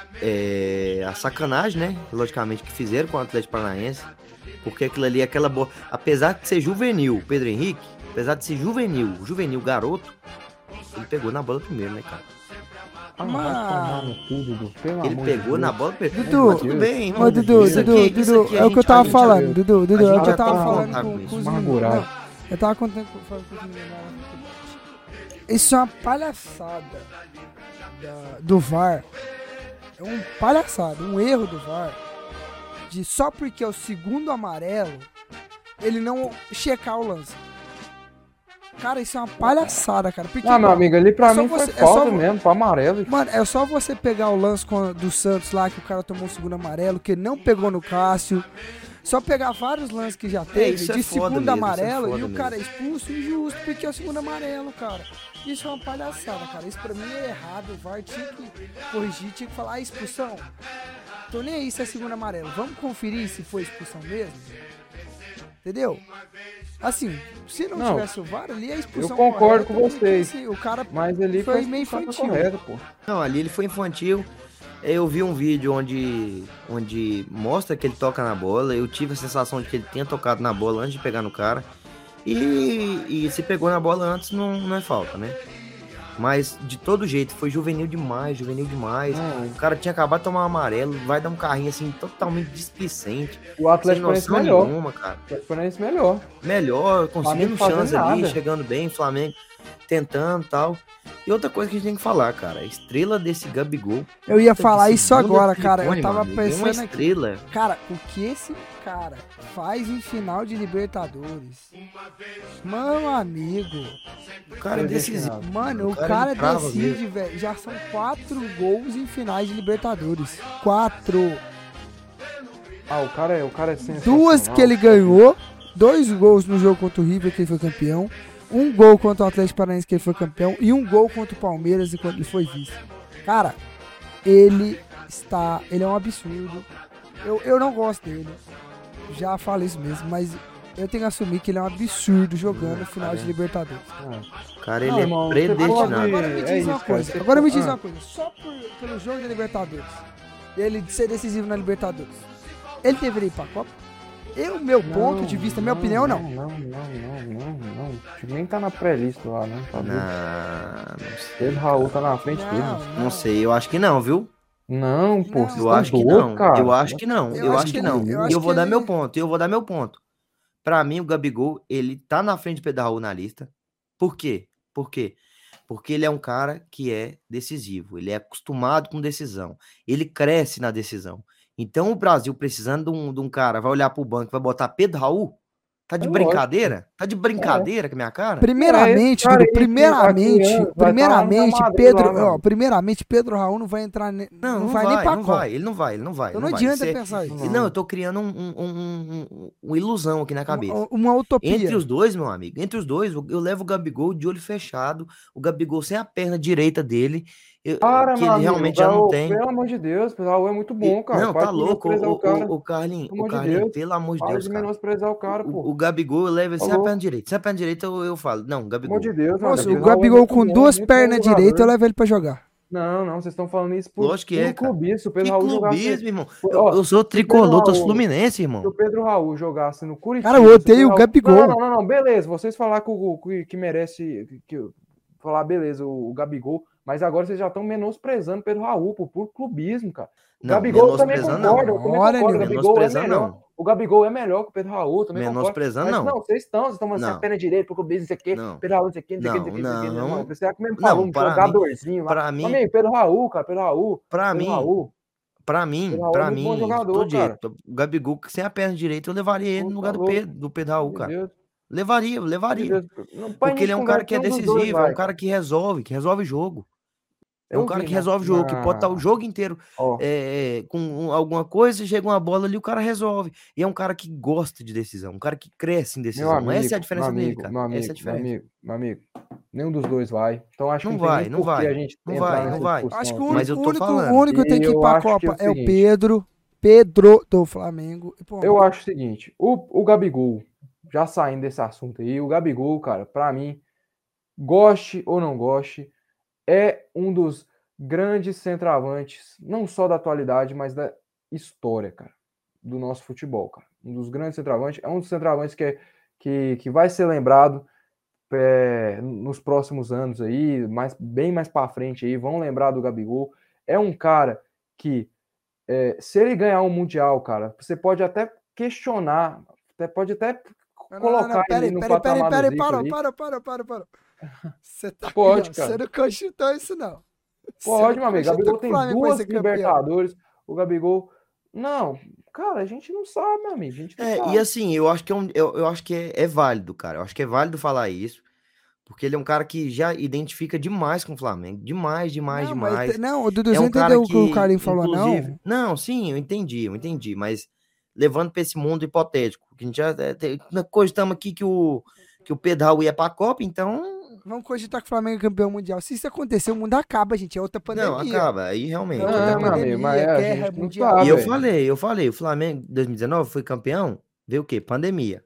é a sacanagem, né, logicamente, que fizeram com o Atlético Paranaense, porque aquilo ali, aquela bola, apesar de ser juvenil, o Pedro Henrique, apesar de ser juvenil, juvenil, garoto, ele pegou na bola primeiro, né, cara? Ah, Mas- vai tomar no cu, Dudu. Pelo Ele amor de pegou Deus. na bola primeiro. Dudu, Mas tudo bem, irmão. Ô, Dudu, Isso Dudu, aqui- isso Dudu, aqui a é o que eu gente- tava a gente- falando, Dudu, Dudu, a é o gente que eu já tava tá falando vontade com, com com os isso. meninos. Amargurado. Não, eu tava contando com, falando com os meninos lá na faculdade. Isso é uma palhaçada da- do V A R. É um palhaçada, um erro do V A R. De só porque é o segundo amarelo, ele não checar o lance. Cara, isso é uma palhaçada, cara. Porque, Ah, meu amigo, ali pra é só mim você- foi é só falta vo- mesmo, pro amarelo. Mano, é só você pegar o lance com- do Santos lá, que o cara tomou o segundo amarelo, que não pegou no Cássio. Só pegar vários lances que já teve, isso é de foda segundo mesmo, isso é amarelo, foda e o mesmo. cara é expulso injusto, porque é o segundo amarelo, cara. Isso é uma palhaçada, cara. Isso pra mim é errado. O V A R tinha que corrigir, tinha que falar, ah, expulsão. Tô nem aí se é segundo amarelo. Vamos conferir se foi expulsão mesmo? Entendeu? Assim, se não, Não, tivesse o V A R ali, a expulsão eu concordo correta, com porque, vocês. assim, o cara Mas ali Foi foi meio foi infantil. correto, pô. Não, ali ele foi infantil. Eu vi um vídeo onde, onde mostra que ele toca na bola. Eu tive a sensação de que ele tinha tocado na bola antes de pegar no cara. E, e se pegou na bola antes, não, não é falta, né? Mas de todo jeito, foi juvenil demais, juvenil demais. Não, O cara tinha acabado de tomar um amarelo, vai dar um carrinho assim totalmente displicente. o Atlético sem Paranaense noção melhor. nenhuma, cara. O Atlético Paranaense melhor. Melhor, conseguindo Flamengo fazendo chance ali, nada. chegando bem, Flamengo tentando e tal. E outra coisa que a gente tem que falar, cara, a estrela desse Gabigol. Eu ia puta, falar de isso segunda agora, telefone, cara. Eu meu tava amigo, uma pensando aqui. estrela. Cara, o que esse cara faz em final de Libertadores? Mano, amigo. O cara é decisivo. Mano, o O cara, cara ele trava decide, velho. Já são quatro gols em finais de Libertadores. Quatro. Ah, o cara é, o cara é sensacional. Duas que ele ganhou. Dois gols no jogo contra o River, que ele foi campeão. Um gol contra o Atlético Paranaense, que ele foi campeão. E um gol contra o Palmeiras, enquanto ele foi vice. Cara, ele está... Ele é um absurdo. Eu, eu não gosto dele. Já falei isso mesmo, mas eu tenho que assumir que ele é um absurdo jogando no final de Libertadores. Ah, O cara, ele Não, é irmão, você predestinado. pode- Agora me É diz isso, uma cara, coisa. você- Agora me diz ah. uma coisa. Só por, pelo jogo da Libertadores, ele ser decisivo na Libertadores, ele deveria ir pra Copa? Eu, meu ponto de vista, minha opinião, não. Não, não, não, não, não, não. O time nem tá na pré-lista lá, né? Tá doido. Não, não sei. Pedro Raul tá na frente dele. Não, Não sei, eu acho que não, viu? Não, pô, Não. vocês Eu tão acho que doido, não. cara. Eu acho que não. Eu Eu acho acho que que ele- não. eu E acho eu vou que dar ele- meu ponto. Eu vou dar meu ponto. Pra mim, o Gabigol, ele tá na frente do Pedro Raul na lista. Por quê? Por quê? Porque ele é um cara que é decisivo. Ele é acostumado com decisão. Ele cresce na decisão. Então, o Brasil precisando de um, de um cara, vai olhar pro banco, vai botar Pedro Raul? Tá de É brincadeira? Tá de brincadeira com a minha cara? Primeiramente, É, cara, Dudu, esse primeiramente, aqui, vai primeiramente, tá lá no Real Madrid Pedro, lá, meu ó, amigo. primeiramente, Pedro Raul não vai entrar, ne- Não, não, não vai, nem vai, pra não Copa. vai, ele não vai, ele não vai, Então não não vai. adianta Isso é- pensar isso. E não, eu tô criando um, um- um- um- uma ilusão aqui na cabeça. Uma, uma utopia. Entre os dois, meu amigo, entre os dois, eu eu levo o Gabigol de olho fechado, o Gabigol sem a perna direita dele, eu- Para, que meu ele amigo, realmente já não Raul, tem. pelo amor de Deus, o Raul é muito E- bom, cara. não, Para tá de louco, o, menosprezar o cara. o, o Carlinhos, Pelo o amor de Carlinhos, Deus. pelo amor de Para Deus, de cara. menosprezar o cara, O, pô. o Gabigol, eu levo ele Tá sem a perna louco. direita. Sem a perna direita, eu, eu falo, não, Pelo amor de Gabigol. Deus, meu Moço, amigo. o Raul é Gabigol muito com bom, duas muito bom pernas jogador. direitas, eu levo ele pra jogar. Não, não, vocês estão falando isso por, Lógico que por é, cara. clubismo. Se o Pedro Que Raul jogasse. clubismo, irmão. Ó, Eu, eu sou se o Pedro tricolor, tô Raul- Fluminense, Se o irmão. Pedro Raul jogasse no Curitiba. Cara, eu se o odeio Pedro o Raul- Gabigol. Não, não, não, não, beleza. Vocês falaram que, o, que, que merece. Que, que- falar, beleza, o, o Gabigol. Mas agora vocês já estão menosprezando o Pedro Raul por puro clubismo, cara. O Não, Gabigol eu também menosprezando concordo. não. Eu também Hora concordo. O nenhuma. Gabigol é Menosprezando melhor. não. O Gabigol é melhor que o Pedro Raul. Eu também concordo. Menosprezando, Mas não. não, vocês estão, vocês estão mandando Não. essa pena direita pro clubismo, não sei o quê. Não. Pedro Raul, não sei o quê, não sei o quê, Não, não sei o quê, não sei o quê. não. Não, você é que mesmo Não, falou, um para mim- jogadorzinho lá. pra mim- Amigo, Pedro Raul, cara, Pedro Raul. Pra Pedro mim, Raul. pra mim, Pedro Raul é pra muito bom mim, jogador, todo cara. jeito, o Gabigol sem a perna direita, eu levaria ele Pô, no lugar tá do louco. Pedro, do Pedro Raul, Meu cara. Deus, Levaria, eu meu levaria. Deus. Não, põe Porque nisso ele é um com cara que é um dos dois, decisivo, é vai, um cara que resolve, que resolve jogo. É um Eu cara vi que na- resolve jogo, que pode estar o na- jogo inteiro Ó, é, é, com um- alguma coisa, chega uma bola ali, o cara resolve. E é um cara que gosta de decisão, um cara que cresce em meu decisão. amigo, Essa é a diferença meu dele, amigo, cara. meu amigo, Essa é a meu diferença. amigo, meu amigo. Nenhum dos dois vai. Então acho que Não não tem vai, nem não por que vai. a gente Não entrar vai, nessa não vai. discussão Acho que o aqui. Mas único, eu tô o único, falando. o único que tem que ir E eu pra acho que é Copa o é o seguinte. Pedro. Pedro do Flamengo. E, pô, Eu acho o seguinte, o, o Gabigol, já saindo desse assunto aí, o Gabigol, cara, pra mim, goste ou não goste, é um dos grandes centroavantes, não só da atualidade, mas da história, cara, do nosso futebol, cara. Um dos grandes centroavantes, é um dos centroavantes que, é, que, que vai ser lembrado é, nos próximos anos aí, mais, bem mais pra frente aí, vão lembrar do Gabigol. É um cara que, é, se ele ganhar um Mundial, cara, você pode até questionar, até, pode até não, não, colocar não, não, pera ele aí, no pera aí, pera aí, patamar pera aí, do Zico para, ali. para, para, para, para. Você tá Pode, não, cara. Você não cogitou isso, não. Pode, Você meu amigo. cogitou Gabigol que o tem Flamengo vai duas ser campeão. Libertadores. O Gabigol. Não, cara, a gente não sabe, meu amigo. A gente não É, sabe. e assim, eu acho que, é, um, eu, eu acho que é, é válido, cara. Eu acho que é válido falar isso. Porque ele é um cara que já identifica demais com o Flamengo. Demais, demais, Não, demais. mas, não, o Dudu, É você um cara entendeu o que o que, Carlinhos falou, inclusive... não? Não, sim, eu entendi, eu entendi. Mas levando para esse mundo hipotético, que a gente já é, tem- cogitamos aqui que o, que o Pedro Raul ia para a Copa, então... Vamos cogitar que o Flamengo é campeão mundial. Se isso acontecer, o mundo acaba, gente. É outra pandemia. Não, acaba. Aí realmente. É Não, outra realmente. meu pandemia, amigo, mas é, a guerra gente não mundial. sabe. E eu velho. falei, eu falei, o Flamengo em dois mil e dezenove foi campeão, veio o quê? Pandemia.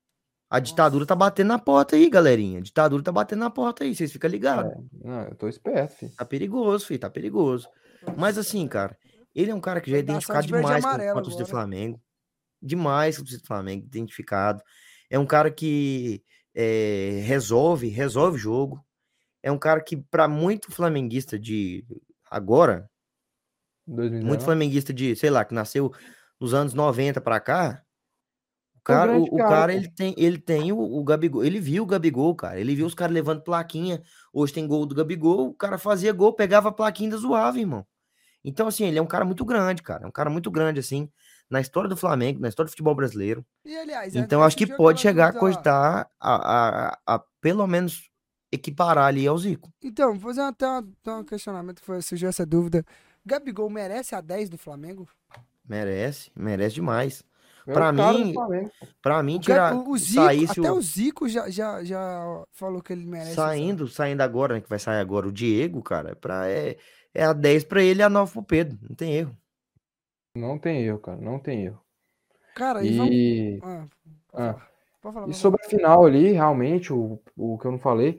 A ditadura tá batendo na porta aí, galerinha. A ditadura tá batendo na porta aí, vocês ficam ligados. Não, eu tô esperto, filho. Tá perigoso, filho, tá perigoso. Mas assim, cara, ele é um cara que já é Vai dar só identificado de verde e demais com amarelo com a torcida do agora. Flamengo. Demais com a torcida do Flamengo, identificado. É um cara que é, resolve, resolve o jogo. É um cara que, pra muito flamenguista de agora, dois mil e dezenove. muito flamenguista de, sei lá, que nasceu nos anos noventa pra cá, o É um cara, o, grande o cara, cara pô. ele tem, ele tem o, o Gabigol, ele viu o Gabigol, cara, ele viu os caras levando plaquinha, hoje tem gol do Gabigol, o cara fazia gol, pegava a plaquinha e ainda zoava, irmão. Então, assim, ele é um cara muito grande, cara, é um cara muito grande, assim, na história do Flamengo, na história do futebol brasileiro. E, aliás, Então, antes acho que surgiu pode aquela chegar a dúvida- cogitar a, a, a, pelo menos, equiparar ali ao Zico. Então, vou fazer até um, até um questionamento que foi, surgiu essa dúvida. Gabigol merece a dez do Flamengo? Merece, merece demais. É o Pra cara do mim, Flamengo. Pra mim, O, tirar, Ga- o, o Zico, saísse até o, o Zico já, já, já falou que ele merece. saindo, saindo agora, né, que vai sair agora o Diego, cara, pra, é, é a dez pra ele e a nove pro Pedro, não tem erro. Não tem erro, cara. Não tem erro. essa. Cara, e, vamos. E, Ah, pode ah, falar. Pode falar, e pode sobre a final ali, realmente, o, o que eu não falei,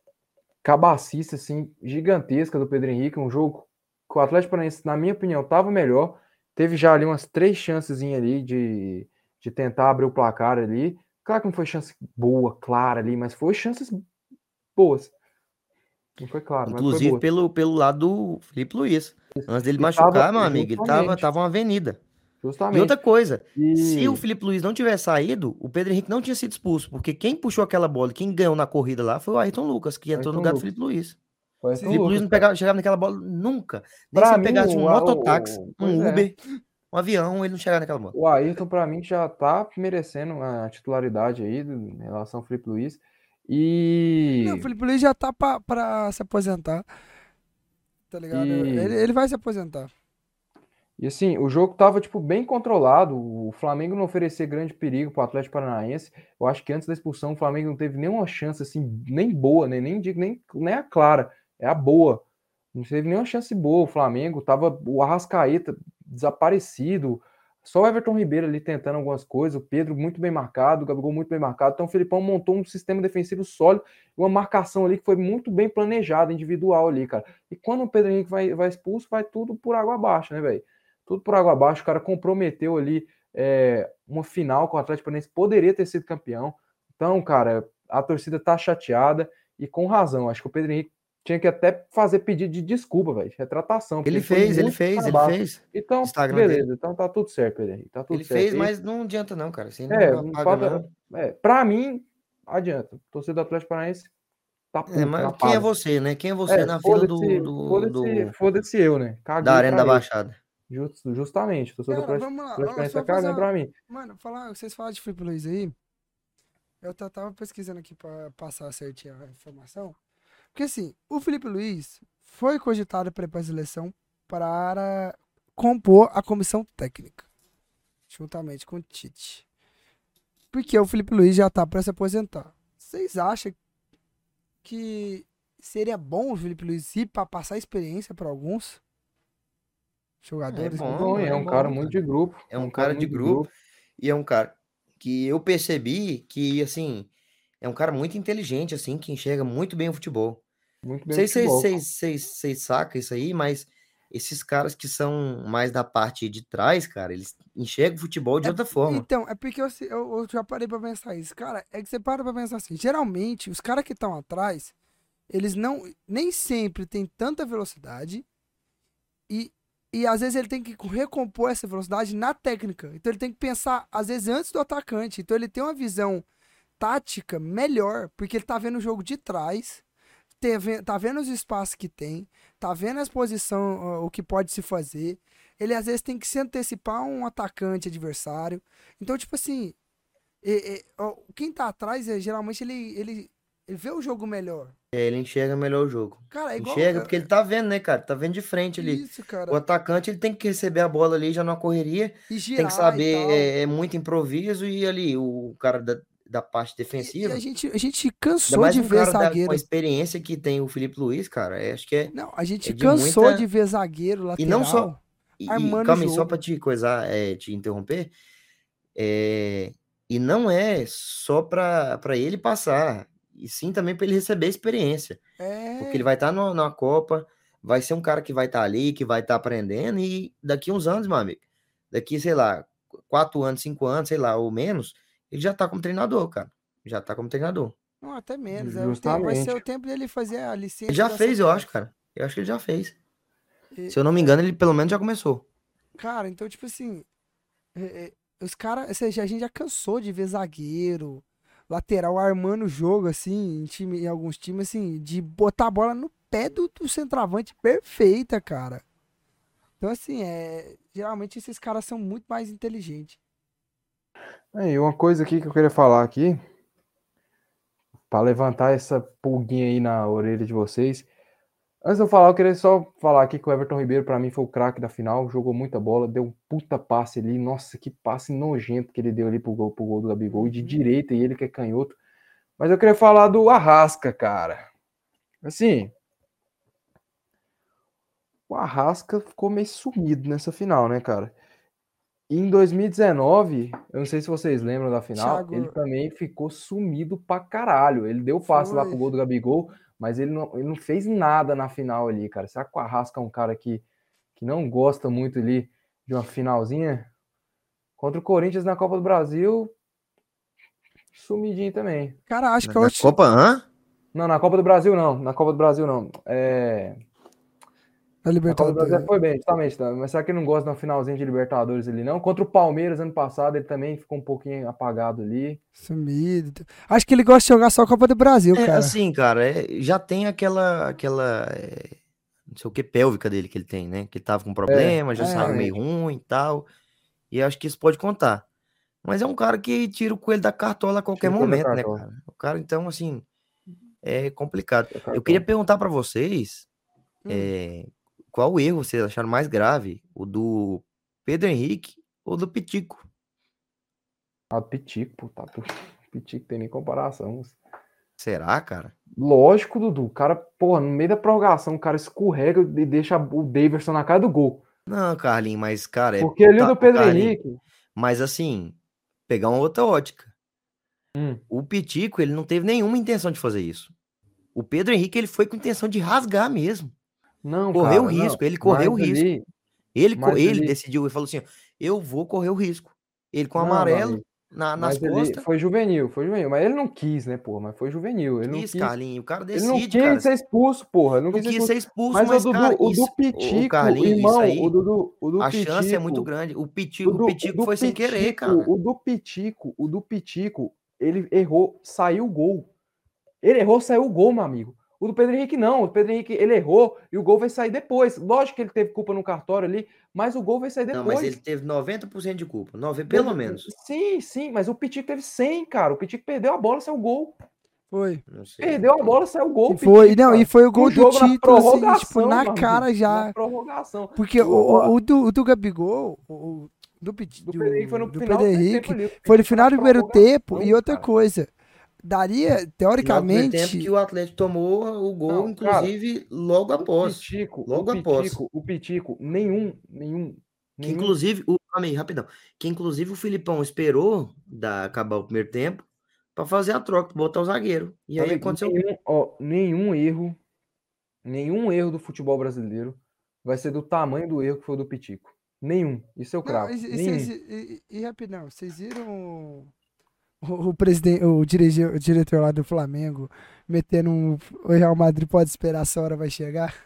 cabacista, assim, gigantesca do Pedro Henrique, um jogo que o Atlético Paranaense, na minha opinião, tava melhor. Teve já ali umas três chances ali de, de tentar abrir o placar ali. Claro que não foi chance boa, clara ali, mas foi chances boas. Não foi claro, mas foi Inclusive boa. pelo, pelo lado do Felipe Luiz. Antes dele E machucar, tava- meu amigo, ele tava, justamente. tava uma avenida. E Justamente. outra coisa, E- se o Felipe Luiz não tivesse saído, o Pedro Henrique não tinha sido expulso, porque quem puxou aquela bola, quem ganhou na corrida lá foi o Ayrton Lucas, que entrou Ayrton no lugar do Lucas. Felipe Luiz. Foi O assim, Felipe Luiz Lucas, não cara. pegava, chegava naquela bola nunca. Nem Pra se ele mim, pegasse um o- mototáxi, o- um pois é. Uber, um avião, ele não chegar naquela bola. O Ayrton, pra mim, já tá merecendo a titularidade aí em relação ao Felipe Luiz. E. Não, o Felipe Luiz já tá pra, pra se aposentar. Tá ligado? E... Ele, ele vai se aposentar. E assim, o jogo tava, tipo, bem controlado. O Flamengo não oferecia grande perigo pro Atlético Paranaense. Eu acho que antes da expulsão, o Flamengo não teve nenhuma chance, assim, nem boa, né? Nem digo, nem, nem a clara. É a boa. Não teve nenhuma chance boa. O Flamengo tava o Arrascaeta desaparecido. Só o Everton Ribeiro ali tentando algumas coisas. O Pedro muito bem marcado, o Gabigol muito bem marcado. Então o Felipão montou um sistema defensivo sólido, uma marcação ali que foi muito bem planejada, individual ali, cara. E quando o Pedro Henrique vai, vai expulso, vai tudo por água abaixo, né, velho? Tudo por água abaixo. O cara comprometeu ali é, uma final com o Atlético Paranaense, poderia ter sido campeão. Então, cara, a torcida tá chateada e com razão. Acho que o Pedro Henrique tinha que até fazer pedido de desculpa, velho, retratação. Ele fez, ele fez, ele fez. Então, Instagram beleza, dele. então tá tudo certo, Pedro Henrique, tá tudo Ele certo. fez, aí. mas não adianta não, cara. Assim, É, não não apaga, pode, não. é, pra mim, adianta. Torcida do Atlético Paranaense tá puto, É, na mas quem é palha. você, né? Quem é você É, na fila foda-se, do, do, foda-se, do- foda-se eu, né? da Caguei Arena pra da ele. Baixada? Just- justamente, o torcedor do Cara, Atlético vamos lá. Atlético Ó, Paranaense só tá cagando fazer pra uma... mim. Mano, falar, vocês falaram de Felipe Luiz aí. Eu tá- tava pesquisando aqui pra passar certinho a informação. Porque assim, o Felipe Luiz foi cogitado para ir pra seleção para compor a comissão técnica. Juntamente com o Tite. Porque o Felipe Luiz já tá pra se aposentar. Vocês acham que seria bom o Felipe Luiz ir pra passar experiência pra alguns jogadores? É bom, Bom, é é um bom, cara muito de grupo. É um cara de grupo e é um cara que eu percebi que, assim, é um cara muito inteligente, assim, que enxerga muito bem o futebol. Muito Não bem sei o se vocês, futebol. vocês, vocês, vocês sacam isso aí, mas esses caras que são mais da parte de trás, cara, eles enxergam o futebol de É, outra forma. Então, é porque eu, se- eu- eu já parei pra pensar isso. Cara, é que você para pra pensar assim. Geralmente, os caras que estão atrás, eles não. Nem sempre tem tanta velocidade. E, e às vezes ele tem que recompor essa velocidade na técnica. Então ele tem que pensar, às vezes, antes do atacante. Então ele tem uma visão tática melhor, porque ele tá vendo o jogo de trás. Tem ve- Tá vendo os espaços que tem, tá vendo as posições, ó, o que pode se fazer. Ele às vezes tem que se antecipar a um atacante adversário. Então, tipo assim, e- e, ó, quem tá atrás, é, geralmente ele, ele, ele vê o jogo melhor. É, ele enxerga melhor o jogo. Cara, é igual. Enxerga é- porque ele tá vendo, né, cara? Tá vendo de frente ali. Isso, O cara. atacante, ele tem que receber a bola ali já numa correria, E tem girar que e saber, tal. é, é muito improviso e ali o cara da, da parte E, e defensiva, a gente, a gente ainda cansou mais de um ver cara da- com a zagueiro. experiência que tem o Felipe Luiz, cara, é, acho que é, Não, a gente é de cansou muita... de ver zagueiro E não só... lateral E, e armando o calma aí, só jogo. pra te coisar, é, te interromper, é, e não é só pra, pra ele passar, e sim também pra ele receber experiência. Porque ele É. vai estar na Copa, vai ser um cara que vai estar ali, que vai estar aprendendo, e daqui uns anos, meu amigo, daqui, sei lá, quatro anos, cinco anos, sei lá, ou menos, ele já tá como treinador, cara. Já tá como treinador. Não, até menos. É o tempo, vai Justamente. ser o tempo dele fazer a licença. Ele já da fez, eu C B F. acho, cara. Eu acho que ele já fez. E- Se eu não me engano, ele pelo menos já começou. Cara, então, tipo assim, é- é, os caras, ou seja, a gente já cansou de ver zagueiro, lateral armando o jogo, assim, em, time, em alguns times, assim, de botar a bola no pé do, do centroavante perfeita, cara. Então, assim, é, geralmente esses caras são muito mais inteligentes. É, e uma coisa aqui que eu queria falar aqui, para levantar essa pulguinha aí na orelha de vocês. Antes de eu falar, eu queria só falar aqui que o Everton Ribeiro, para mim, foi o craque da final, jogou muita bola, deu um puta passe ali, nossa, que passe nojento que ele deu ali pro gol, pro gol do Gabigol, e de direita, e ele que é canhoto. Mas eu queria falar do Arrasca, cara. Assim, o Arrasca ficou meio sumido nessa final, né, cara? E em dois mil e dezenove, eu não sei se vocês lembram da final, Thiago- ele também ficou sumido pra caralho. Ele deu passe lá Foi. pro gol do Gabigol, mas ele não, ele não fez nada na final ali, cara. Será que o Arrasca é um cara que, que não gosta muito ali de uma finalzinha? Contra o Corinthians na Copa do Brasil, sumidinho também. Cara, acho que Na, eu na acho. Copa, hã? Não, na Copa do Brasil não. Na Copa do Brasil não. É... Da Na Copa do Brasil Libertadores. foi bem, justamente. Tá? Mas será que ele não gosta de uma finalzinha de Libertadores ali, não? Contra o Palmeiras ano passado, ele também ficou um pouquinho apagado ali. Sumido. Acho que ele gosta de jogar só a Copa do Brasil, É, cara. assim, cara, é, já tem aquela, aquela, é, não sei o que, pélvica dele que ele tem, né? Que ele tava com problema, já é, saiu é. meio ruim e tal. E acho que isso pode contar. Mas é um cara que tira o coelho da cartola a qualquer Tira o coelho da momento, né, cartola. cara? O cara, então, assim, é complicado. Da Eu cartola. queria perguntar pra vocês Hum. é, qual o erro vocês acharam mais grave? O do Pedro Henrique ou do Pitico? Ah, Pitico, pô, tá tudo. Pitico tem nem comparação. Será, cara? Lógico, Dudu. O cara, porra, no meio da prorrogação, o cara escorrega e deixa o Daverson na cara do gol. Não, Carlinhos, mas, cara, é. Porque ali o Tá, do Pedro Carlinhos, Henrique. mas assim, pegar uma outra ótica. Hum. O Pitico, ele não teve nenhuma intenção de fazer isso. O Pedro Henrique, ele foi com intenção de rasgar mesmo. Não, Correu o cara, risco, não. ele correu o Mas risco. ali, Ele, co- mas ele ali, decidiu, ele falou assim: ó, eu vou correr o risco. Ele com não, meu amarelo amigo. na- nas Mas ali costas. foi juvenil, foi juvenil. Mas ele não quis, né, porra? Mas foi juvenil. Ele não Quis, quis. Carlinhos. O cara Ele não decide, cara. quis ser expulso, porra. Ele não Não quis ser quis expulso. ser expulso, Mas o mas, Dudu, cara, o do isso, o o Pitico, Carlinhos, isso irmão, o aí, Dudu, o do a chance é muito Pitico, grande. O o Pitico, o do, o Pitico do foi sem querer, Pitico, cara. o do Pitico, o do Pitico, ele errou, saiu o gol. Ele errou, saiu o gol, meu amigo. O do Pedro Henrique não. O Pedro Henrique, ele errou e o gol vai sair depois. Lógico que ele teve culpa no cartório ali, mas o gol vai sair Não, depois. mas ele teve noventa por cento de culpa. nove, pelo Deve- menos. Sim, sim, mas o Pitico teve cem, cara. O Pitico perdeu a bola, saiu o gol. Foi. Não sei. Perdeu a bola, saiu o gol. E foi, Pitico, não, cara. e foi o gol No do jogo, na título, assim, tipo, prorrogação, na meu cara amigo, já. Na prorrogação. Porque o, O- o, o do, o do Gabigol, o, o do, Piti- do do, Pedro Henrique foi no do final Pedro do primeiro Henrique tempo ali. O foi no Pitico final do na primeiro tempo. prorrogação, E outra cara. coisa, daria, Final do primeiro teoricamente. tempo que o Atlético tomou o gol, Não, cara, inclusive, logo O após. Pitico, Logo o após. Pitico, o Pitico, nenhum, nenhum, Que nenhum. inclusive, o, calma aí, rapidão. Que inclusive o Filipão esperou da, acabar o primeiro tempo pra fazer a troca, pra botar o zagueiro. E aí Amigo, aconteceu. nenhum, ó, nenhum erro, nenhum erro do futebol brasileiro vai ser do tamanho do erro que foi o do Pitico. Nenhum. Isso eu Não, cravo. e, e, Nenhum. vocês- e, e, e rapidão, vocês viram o, o, presidente, o, dirige, o diretor lá do Flamengo metendo um. O Real Madrid pode esperar, essa hora vai chegar?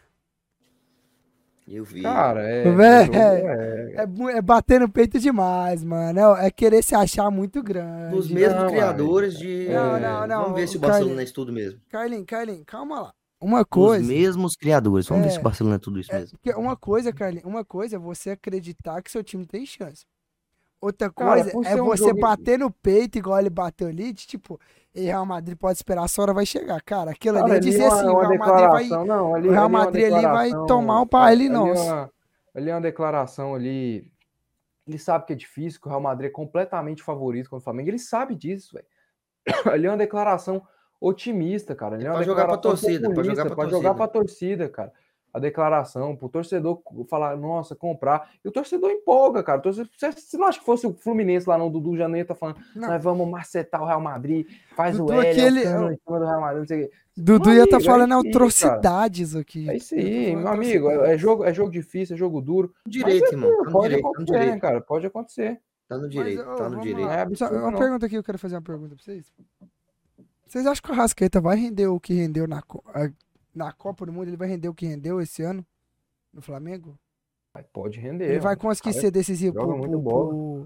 Eu vi. Cara, é. Véi, o jogo é- É, mu- é bater no peito demais, mano. É, é querer se achar muito grande. Dos mesmos Não, criadores aí, de. Não, não, não, Vamos ver se o Carlinhos. Barcelona é isso tudo mesmo. Carlinhos, Carlinhos, calma lá. Uma Dos coisa. mesmos criadores. Vamos ver se É, o Barcelona é tudo isso É, mesmo. porque uma coisa, Carlinhos, uma coisa é você acreditar que seu time tem chance. Outra Cara, coisa por é ser um você jogo- bater no peito igual ele bateu ali, de, tipo, e Real Madrid pode esperar, essa hora vai chegar. Cara, aquilo Cara, ali é ali dizer é uma, assim, uma o Real Madrid vai, declaração, não, ali, o Real ali é uma Madrid ali vai declaração, tomar o baile ali é nosso. uma- ali é uma declaração ali. Ele sabe que é difícil, que o Real Madrid é completamente favorito contra o Flamengo. Ele sabe disso, velho. Ali é uma declaração otimista, cara. Ali é É uma pra jogar pra declaração torcida, pra populista, jogar pra pra jogar torcida. pra torcida, cara. A declaração, pro torcedor falar, nossa, comprar. E o torcedor empolga, cara. O torcedor, você, você não acha que fosse o Fluminense lá, não? O Dudu Janeiro tá falando, Não. nós vamos macetar o Real Madrid, faz Dudu, o L, aquele- em cima do Real Madrid, não sei o quê. Dudu Meu ia estar amigo, é falando isso aí, atrocidades aqui. É isso Ia tá aí, falando meu amigo. É, é atrocidades. jogo, é jogo difícil, é jogo duro. Direito, Mas, irmão. Tá no pode direito, tá no acontecer, né, direito. cara? Pode acontecer. Tá no Mas, direito, ô, tá no vamos direito. lá. Não é absurdo, Só uma não. pergunta aqui, eu quero fazer uma pergunta pra vocês. Vocês acham que o Arrascaeta vai render o que rendeu na, Co- a- na Copa do Mundo? Ele vai render o que rendeu esse ano no Flamengo? Pode render. Ele vai mano. conseguir Cara, ser decisivo joga pro, muito pro, bola. pro,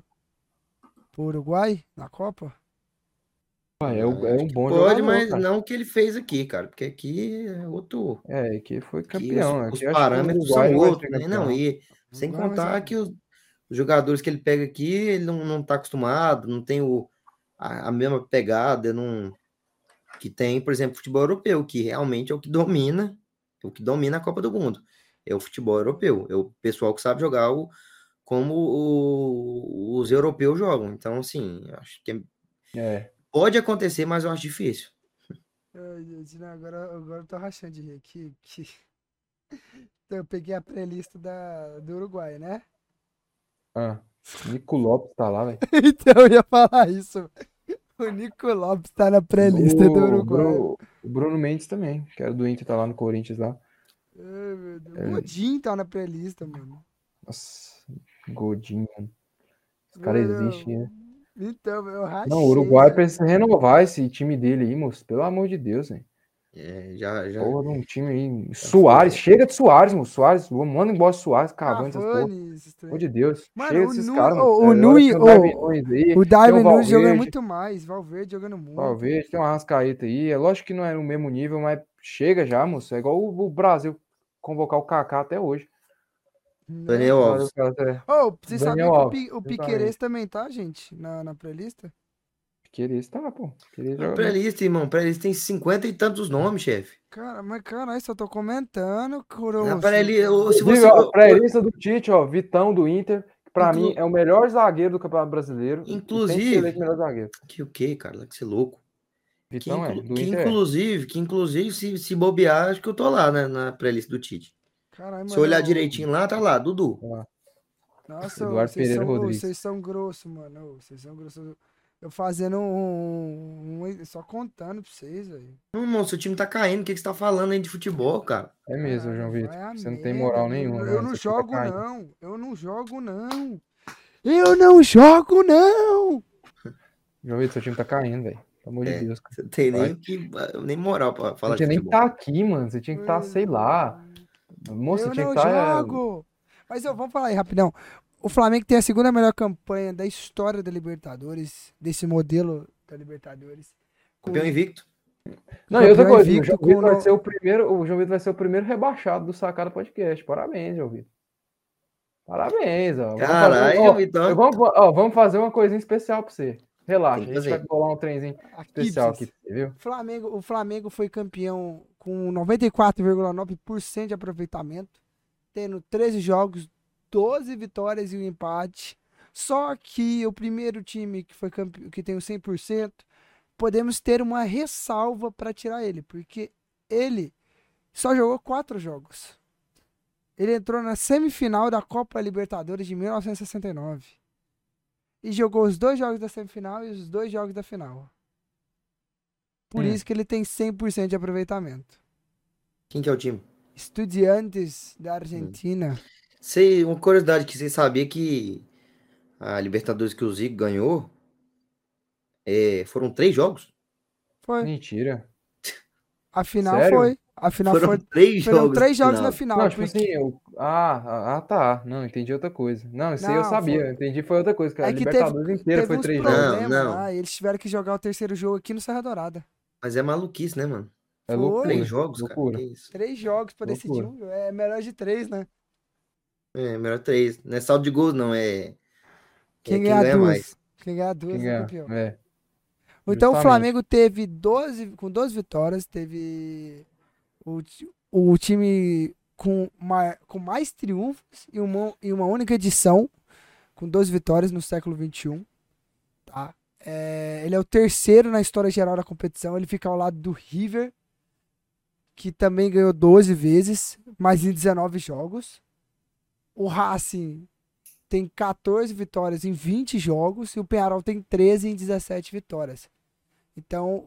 pro Uruguai na Copa? Ah, é, um- é Acho um que bom pode, jogador, mas cara. não o que ele fez aqui, cara. Porque aqui é outro. É, que foi Aqui campeão. os, Aqui os acho que o parâmetros Uruguai são não vai outros, ser né? Não, campeão. e sem Uruguai vai contar ser- que os, os jogadores que ele pega aqui, ele não, não tá acostumado, não tem o, a, a mesma pegada, não, que tem, por exemplo, futebol europeu, que realmente é o que domina, é o que domina a Copa do Mundo. É o futebol europeu, é o pessoal que sabe jogar o, como o- os europeus jogam. Então, assim, eu acho que é- É. pode acontecer, mas eu acho difícil. Ai, gente, não, agora, agora eu tô rachando de rir aqui. Que... Então, eu peguei a playlist da, do Uruguai, né? Ah, Nico Lopes tá lá, velho. Então eu ia falar isso. O Nico Lopes tá na pré-lista do O Uruguai. Bruno, o Bruno Mendes também, que era do Inter, tá lá no Corinthians lá. Ai, meu Deus. É. Godinho tá na pré-lista, mano. Nossa, Godinho, mano. Os caras Mano, existem, né? Então, eu rachei. Não, o Uruguai velho. precisa renovar esse time dele aí, moço. Pelo amor de Deus, velho. É, já, já, Porra, de um time aí. Soares, chega de Soares, moço. Soares, manda embora Soares, Cavani, essas porra. Cavani, esses Pelo amor três. de Deus. Mano, Chega o desses Nu- caras, o- mano. o Agora Nui- tem o- Darwin Nunes aí, O Darwin tem Nunes jogando Valverde, muito mais. Valverde jogando muito. Valverde, tem uma Arrascaeta aí. É lógico que não é no mesmo nível, mas chega já, moço. É igual o o Brasil convocar o Kaká até hoje. Daniel Agora Alves. o cara é Ô, vocês Daniel sabiam que o, Alves, Pi, o exatamente. Piquerez também tá, gente, na, na playlist? Queria tá, pô. Queria A jogar bem. pré-lista, irmão. Pré-lista tem cinquenta e tantos nomes, chefe. Cara, mas caralho, só tô comentando, Na grosso. pré-lista, cara. se Inclusive, você. ó, pré-lista do Tite, ó, Vitão do Inter, que pra Inclu- mim é o melhor zagueiro do Campeonato Brasileiro. E tem que ser Inclusive. eleito melhor zagueiro. Que o quê, cara? Que você é louco. Que, Vitão é, inclu- do que Inter é. inclusive, que inclusive, se, se bobear, acho que eu tô lá, né, na pré-lista do Tite. Caralho, Se eu olhar mano. direitinho lá, tá lá, Dudu. Ó, Nossa, ô, Eduardo vocês Pereira são, ô, Rodrigues. vocês são grossos, mano. ô, Vocês são grossos. Eu fazendo um, um- um- Só contando pra vocês, velho. Não, irmão, seu time tá caindo. O que, que você tá falando aí de futebol, cara? É mesmo, Caralho, João vai Vitor. a Você não tem merda, moral eu- nenhuma, Eu, mano. não Seu time tá jogo, caindo. não. Eu não jogo, não. Eu não jogo, não. João Vitor, seu time tá caindo, velho. Pelo amor É, de Deus, cara. Você não tem Vai. nem, que, nem moral pra Você falar não de tinha nem que futebol. tá aqui, mano. Você tinha que estar, sei lá. Moça, Eu tinha que não estar. jogo. Mas eu, vamos falar aí rapidão. O Flamengo tem a segunda melhor campanha da história da Libertadores, desse modelo da Libertadores. Com- Campeão invicto. Não, e outra campeão coisa, o invicto João com Vitor vai no- ser o primeiro, o João Vitor vai ser o primeiro rebaixado do Sacada Podcast. Parabéns, João Vitor. Parabéns, ó. Vamos Caralho, fazer, ó, então. eu- vamos, ó, vamos fazer uma coisinha especial pra você. Relaxa, Tem que a gente fazer. vai bolar um trenzinho Aqui, especial pra vocês. aqui pra você, viu? Flamengo, o Flamengo foi campeão com noventa e quatro vírgula nove por cento de aproveitamento, tendo treze jogos, doze vitórias e um empate. Só que o primeiro time que foi campe... que tem o cem por cento, podemos ter uma ressalva para tirar ele, porque ele só jogou quatro jogos. Ele entrou na semifinal da Copa Libertadores de mil novecentos e sessenta e nove e jogou os dois jogos da semifinal e os dois jogos da final. Por Hum. isso que ele tem cem por cento de aproveitamento. Quem que é o time? Estudiantes da Argentina. Sei, uma curiosidade que você sabia que a Libertadores que o Zico ganhou é, foram três jogos? Foi. Mentira. A final Sério? foi. A final foram foi. três Foram jogos. três jogos final. na final. Não, tipo porque- assim, eu... ah, ah, ah, tá. Não, entendi outra coisa. Não, isso aí eu Não, sabia. foi- Eu entendi foi outra coisa, cara. É A que Libertadores teve, inteira teve foi uns três jogos. problemas Não, não. lá e eles tiveram que jogar o terceiro jogo aqui no Serra Dourada. Mas é maluquice, né, mano? É Foi. loucura. Três jogos, loucura. cara. Que isso? Três jogos pra decidir Loucura. um. É melhor de três, né? É, melhor três. Não é saldo de gols, não. É. Quem, é quem ganhar ganha duas. mais. Quem ganhar duas Quem é ganha? campeão. É. Então o Justamente. Flamengo teve doze, com doze vitórias, teve o, ti- o time com, ma- com mais triunfos e uma, e uma única edição, com doze vitórias no século vinte e um. Tá? É, ele é o terceiro na história geral da competição, ele fica ao lado do River, que também ganhou doze vezes, mas em dezenove jogos. O Racing tem quatorze vitórias em vinte jogos e o Peñarol tem treze em dezessete vitórias. Então,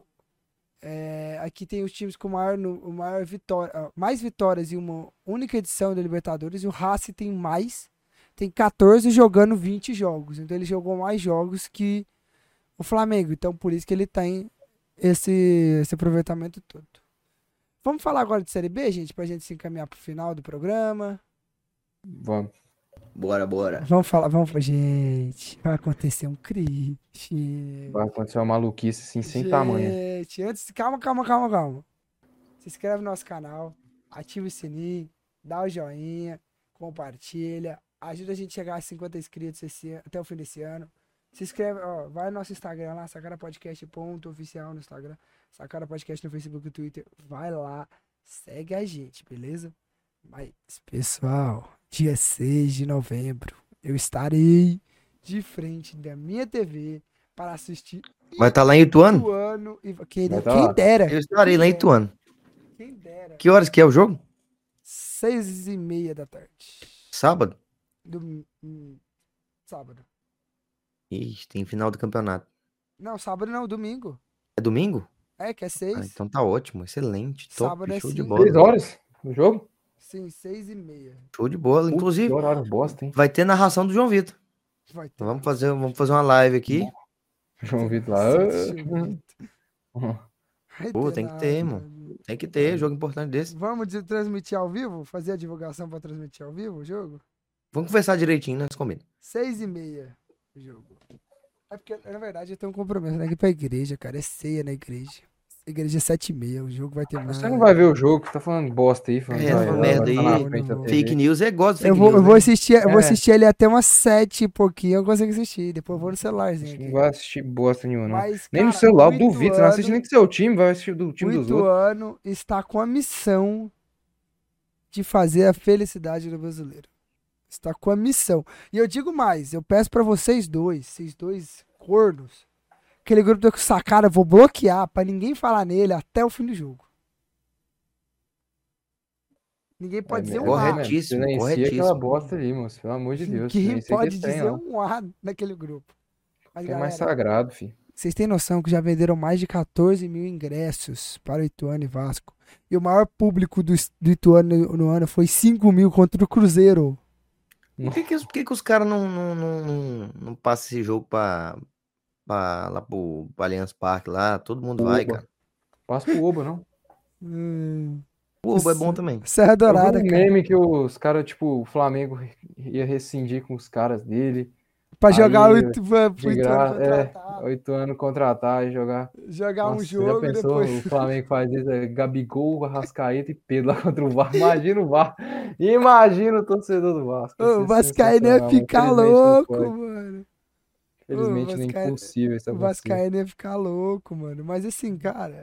é, aqui tem os times com maior, nu- o maior vitória, ah, mais vitórias em uma única edição da Libertadores. E o Racing tem mais, tem quatorze jogando vinte jogos. Então ele jogou mais jogos que o Flamengo. Então por isso que ele tem esse, esse aproveitamento todo. Vamos falar agora de Série B, gente, pra gente se encaminhar pro final do programa. Vamos. Bora, bora. Vamos falar, vamos, gente. Vai acontecer um crítico. Vai acontecer uma maluquice assim, sem tamanho. Gente, antes, calma, calma, calma, calma. Se inscreve no nosso canal, ativa o sininho, dá o joinha, compartilha, ajuda a gente a chegar a cinquenta inscritos esse, an- até o fim desse ano. Se inscreve, ó, vai no nosso Instagram lá, sacarapodcast.oficial no Instagram, Sacara Podcast no Facebook e Twitter. Vai lá, segue a gente, beleza? Mas, pessoal, dia seis de novembro, eu estarei de frente da minha T V para assistir Vai estar lá em Ituano? Ituano e quem, Vai tá quem lá. dera. Eu estarei lá em quem dera, Ituano. Quem dera. Que horas que é o jogo? Seis e meia da tarde. Sábado? Do, hum, sábado. Ixi, tem final do campeonato. Não, sábado não, domingo. É domingo? É, que é Ah, seis. então tá ótimo, excelente. Top, Sábado é show de cinco. bola. Três horas no jogo? Sim, seis e meia. Show de bola. Putz, Inclusive, que horário bosta, hein? vai ter narração do João Vitor. Vai ter. Então vamos fazer, vamos fazer uma live aqui. João Vitor lá. Nossa, João Vitor. Vai Pô, ter tem que nada, ter, irmão. né? Tem que ter, jogo importante desse. Vamos de- transmitir ao vivo? Fazer a divulgação para transmitir ao vivo o jogo? Vamos conversar direitinho, nós combinamos. Seis e meia o jogo. É porque, na verdade, eu tenho um compromisso, né? Ir pra igreja, cara. É ceia na igreja. Igreja sete e meia, o jogo vai terminar. Você não vai ver o jogo, você tá falando bosta aí. Falando É, que vai- essa vai- merda vai tá aí, na frente da T V. Fake news, é gosto de Eu fake vou, eu news, vou né? assistir, eu vou É. assistir ele até umas sete e pouquinho, eu consigo assistir. Depois eu vou no celularzinho Não aqui. vai assistir bosta nenhuma, não. Mas, Nem no cara, celular, o eu duvido. Você não assiste Ituano- nem com seu time, vai assistir do O time dos outros. Ituano está com a missão de fazer a felicidade do brasileiro. Está com a missão. E eu digo mais, eu peço pra vocês dois, vocês dois cornos, aquele grupo do Sakara, eu vou bloquear pra ninguém falar nele até o fim do jogo. Ninguém pode dizer um A. corretíssimo, Silencia corretíssimo. aquela bosta ali, moço. Pelo amor de Deus. Ninguém silencia pode aquele trem dizer lá. um A naquele grupo. Mas, Que é mais galera, sagrado, filho. vocês têm noção que já venderam mais de quatorze mil ingressos para o Ituano e Vasco. E o maior público do, do Ituano no, no ano foi cinco mil contra o Cruzeiro. Por que, que, os- por que que os caras não, não, não, não, não passam esse jogo pra, pra, lá pro, pro Allianz Parque lá? Todo mundo vai, Oba. cara. Passa pro Oba, não. Hum, O Oba é bom também. Serra Eu Dourada, vi um cara. meme que os caras, tipo, o Flamengo ia rescindir com os caras dele. Pra jogar o Aí, Itu- pro De Ituano graça, é, contratar. oito anos contratar e jogar. Jogar um Nossa, jogo já e pensou? depois. O Flamengo faz isso, é Gabigol, Arrascaeta e Pedro lá contra o Vasco. Imagina o Vasco. Imagina o torcedor do Vasco. Ia Ô, ser o Vascaíno ia sensacional, mas ficar infelizmente não louco, pode. mano. Felizmente Ô, não é Vascaíno- impossível isso O acontecer. Vascaíno ia ficar louco, mano. Mas assim, cara.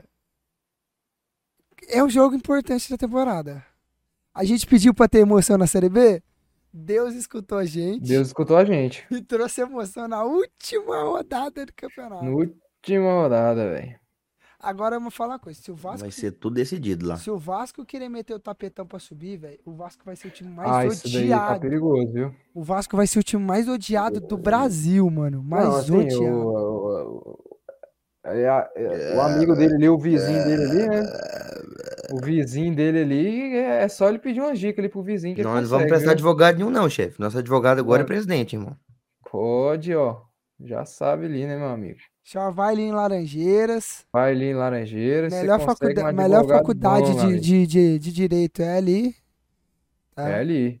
É um jogo importante da temporada. A gente pediu pra ter emoção na Série B. Deus escutou a gente Deus escutou a gente. e trouxe emoção na última rodada do campeonato. Na última rodada, velho. Agora eu vou falar uma coisa. Se o Vasco, Vai ser tudo decidido lá. se o Vasco querer meter o tapetão pra subir, velho, o Vasco vai ser o time mais Ah, isso daí tá odiado. perigoso, viu? O Vasco vai ser o time mais odiado do Brasil, mano. Mais Não, assim, odiado. o, o, o- é a- é- o amigo dele ali, o vizinho dele ali, né? O vizinho dele ali, é é só ele pedir uma dica ali pro vizinho que ele Nós não vamos consegue, prestar viu? advogado nenhum, não, chefe. Nosso advogado agora é Não. presidente, irmão. Pode, ó. Já sabe ali, né, meu amigo? Já vai ali em Laranjeiras. Vai ali em Laranjeiras, você Melhor, consegue faculda- um melhor advogado faculdade bom, meu de, amigo. de, de, de direito é ali. Tá? É ali.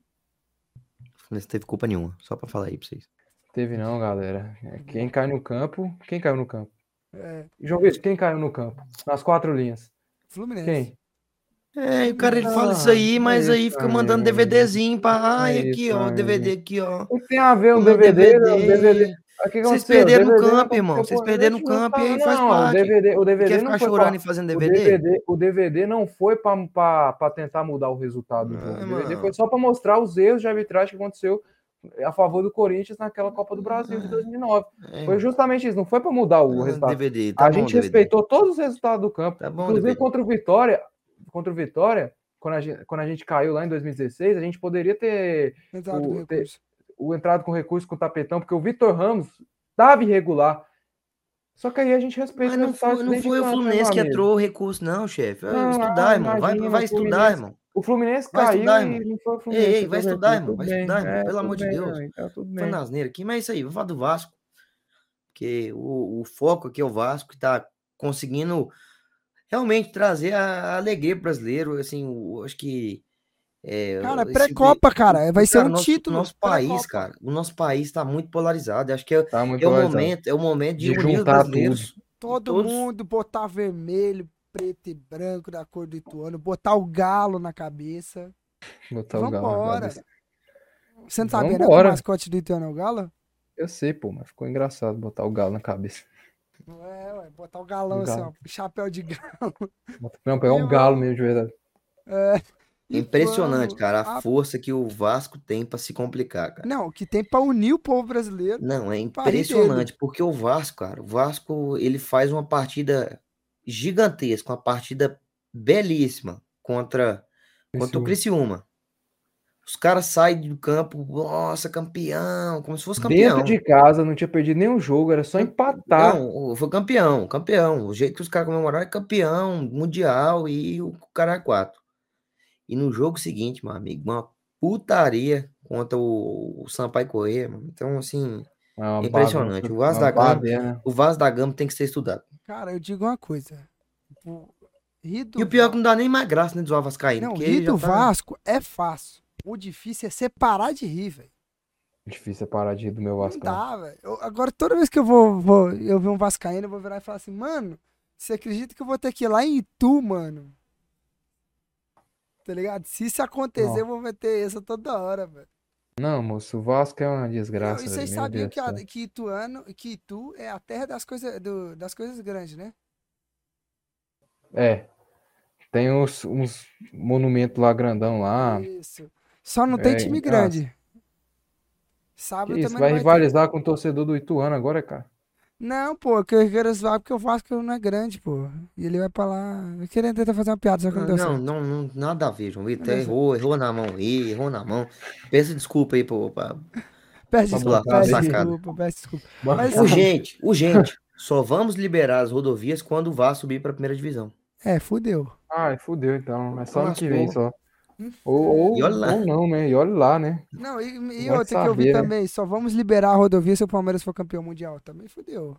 Não teve culpa nenhuma. Só pra falar aí pra vocês. Teve não, galera. É, Quem cai no campo... Quem caiu no campo? É, João Vitor, quem caiu no campo? Nas quatro linhas. Fluminense. Quem? É, e o cara ele fala Ah, isso aí, mas é aí isso, fica mandando amigo. DVDzinho pra. Ai, É aqui, isso, ó, o D V D amigo. aqui, ó. O que tem a ver um Meu D V D? O D V D. D V D. Ah, o que que Vocês aconteceu? perderam O no D V D não campo, irmão. aconteceu Vocês por- perderam no Deixa eu campo e falar. aí faz Não, parte. O D V D, o Quer DVD não ficar foi chorando pra... e fazendo O D V D? D V D, o D V D não foi pra, pra, pra tentar mudar o resultado do Ah, jogo. O D V D mano. foi só pra mostrar os erros de arbitragem que aconteceu a favor do Corinthians naquela Copa do Brasil de dois mil e nove. É, Foi justamente isso, não foi pra mudar o ah, resultado. D V D, tá A bom, gente D V D. respeitou todos os resultados do campo. Tá bom, Inclusive D V D. contra o Vitória, contra o Vitória, quando a gente, quando a gente caiu lá em dois mil e dezesseis, a gente poderia ter Entrado com o, ter- recurso. o entrado com recurso com o tapetão, porque o Vitor Ramos estava irregular. Só que aí a gente respeita Mas o não resultado foi, não dentro de foi o campo, né, Fluminense meu que amigo? entrou o recurso, não, chefe. Vai Não, estudar, ah, irmão. Vai, imagina, vai o estudar, Fluminense- irmão. O Fluminense Vai caiu estudar, e irmão. não foi o Fluminense. Ei, ei, que vai entrou estudar, recurso. irmão. Vai Tudo bem, estudar, irmão. é, Pelo tudo amor de bem, Deus. meu amigo, tá tudo Foi bem. na asneira aqui, mas é isso aí. Vou falar do Vasco. Porque o, o foco aqui é o Vasco, que tá conseguindo realmente trazer a, a alegria pro brasileiro. Assim, o, acho que. É, Cara, esse- pré-copa, cara. Vai ser cara, um nosso, título. nosso país, pré-copa. cara. O nosso país tá muito polarizado. Acho que é, Tá muito é o polarizado. momento, é o momento de, De unir os juntar brasileiros. Todo todos- mundo botar vermelho, preto e branco da cor do Ituano, botar o galo na cabeça. Botar o galo na Vambora. cabeça. Você não sabia, né? Que o Vambora. mascote do Ituano é o galo? Eu sei, pô, mas ficou engraçado botar o galo na cabeça. É, ué, botar o galão O assim, galo. ó, chapéu de galo. Não, pegar um galo mesmo de verdade. É, É impressionante, Ituano, cara, a a- força que o Vasco tem pra se complicar, cara. Não, que tem pra unir o povo brasileiro. Não, é Pra rir impressionante, porque o Vasco, cara, o Vasco, ele faz uma partida gigantesca, uma partida belíssima contra, contra o Criciúma. Os caras saem do campo, nossa, campeão, como se fosse campeão. Dentro de casa, não tinha perdido nenhum jogo, era só empatar. Não, foi campeão, campeão. O jeito que os caras comemoraram é campeão, mundial e o cara é quatro. E no jogo seguinte, meu amigo, uma putaria contra o, o Sampaio Corrêa, mano. Então, assim, É uma impressionante. bagunça, O Vasco uma da Gama, baderna. o Vasco da Gama tem que ser estudado. Cara, eu digo uma coisa. O rir do E o pior é Va- que não dá nem mais graça, né, do Vascaíno. Não, porque rir ele já do tá- Vasco é fácil. O difícil é você parar de rir, velho. Difícil é parar de ir do meu Não Vasco. dá, velho. Eu- Agora, toda vez que eu vou, vou eu ver um vascaíno, eu vou virar e falar assim, mano, Você acredita que eu vou ter que ir lá em Itu, mano? Tá ligado? Se isso acontecer, Não. eu vou meter essa toda hora, velho. Não, moço, o Vasco é uma Não, desgraça, e velho. vocês Meu sabiam Deus que, do a, céu. que, Ituano, que Itu é a terra das coisas, do, das coisas grandes, né? É, tem uns, uns monumentos lá grandão lá. Isso. Só não tem É, time nossa, grande. que Sábado isso, também não vai vai ter. rivalizar com o torcedor do Ituano agora, cara. Não, pô, que eu quero zoar porque o Vasco não é grande, pô. E ele vai pra lá. Eu queria tentar fazer uma piada, só que não Não, deu não, certo. não, não, nada a ver, João Não Vitor. deu certo. Errou, errou na mão aí, errou na mão. Peço desculpa aí pô, pra Peço Uma desculpa, população bancada peço aí. sacada. desculpa, peço desculpa. Mas Bancada. assim, Urgente, urgente. Só vamos liberar as rodovias quando o Vasco subir para a primeira divisão. é, fudeu. Ai, fudeu então. É só ano que vem Lascou. só. Ou, E ou, olha lá. ou não, né? E olha lá, né? Não, e, e Vai outra que eu vi saber, né? também, só vamos liberar a rodovia se o Palmeiras for campeão mundial. Também fudeu.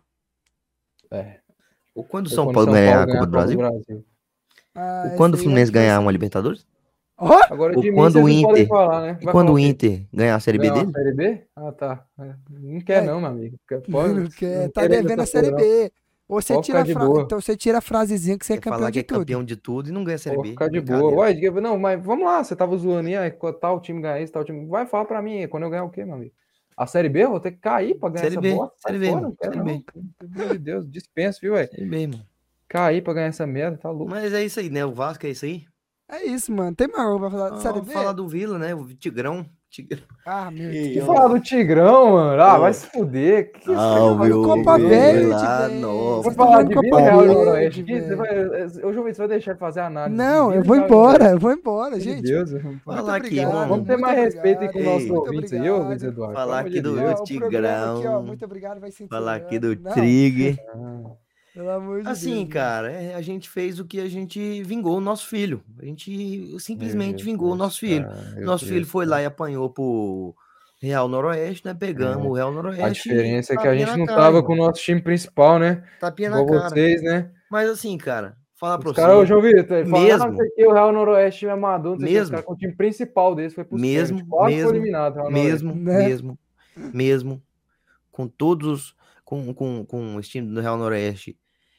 É. Ou quando o Foi São quando Paulo São ganhar Paulo a ganhar Copa a do Copa do Brasil? Brasil. Ah, Ou essa quando o aí é Fluminense ganhar difícil. uma Libertadores? Ó! Agora Ou de mim quando vocês o não podem Inter? falar, né? E Vai quando falar o o quê? Inter ganhar a Série B Ganhar uma dele? Série B? Ah, tá. É. Não quer É, não, meu amigo. Quer- Pode, não quer, não tá queremos devendo a essa Série porra, não. B. Ou você Pode tira ficar a de fra... boa. Então você tira a frasezinha que você é Quer campeão falar que de é tudo. campeão de tudo e não ganha a Série Pode B. ficar de boa. Brincadeira. Ué, diga- não, mas vamos lá, você tava zoando aí, aí tal time ganhar isso, tal time. Vai falar pra mim, quando eu ganhar o quê, meu amigo? A Série B, eu vou ter que cair pra ganhar Série essa B, bosta. Sai Série B, fora, irmão. não quero Série não. B. Pelo amor de Deus, dispensa, viu, velho? Série B, irmão. Cair pra ganhar essa merda, tá louco. Mas é isso aí, né? O Vasco é isso aí. É isso, mano. Tem mais algo pra falar de Série Vamos B? falar do Vila, né? O Tigrão. Tigrão. Ah, meu E, Que Deus. ó, falar do Tigrão, mano? Ah, vai se fuder. Que que isso Ah, que o Mano, meu Copa Vila Verde, velho. Nova. Vou Vocês estão falar falando de Copa Vila Real e Verde, Noroeste aqui. Você velho. vai, ô, João Vitor, você vai deixar de fazer análise de Não, eu Vila vou e Real e embora, Noroeste? eu vou embora, Pelo amor de gente. Deus. Muito Falar aqui obrigado. com- Vamos ter muito mais respeito aí obrigado, com os nossos Ei, muito ouvintes aí, ô Luiz obrigado. Eduardo. Falar Pelo amor aqui de do, Deus. Ó, o programa aqui, ó, Tigrão. muito obrigado, vai se Falar aqui do encerrando. Não, Trig. Ah, pelo amor de Assim, Deus. cara, é, a gente fez o que a gente vingou o nosso filho. A gente meu simplesmente vingou o Jesus, nosso filho. cara, meu Nosso filho Deus, foi cara. lá e apanhou pro Real Noroeste, né? Pegamos É. o Real A Noroeste e diferença é que a tapinha gente na não cara, tava irmão. com o nosso time principal, né? Tapinha na Igual cara. vocês, né? Mas assim, cara, falar pra Os caras, ô você, João Vitor, ele fala, ah, não mesmo, sei o que, o Real Noroeste é amador, não sei o que, os mesmo, caras com o time principal deles foi pros pênaltis. mesmo, Quase foi mesmo, eliminado o Real Noroeste. mesmo, Né? mesmo, mesmo, com todos, com, com, com o time do Real Noroeste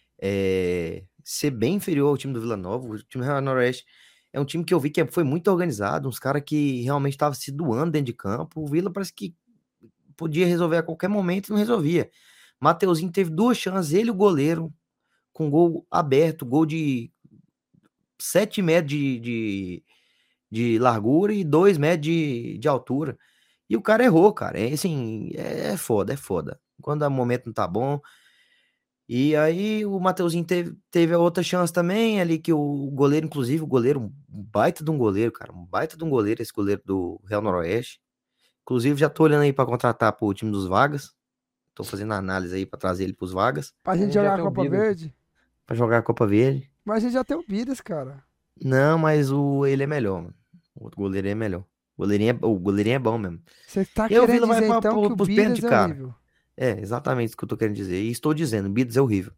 é, ser bem inferior ao time do Vila Nova, o time do Real Noroeste é um time que eu vi que foi muito organizado, uns caras que realmente estavam se doando dentro de campo. O Vila parece que podia resolver a qualquer momento e não resolvia. Mateuzinho teve duas chances, ele e o goleiro, com gol aberto, gol de sete metros de, de, de largura e dois metros de, de altura. E o cara errou, cara. É assim, é, é foda, é foda. Quando o momento não tá bom. E aí o Mateuzinho teve, teve a outra chance também, ali que o goleiro, inclusive, o goleiro, um baita de um goleiro, cara, um baita de um goleiro, esse goleiro do Real Noroeste. Inclusive, já tô olhando aí pra contratar pro time dos Vagas. Tô fazendo análise aí pra trazer ele pros Vagas, Pra A gente gente já jogar a tem o Copa Bida. Verde? pra jogar a Copa Verde. Mas a gente já tem o Bidas, cara. Não, mas o ele é melhor, mano. O outro goleirinho é melhor. O goleirinho é, o goleirinho é bom mesmo. Você tá E aí o querendo Vila vai dizer pra- então pro- que o pros Bidas pênaltis, é cara. horrível. É, exatamente isso que eu tô querendo dizer. E estou dizendo, o Bidas é horrível.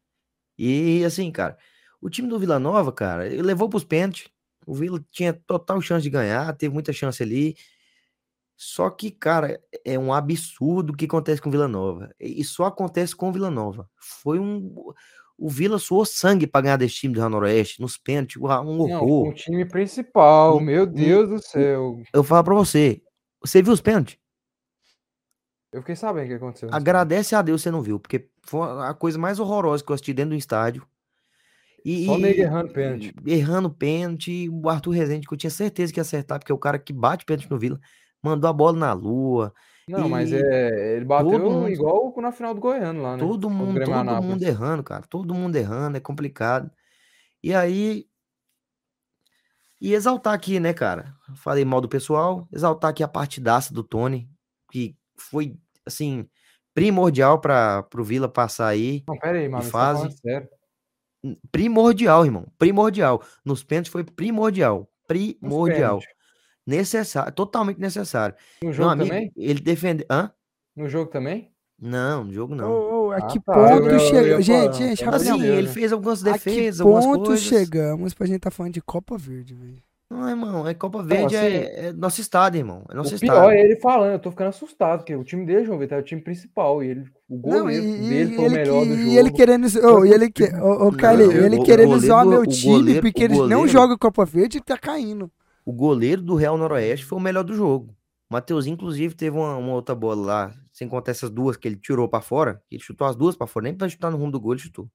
E assim, cara, o time do Vila Nova, cara, ele levou pros pênaltis. O Vila tinha total chance de ganhar, teve muita chance ali. Só que, cara, é um absurdo o que acontece com o Vila Nova. E só acontece com o Vila Nova. Foi um. O Vila suou sangue pra ganhar desse time do Real Noroeste, nos pênaltis, um Não, com horror. o time principal, Um- meu um- Deus do céu. Eu falo pra você, você viu os pênaltis? Eu fiquei sabendo o que aconteceu. nesse Agradece a Deus que você não viu, porque foi a coisa mais horrorosa que eu assisti dentro do estádio. E, Só e- nego errando pênalti. Errando pênalti, o Arthur Rezende, que eu tinha certeza que ia acertar, porque é o cara que bate pênalti no Vila, mandou a bola na lua. Não, mas E é, ele bateu todo mundo- igual na final do Goiano lá, né? Todo Contra o mundo, Grêmio todo Anápolis. mundo errando, cara. Todo mundo errando, é complicado. E aí. E exaltar aqui, né, cara? Falei mal do pessoal. Exaltar aqui a partidaça do Tony, que foi, assim, primordial para pro Vila passar aí. Não, pera aí, mano, você tá fase. falando sério. Primordial, irmão. Primordial. Nos pênaltis foi primordial. Nos Primordial. pênaltis. Necessário. Totalmente necessário. No Meu jogo amigo, também? ele defende. Hã? No jogo também? Não, no jogo não. Ô, ô, a Ah, que tá, ponto eu- eu chega... ia Gente, falar, gente, pelo amor de Assim, rapidinho. Deus, ele né? fez algumas A que defesas, algumas ponto coisas. chegamos pra gente tá falando de Copa Verde, velho? Não, irmão, é Copa Verde, assim, é, é nosso estado, irmão. É nosso o estado. pior é ele falando, eu tô ficando assustado, porque o time dele, João Vitor, é o time principal, e ele, o Não, goleiro e, dele e foi o ele, melhor do e jogo. ele querendo. Oh, e ele que, ô, ô, Kylie, Não, ele o- o querendo goleiro zoar do- meu o time, goleiro- porque o eles não goleiro- jogam Copa Verde e tá caindo. O goleiro do Real Noroeste foi o melhor do jogo. O Mateuzinho, inclusive, teve uma, uma outra bola lá, sem contar essas duas que ele tirou pra fora. Ele chutou as duas pra fora, nem pra chutar no rumo do gol, ele chutou.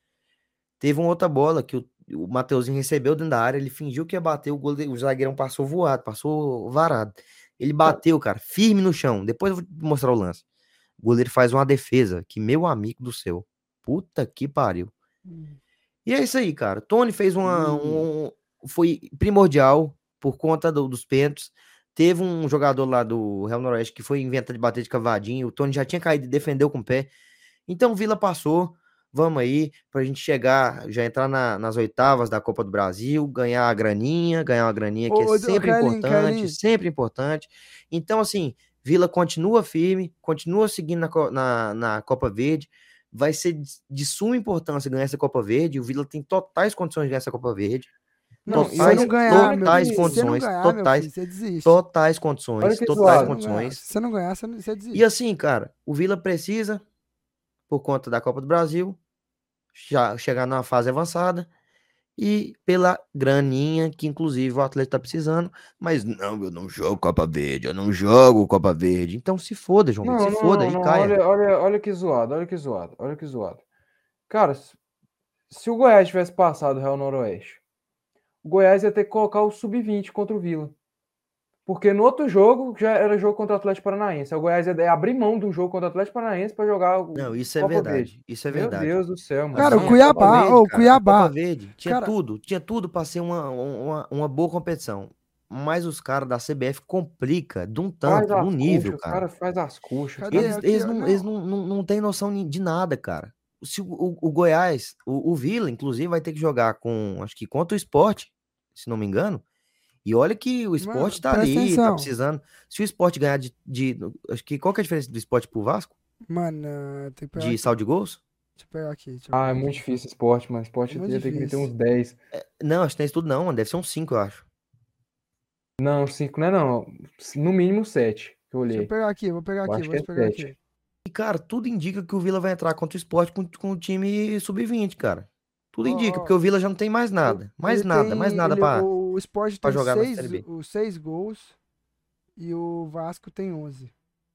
Teve uma outra bola que o, o Mateuzinho recebeu dentro da área, ele fingiu que ia bater, o, goleiro, o zagueirão passou voado, passou varado. Ele bateu, cara, firme no chão. Depois eu vou mostrar o lance. O goleiro faz uma defesa, que meu amigo do céu. Puta que pariu. E é isso aí, cara. Tony fez uma. Um, foi primordial por conta do- dos pênaltis. Teve um jogador lá do Real Noroeste que foi inventar de bater de cavadinho. O Tony já tinha caído e defendeu com o pé. Então o Vila passou. Vamos aí, pra gente chegar, já entrar na- nas oitavas da Copa do Brasil, ganhar a graninha, ganhar uma graninha que Ô, é ô, ô, sempre Carlinhos, importante, Carlinhos. sempre importante. Então, assim, Vila continua firme, continua seguindo na, co- na, na Copa Verde. Vai ser de, de suma importância ganhar essa Copa Verde. O Vila tem totais condições de ganhar essa Copa Verde. Não, se você Totais, não ganhar, meu totais filho, se você não condições, ganhar, meu totais, filho, você desiste. totais Olha condições, que totais Se você zoado. não ganhar, condições. se você não ganhar, você, não- você desiste. E assim, cara, o Vila precisa, por conta da Copa do Brasil, já chegar numa fase avançada e pela graninha que inclusive o Atlético tá precisando, mas não, eu não jogo Copa Verde, eu não jogo Copa Verde. Então se foda, João Vitor, Não, se não, foda não, aí, não, caia. olha, olha, olha que zoado, olha que zoado, olha que zoado. Cara, se, se o Goiás tivesse passado o Real Noroeste, o Goiás ia ter que colocar o sub vinte contra o Vila. Porque no outro jogo já era jogo contra o Atlético Paranaense. O Goiás ia abrir mão do jogo contra o Atlético Paranaense para jogar o Não, isso é Copa verdade, Verde. isso é Meu verdade. Deus do céu, mano. Cara, o Assim, Não, a Copa Cuiabá, Verde, ô, cara, a Copa Cuiabá. Verde tinha Cara- tudo, tinha tudo pra ser uma, uma, uma boa competição. Mas os caras da C B F complica de um faz tanto, as num nível, coxas, os cara. caras faz as coxas. Cadê? Eles, Aqui, eles, ó, não, não. eles não, não, não têm noção ni- de nada, cara. Se o, o, o Goiás, o, o Vila, inclusive, vai ter que jogar com, acho que contra o Sport, se não me engano. E olha que o Sport Mano, tá presta ali, tá atenção. precisando. Se o Sport ganhar de, de. Acho que qual que é a diferença do Sport pro Vasco? Mano, tem que pegar De aqui. saldo de gols? Deixa eu pegar aqui. Deixa eu Ah, é pegar muito aqui. difícil esporte, mas esporte É muito ia ter que meter difícil. uns dez. Não, acho que tem isso tudo não, mano. Deve ser uns cinco, eu acho. Não, cinco não é não. No mínimo sete, que eu Deixa eu olhei. pegar aqui, vou pegar Eu aqui, acho vou que é pegar sete. aqui. E, cara, tudo indica que o Vila vai entrar contra o Sport com, com o time sub vinte, cara. Tudo Ó, indica, ó, porque o Vila já não tem mais nada. Mais Ele nada, tem, mais nada ele, pra, o Sport pra tem jogar na seis, Série B. os seis gols e o Vasco tem onze.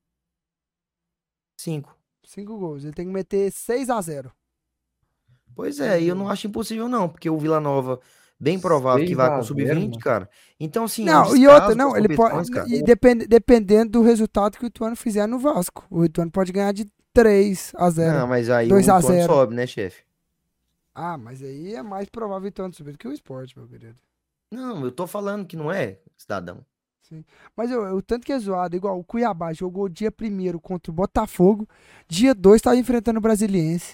Cinco. Cinco gols. Ele tem que meter seis a zero. Pois é, e eu não acho impossível não, porque o Vila Nova, bem provável que seis vai a com o zero, sub vinte, mano. cara. Então, assim, é um Não, e outra, descaso não, das ele pode. competições, cara. E depend, dependendo do resultado que o Ituano fizer no Vasco. O Ituano pode ganhar de três a zero. Não, mas aí o dois a Ituano zero. sobe, né, chefe? Ah, mas aí é mais provável o Ituano subir do que o Sport, meu querido. Não, eu tô falando que não é, cidadão. Mas eu, o tanto que é zoado, igual o Cuiabá jogou dia primeiro contra o Botafogo, dia dois tava enfrentando o Brasiliense.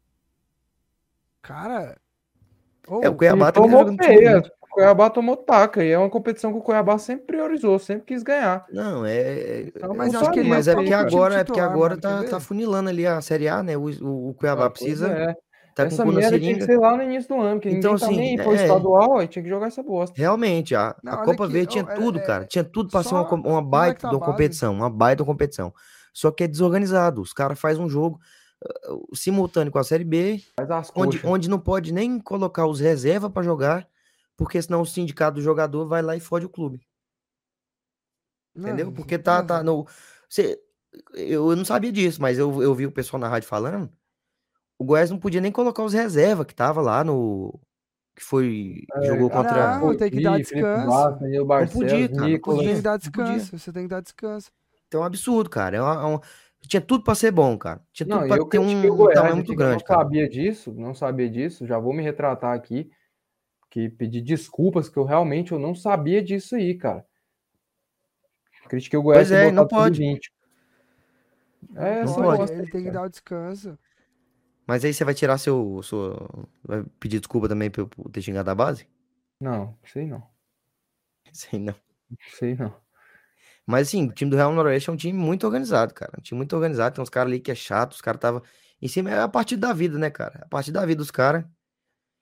Cara. ô, É, o Cuiabá E também tá tomou jogando time peia. vinte. O Cuiabá tomou taca. E é uma competição que o Cuiabá sempre priorizou, sempre quis ganhar. Não, é. Então, Mas não acho que ele Mas não é tá porque com o time agora, é porque titular, agora mano, tá, quer tá ver? funilando ali a Série A, né? O, o, o Cuiabá Ah, pois precisa. é. Tá com Essa o cu na merda tinha que seringa. ser lá no início do ano, que Então, ninguém tá assim, nem aí pro é- estadual, aí tinha que jogar essa bosta. Realmente, a, Não, a olha Copa aqui, Verde tinha ó, é- tudo, é- cara. Tinha tudo pra ser uma, só com- uma moleque baita da de uma base. competição. Uma baita de uma competição. Só que é desorganizado. Os caras fazem um jogo uh, simultâneo com a Série B, Faz as onde, coxas. onde não pode nem colocar os reservas pra jogar, porque senão o sindicato do jogador vai lá e fode o clube. Entendeu? Não, Porque tem tá, razão. tá no. Cê, eu, eu não sabia disso, mas eu, eu vi o pessoal na rádio falando. O Goiás não podia nem colocar os reservas que tava lá no. Que foi. Jogou É, contra. Não, tem que dar Felipe descanso. Bastos, Danilo Barcelos, podia, cara, não Nicolas. Você tem que dar Não podia. descanso. Você tem que dar descanso. Então é um absurdo, cara. É uma- é uma- Tinha tudo pra ser bom, cara. Tinha Não, tudo e pra eu ter critiquei o um, um Goiás tamanho aqui, muito que eu grande, não cara. sabia disso, não sabia disso, já vou me retratar aqui, que pedir desculpas, que eu realmente eu não sabia disso aí, cara. Critiquei o Goiás Pois ter é, não botado pode. sub vinte. É, Não essa pode. bosta Ele aí, tem que cara. dar o descanso. Mas aí você vai tirar seu. Sua... Vai pedir desculpa também por eu por ter xingado a base? Não, sei não, Sei não. sei não. Mas assim, o time do Real Noroeste é um time muito organizado, cara. Um time muito organizado. Tem uns caras ali que é chato, os caras tava em cima. É a partir da vida, né, cara? A partir da vida dos caras.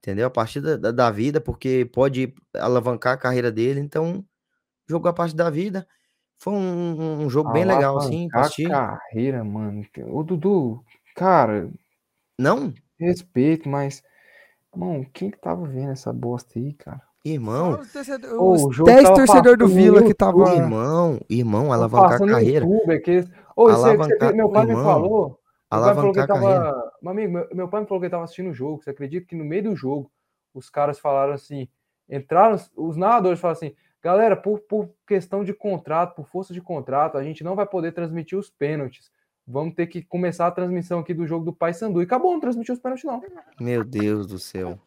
Entendeu? A partida da, da vida, porque pode alavancar a carreira dele. Então, jogou a parte da vida. Foi um, um jogo bem legal, assim, pra Alavancar a assistir. carreira, mano. Ô, Dudu, cara, Não, respeito, mas. Mano, quem que tava vendo essa bosta aí, cara? irmão, Só os, torcedor, Ô, os o jogo dez tava torcedores do passando no Vila que YouTube, tava. irmão, irmão, tava alavancar a passando no carreira. YouTube. É que... Ô, você, você, Alavancar, meu pai me irmão, falou. Meu pai me falou que alavancar ele a carreira. tava. Meu amigo, meu, meu pai me falou que ele tava assistindo o jogo. Você acredita que no meio do jogo os caras falaram assim. Entraram, os narradores falaram assim. Galera, por, por questão de contrato, por força de contrato, a gente não vai poder transmitir os pênaltis. Vamos ter que começar a transmissão aqui do jogo do Paysandu. E acabou, não transmitiu os pênaltis, não. Meu Deus do céu.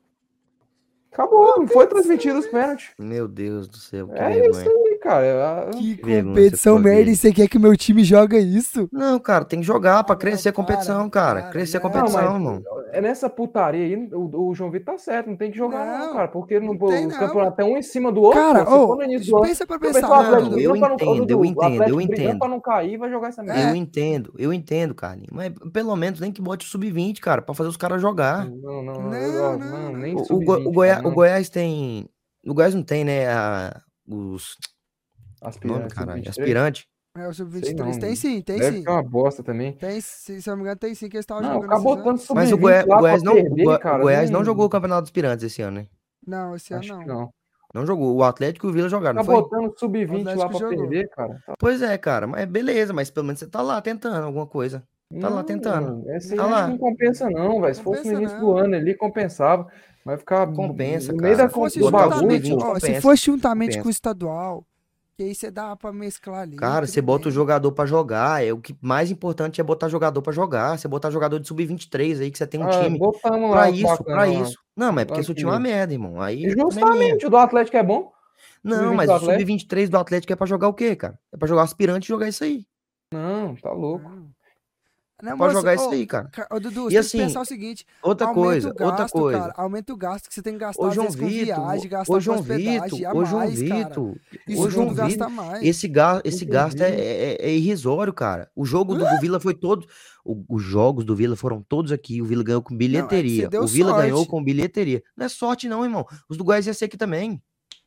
Acabou, não foi transmitido os pênaltis. Meu Deus do céu, que É isso vergonha. aí, cara. Que vergonha, competição você pode merda, ver. e você quer que meu time joga isso? Não, cara, tem que jogar pra Ah, crescer a não, para, competição, cara. para, Crescer a não. Não, competição, mas irmão. é nessa putaria aí, o, o João Vitor tá certo, não tem que jogar não, Não, cara, porque no, não tem, os não. campeonatos é um em cima do outro, Cara, pô, se ô, for no início do ano, pensa pra eu penso pensar, o Atlético Não, eu brigando pra não, ô, entendo, eu Dudu, o entendo, Atlético eu brigando entendo. pra não cair, vai jogar essa merda. Eu É. entendo, eu entendo, Carlinhos. Mas pelo menos nem que bote o sub vinte, cara, pra fazer os caras jogar. Não, não, não, Não, eu, ó, não, não, não. nem O, o, sub Go- o, vinte, Goiá- cara, o não, Goiás tem. O Goiás não tem, né? a- os. Nome, aspirante, caralho. sub vinte e três, Aspirante. É o sei sub vinte e três. não, Tem sim, tem deve sim. ser uma bosta também. Tem, se, se eu não me engano, tem sim, que eles estavam Não, jogando acabou esses tanto anos. Mas o sub vinte Goiás, o lá pra Goiás não, o perder, Goi- o cara, Goiás não jogou o não, Campeonato dos Aspirantes esse ano, né? Não, esse ano acho que não. não. Não jogou. O Atlético e o Vila jogaram, Tá não foi? botando sub O vinte lá Atlético pra jogou. perder, cara. Tá- Pois é, cara. Mas beleza, mas pelo menos você tá lá tentando alguma coisa. Tá lá Não, tentando. essa aí Tá acho que lá. não compensa não, velho. Se fosse no Compensa início não. do ano ali, compensava. Vai ficar Compensa, no meio cara. da, Se fosse do Botar o bagulho, juntamente, sub vinte pô. ó, se compensa. fosse juntamente com o Compensa. estadual, que aí você dá pra mesclar ali. Cara, tudo você bota o bem. jogador pra jogar. É o que mais importante é botar jogador pra jogar. Você botar jogador de sub vinte e três aí, que você tem um Ah, time botamos pra lá, isso, pra bacana lá. isso. Não, mas é porque Lá seu time é uma que... merda, irmão. Aí E é probleminha. justamente, o do Atlético é bom. Não, sub vinte mas do o sub Atlético. vinte e três do Atlético é pra jogar o quê, cara? É pra jogar aspirante e jogar isso aí. Não, tá louco. Não. Não, Pra moço, jogar isso ô, aí, cara. ca- ô, Dudu, E você tem que assim, pensar o seguinte: outra aumenta coisa, o gasto, outra coisa. cara. Aumenta o gasto que você tem que gastar, Ô, às João vezes, com Vitor, viagem, gastar ô, com João hospedagem Vitor, a ô, João mais, cara. Vitor, Isso ô, tudo João gasta Vitor, mais. esse gasto, esse gasto é, Entendi. é, é irrisório, cara. O jogo do, do Vila foi todo, o- os jogos do Vila foram todos aqui, o Vila ganhou com Não, é que você bilheteria, deu o Vila ganhou sorte. com bilheteria. Não é sorte não, irmão, os do Goiás ia ser aqui também,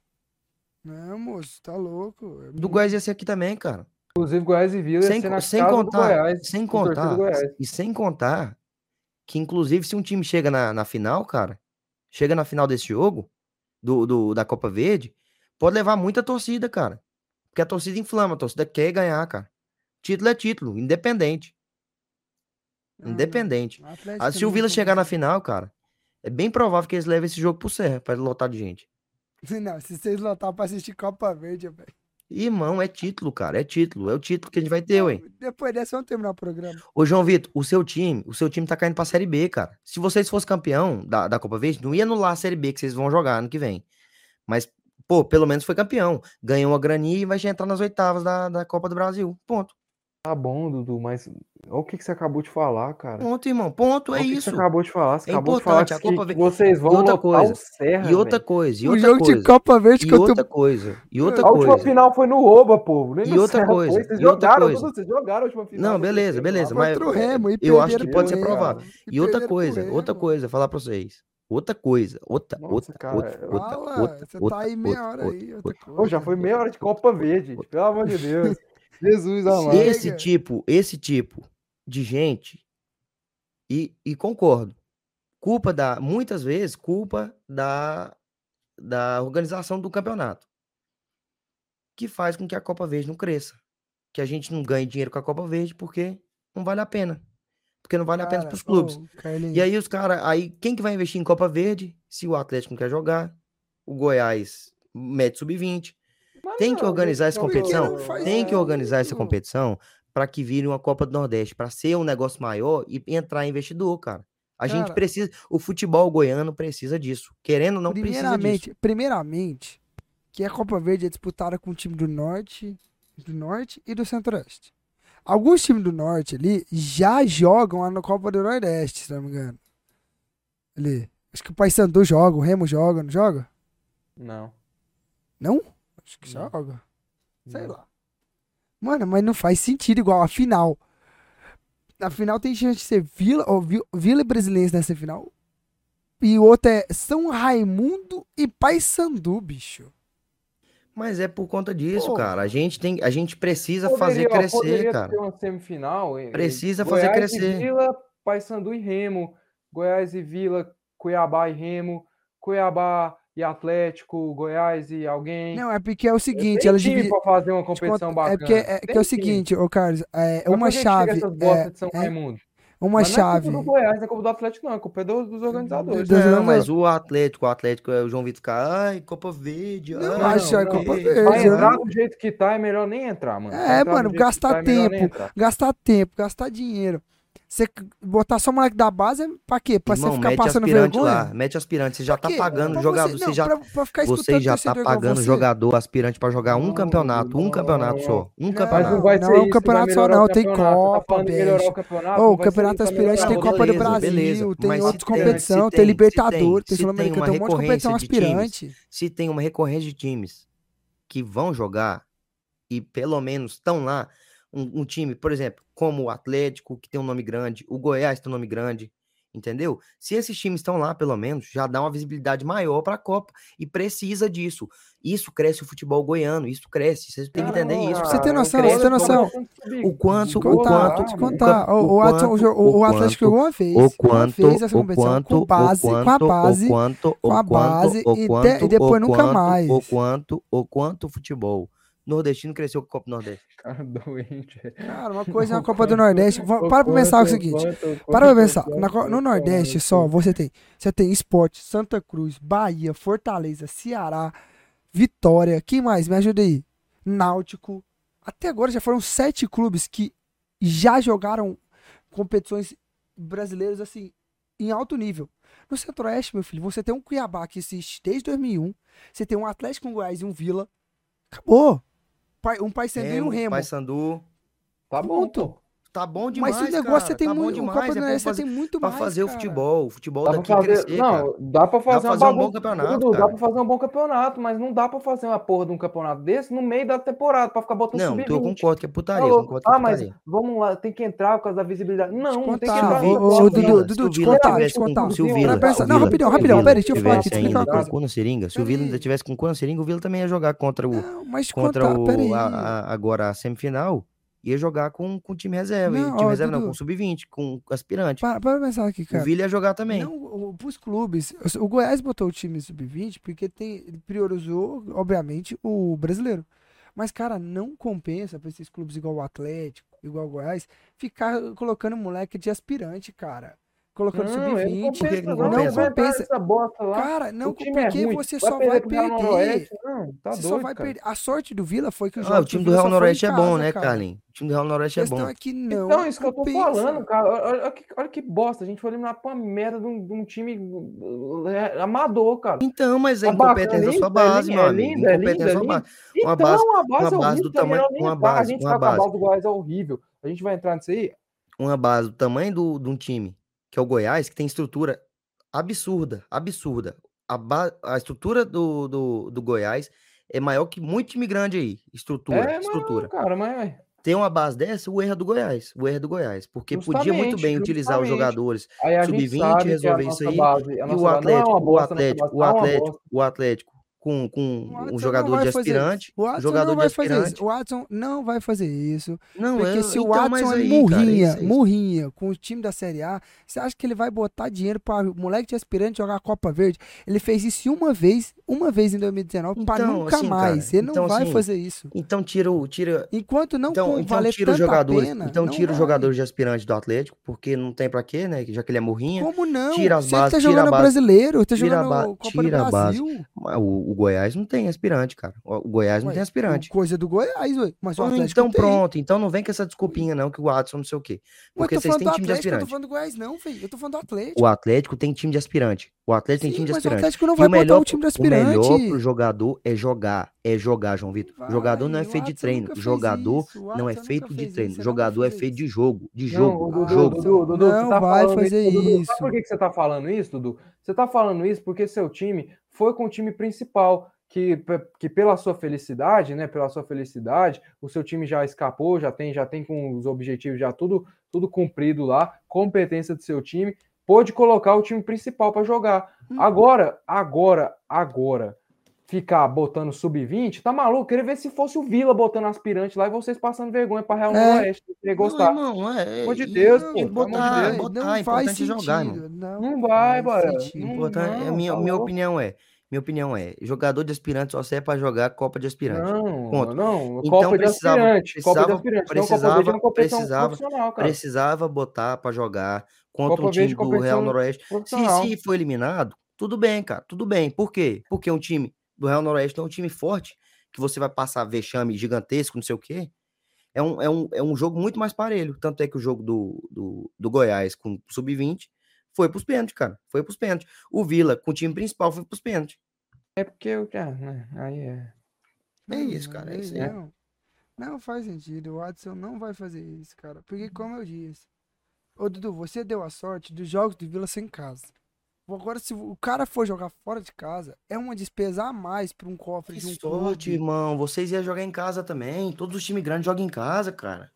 Não, moço, tá louco. É o do muito- Goiás ia ser aqui também, cara. Inclusive, Goiás e Vila ia Sem, ser co- na sem casa do contar, Goiás. sem Com torcida do contar, Goiás. e sem contar que inclusive se um time chega na, na final, cara, chega na final desse jogo, do, do- da Copa Verde, pode levar muita torcida, cara. Porque a torcida inflama, a torcida quer ganhar, cara. Título é título, independente. Não, não. Independente. O Ah, Atlético se o não Vila chegar na compensa. final, cara, é bem provável que eles levem esse jogo pro Serra, pra lotar de gente. Não, se vocês lotar pra assistir Copa Verde, velho. Irmão, é título, cara, é título. É o título que a gente vai ter, ué. Depois dessa, vamos terminar o programa. Ô, João Vitor, o seu time, o seu time tá caindo pra Série B, cara. Se vocês fossem campeão da, da Copa Verde, não ia anular a Série B que vocês vão jogar ano que vem. Mas, pô, pelo menos foi campeão. Ganhou a graninha e vai já entrar nas oitavas da, da Copa do Brasil. Ponto. Tá bom, Dudu, mas olha o que, que você acabou de falar, cara. Ponto, irmão. Ponto, é Olha o que, que você isso. acabou de falar. Você É acabou de falar importante, que, a Copa que Verde. vocês E vão outra lotar coisa. o Serra, E outra velho. coisa, e O outra jogo de coisa. Copa Verde E contra outra o. coisa. E outra A última coisa. final foi no Oba, povo. Nem E no outra Serra coisa, foi. Vocês e outra jogaram, coisa. Dudu, vocês jogaram a última final. Não, contra o beleza, Serra beleza. lá, Mas Contra o é, Remo. E eu acho perderam que pro pode ser Remo. provável. E E outra perderam pro coisa, outra Remo. coisa, falar pra vocês. Outra coisa, outra, Nossa, outra, cara, outra, eu- outra, Fala, outra, você outra, tá aí meia outra, hora outra, aí, outra outra. Pô, já coisa. foi meia hora de Copa Verde. Pelo amor de Deus. Jesus amado. Chega. Esse tipo, esse tipo de gente, e, e concordo, culpa da, muitas vezes, culpa da, da organização do campeonato, que faz com que a Copa Verde não cresça, que a gente não ganhe dinheiro com a Copa Verde porque não vale a pena, porque não vale a pena Cara, pros clubes. ô, Carlinhos, E aí os caras, aí quem que vai investir em Copa Verde se o Atlético não quer jogar, o Goiás mete sub vinte, Mas tem que não, organizar essa por que competição, não faz tem que isso? organizar essa competição para que vire uma Copa do Nordeste, para ser um negócio maior e entrar investidor, cara. A gente Cara, precisa, o futebol goiano precisa disso. Querendo ou não precisa disso. primeiramente, primeiramente, que a Copa Verde é disputada com o time do Norte, do Norte e do Centro-Oeste. Alguns times do Norte ali já jogam lá na Copa do Nordeste, se não me engano. Ali. Acho que o Paysandu joga, o Remo joga, não joga? Não. Não? Acho que Não. joga. Sei Não. lá. Mano, mas não faz sentido igual a final. Na final tem chance de ser Vila ou Vi- Vila e Brasiliense nessa final? e o outro é São Raimundo e Paysandu, bicho. Mas é por conta disso, Pô. cara. A gente, tem, a gente precisa Poderia, fazer ó, crescer, poderia cara. ter uma semifinal. eh, Precisa fazer Goiás crescer. e Vila, Paysandu e Remo. Goiás e Vila, Cuiabá e Remo. Cuiabá e Atlético, Goiás e alguém. Não, é porque é o seguinte, Tem elas time dividem. pra fazer uma competição bacana. É porque é, que Tem é o time. seguinte, ô Carlos, é Mas uma por que que chega chave. essas bostas É, de São é Raimundo? uma Mas não é chave. culpa do Goiás, não é culpa do Atlético, não. É culpa do- dos organizadores. Dos Não, organizadores. mas o Atlético, o Atlético, é o João Vitor ficar, ai, Copa Verde, Não, ai, acho que é não, Copa Verde, Verde, Vai eu entrar não- do jeito que tá, é melhor nem entrar, mano. Vai É, entrar do mano, jeito que gastar tá, é melhor nem tempo, entrar. gastar tempo, gastar dinheiro. Você botar só o moleque da base é pra quê? Pra Irmão, você ficar mete passando aspirante vergonha? lá, mete aspirante, você já Pra tá quê? pagando Pra jogador, você, você não, já, pra, pra ficar você escutando já tá torcedor igual pagando você. jogador aspirante pra jogar um Não, campeonato, um não, campeonato só, um Não, campeonato. Mas não vai não ser é um isso que vai campeonato só melhorar não, o tem campeonato. Você tá Copa, falando de melhorar bicho. o campeonato? Ô, não o vai ser campeonato isso que vai melhorar aspirante o tem Não, Copa do beleza, Brasil, beleza. tem Mas outras se tem- competições, se tem tem- Libertadores, tem se tem Sul-Americana, uma tem um monte de competição recorrência de times, aspirante. se tem uma recorrência de times que vão jogar e pelo menos estão lá, um, um time, por exemplo, como o Atlético, que tem um nome grande, o Goiás tem um nome grande, entendeu? Se esses times estão lá, pelo menos, já dá uma visibilidade maior para a Copa e precisa disso. Isso cresce o futebol goiano, isso cresce, você tem que entender Não, isso. Você tem cara. noção, Cresce você tem o futebol. noção. O quanto, Te o contar, quanto, te o contar. ca- O, o, o Watson, quanto, o, o o Atlético quanto, jogou uma vez, o uma quanto, vez essa o competição quanto, com o base, com a quanto, o base, quanto, com a o quanto, base o e, de- quanto, e depois o nunca quanto, mais. o quanto, o quanto o futebol nordestino cresceu com a Copa do Nordeste. Cara doente. Cara, uma coisa é a O Copa do quanto- Nordeste. Va- o Para pra pensar o quanto- seguinte. quanto- Para pra quanto- pensar. quanto- Na co- no quanto- Nordeste só, quanto- você tem. Você tem Sport, Santa Cruz, Bahia, Fortaleza, Ceará, Vitória. Quem mais? Me ajuda aí. Náutico. Até agora já foram sete clubes que já jogaram competições brasileiras assim, em alto nível. No Centro-Oeste, meu filho, você tem um Cuiabá que existe desde dois mil e um. Você tem um Atlético, um Goiás e um Vila. Acabou. Pai- Um Paysandu e um Remo. Paysandu. Tá bom, pô. Tá bom demais, Mas o negócio cara. você tem tá bom muito. O demais. Copa do é pra Nordeste você fazer, tem muito pra mais. fazer o cara. futebol. O futebol Dá pra daqui fazer, crescer, cara. não, dá pra fazer, pra fazer um uma bom bagunça- campeonato, Dudu, cara. dá pra fazer um bom campeonato, mas não dá pra fazer uma porra de um campeonato desse no meio da temporada, pra ficar botando Não, sub então eu vinte. concordo que é putaria. Falou, Concordo que é ah, mas putaria. vamos lá, tem que entrar por causa da visibilidade. Não, não tem que Contar. entrar Ô, nessa ô, bosta, Dudu, não. Se Dudu, o te Vila contar, tivesse te com- contar. se o Pra Vila- pensar- se o Não, Vila- rapidão, se o rapidão, Vila peraí, deixa eu falar aqui, tivesse te explicar uma ainda coisa. com o cu na seringa, se o Vila ainda Peraí. tivesse com o cu na seringa, o Vila também ia jogar contra o, Não, mas te contra contar, o peraí. a- a- agora a semifinal, ia jogar com com o time reserva. E Não, time ó, reserva não, Dudu. com o sub vinte, com o aspirante. Para, para pensar aqui, O cara. Vila ia jogar também. Não, o- pros clubes, o Goiás botou o time sub vinte porque tem, ele priorizou, obviamente, o brasileiro. Mas, cara, não compensa pra esses clubes igual o Atlético, igual o Goiás, ficar colocando moleque de aspirante, cara. Colocando Não, sub ele vinte. Por que que não não compensa? Não vai entrar compensa. nessa bosta lá. Cara, não, O time é porque ruim. você Vai só perder vai pro Real perder. Noroeste? Não, tá Você doido, só vai cara. perder. A sorte do Vila foi que o Ah, jogo o time do Vila Real só foi em Noroeste é bom, casa, né, cara. Carlinhos? O time do Real A Noroeste é questão bom. é que não Então, isso que eu tô compensa. falando, cara. Olha, olha que, olha que bosta. A gente foi eliminar pra uma merda de um, de um time é, amador, cara. Então, mas é Tá incompetência bacana da sua isso, base, é meu lindo, amigo. é Incompetência lindo, da é sua lindo. base. Uma Então, base, a base uma é base horrível, do então é tamanho, melhor nem uma entrar. A base, gente uma vai acabar base, do Goiás é horrível. A gente vai entrar nisso aí? uma base do tamanho do, de um time, que é o Goiás, que tem estrutura absurda, absurda. A, ba, a estrutura do, do, do Goiás é maior que muito time grande aí. Estrutura, É, estrutura. mas, cara, mas... Tem uma base dessa, o erro é do Goiás. O erro é do Goiás. Porque podia muito Justamente, bem utilizar os justamente. jogadores Aí a gente sub vinte, sabe que a resolver isso nossa aí. base, a E nossa o base não é Atlético, uma o bosta, a nossa Atlético, base o tá uma Atlético, bosta. o Atlético com, O com Watson um não jogador vai de fazer isso. aspirante. O Watson Jogador não de vai fazer aspirante. isso. O Watson não vai fazer isso. Não, Porque eu, se o então, mas Watson é aí, cara, é murrinha, isso aí. murrinha com o time da Série A, você acha que ele vai botar dinheiro para moleque de aspirante jogar a Copa Verde? Ele fez isso uma vez, uma vez em dois mil e dezenove, para Então, nunca assim, mais. cara, Ele não então, vai assim, fazer isso. Então tira o. Tira, Enquanto não então, com então valer tira os tanta jogadores. pena, Então não tira os vai. jogadores de aspirante do Atlético, porque não tem pra quê, né? Já que ele é murrinha. Como não? Tira as Você que bases, tá tira a jogando base. brasileiro, tá Tira a jogando ba- Copa do tira a base. Brasil. Mas O, o Goiás não tem aspirante, cara. O o Goiás não Ué, tem aspirante. coisa do Goiás, ué. Mas o Então, Atlético então tem. pronto, então não vem com essa desculpinha não, que o Watson não sei o quê. Ué, eu Porque tô vocês falando do têm time de Atlético, eu tô aspirante. falando do Goiás não, velho. Eu tô falando do Atlético. O Atlético tem time de aspirante. O Atlético tem Sim, time de mas o aspirante. Atlético não E vai o melhor, botar o time do o melhor aspirante. pro jogador é jogar. É jogar, João Vitor. Vai, Jogador não é o feito de Watson treino. nunca fez Jogador isso, o não é Watson feito nunca de fez treino. isso, você não vai Jogador é fazer feito isso. de jogo. De Não, jogo. o Dudu, jogo. Dudu, Dudu, Não você tá vai falando fazer isso, Dudu. isso. Sabe por que que você tá falando isso, Dudu? Você tá falando isso porque seu time foi com o time principal, que, pe- que pela sua felicidade, né, pela sua felicidade, o seu time já escapou, já tem, já tem com os objetivos já tudo, tudo cumprido lá, competência do seu time, pôde colocar o time principal para jogar. Hum. Agora, agora, agora, ficar botando sub vinte, tá maluco? Queria ver se fosse o Vila botando aspirante lá e vocês passando vergonha pra Real É. Noroeste. Você ia Não, gostar. irmão, é. Pelo amor de e- Deus, Não, pô. Tem que Pelo amor de botar, Deus. botar, não é faz importante jogar, sentido. irmão. Não, Não vai, faz bora. sentido. Não, Importante, é não, minha, tá minha louco. opinião é, minha opinião é, jogador de aspirante só serve pra jogar Copa de aspirante. Não, Ponto. não. Então Copa de precisava, aspirante. Copa de precisava, aspirante. Não, Copa Verde é precisava, uma competição precisava, profissional, cara. precisava botar pra jogar contra Copa um Verde time é do Real competição Noroeste. Se, profissional. se for eliminado, tudo bem, cara, tudo bem. Por quê? Porque um time do Real Noroeste é um time forte, que você vai passar vexame gigantesco, não sei o quê. É um, é um, é um jogo muito mais parelho. Tanto é que o jogo do, do, do Goiás com o sub vinte foi pros pênaltis, cara. Foi pros pênaltis. O Vila, com o time principal, foi pros pênaltis. É porque eu. Ah, né, aí é. É isso, cara, é isso aí. Não, não faz sentido. O Adson não vai fazer isso, cara. Porque, como eu disse, ô Dudu, você deu a sorte dos jogos do Vila sem casa. Agora, se o cara for jogar fora de casa, é uma despesa a mais para um cofre Que de um sorte, clube. irmão. Vocês iam jogar em casa também. Todos os times grandes jogam em casa, cara.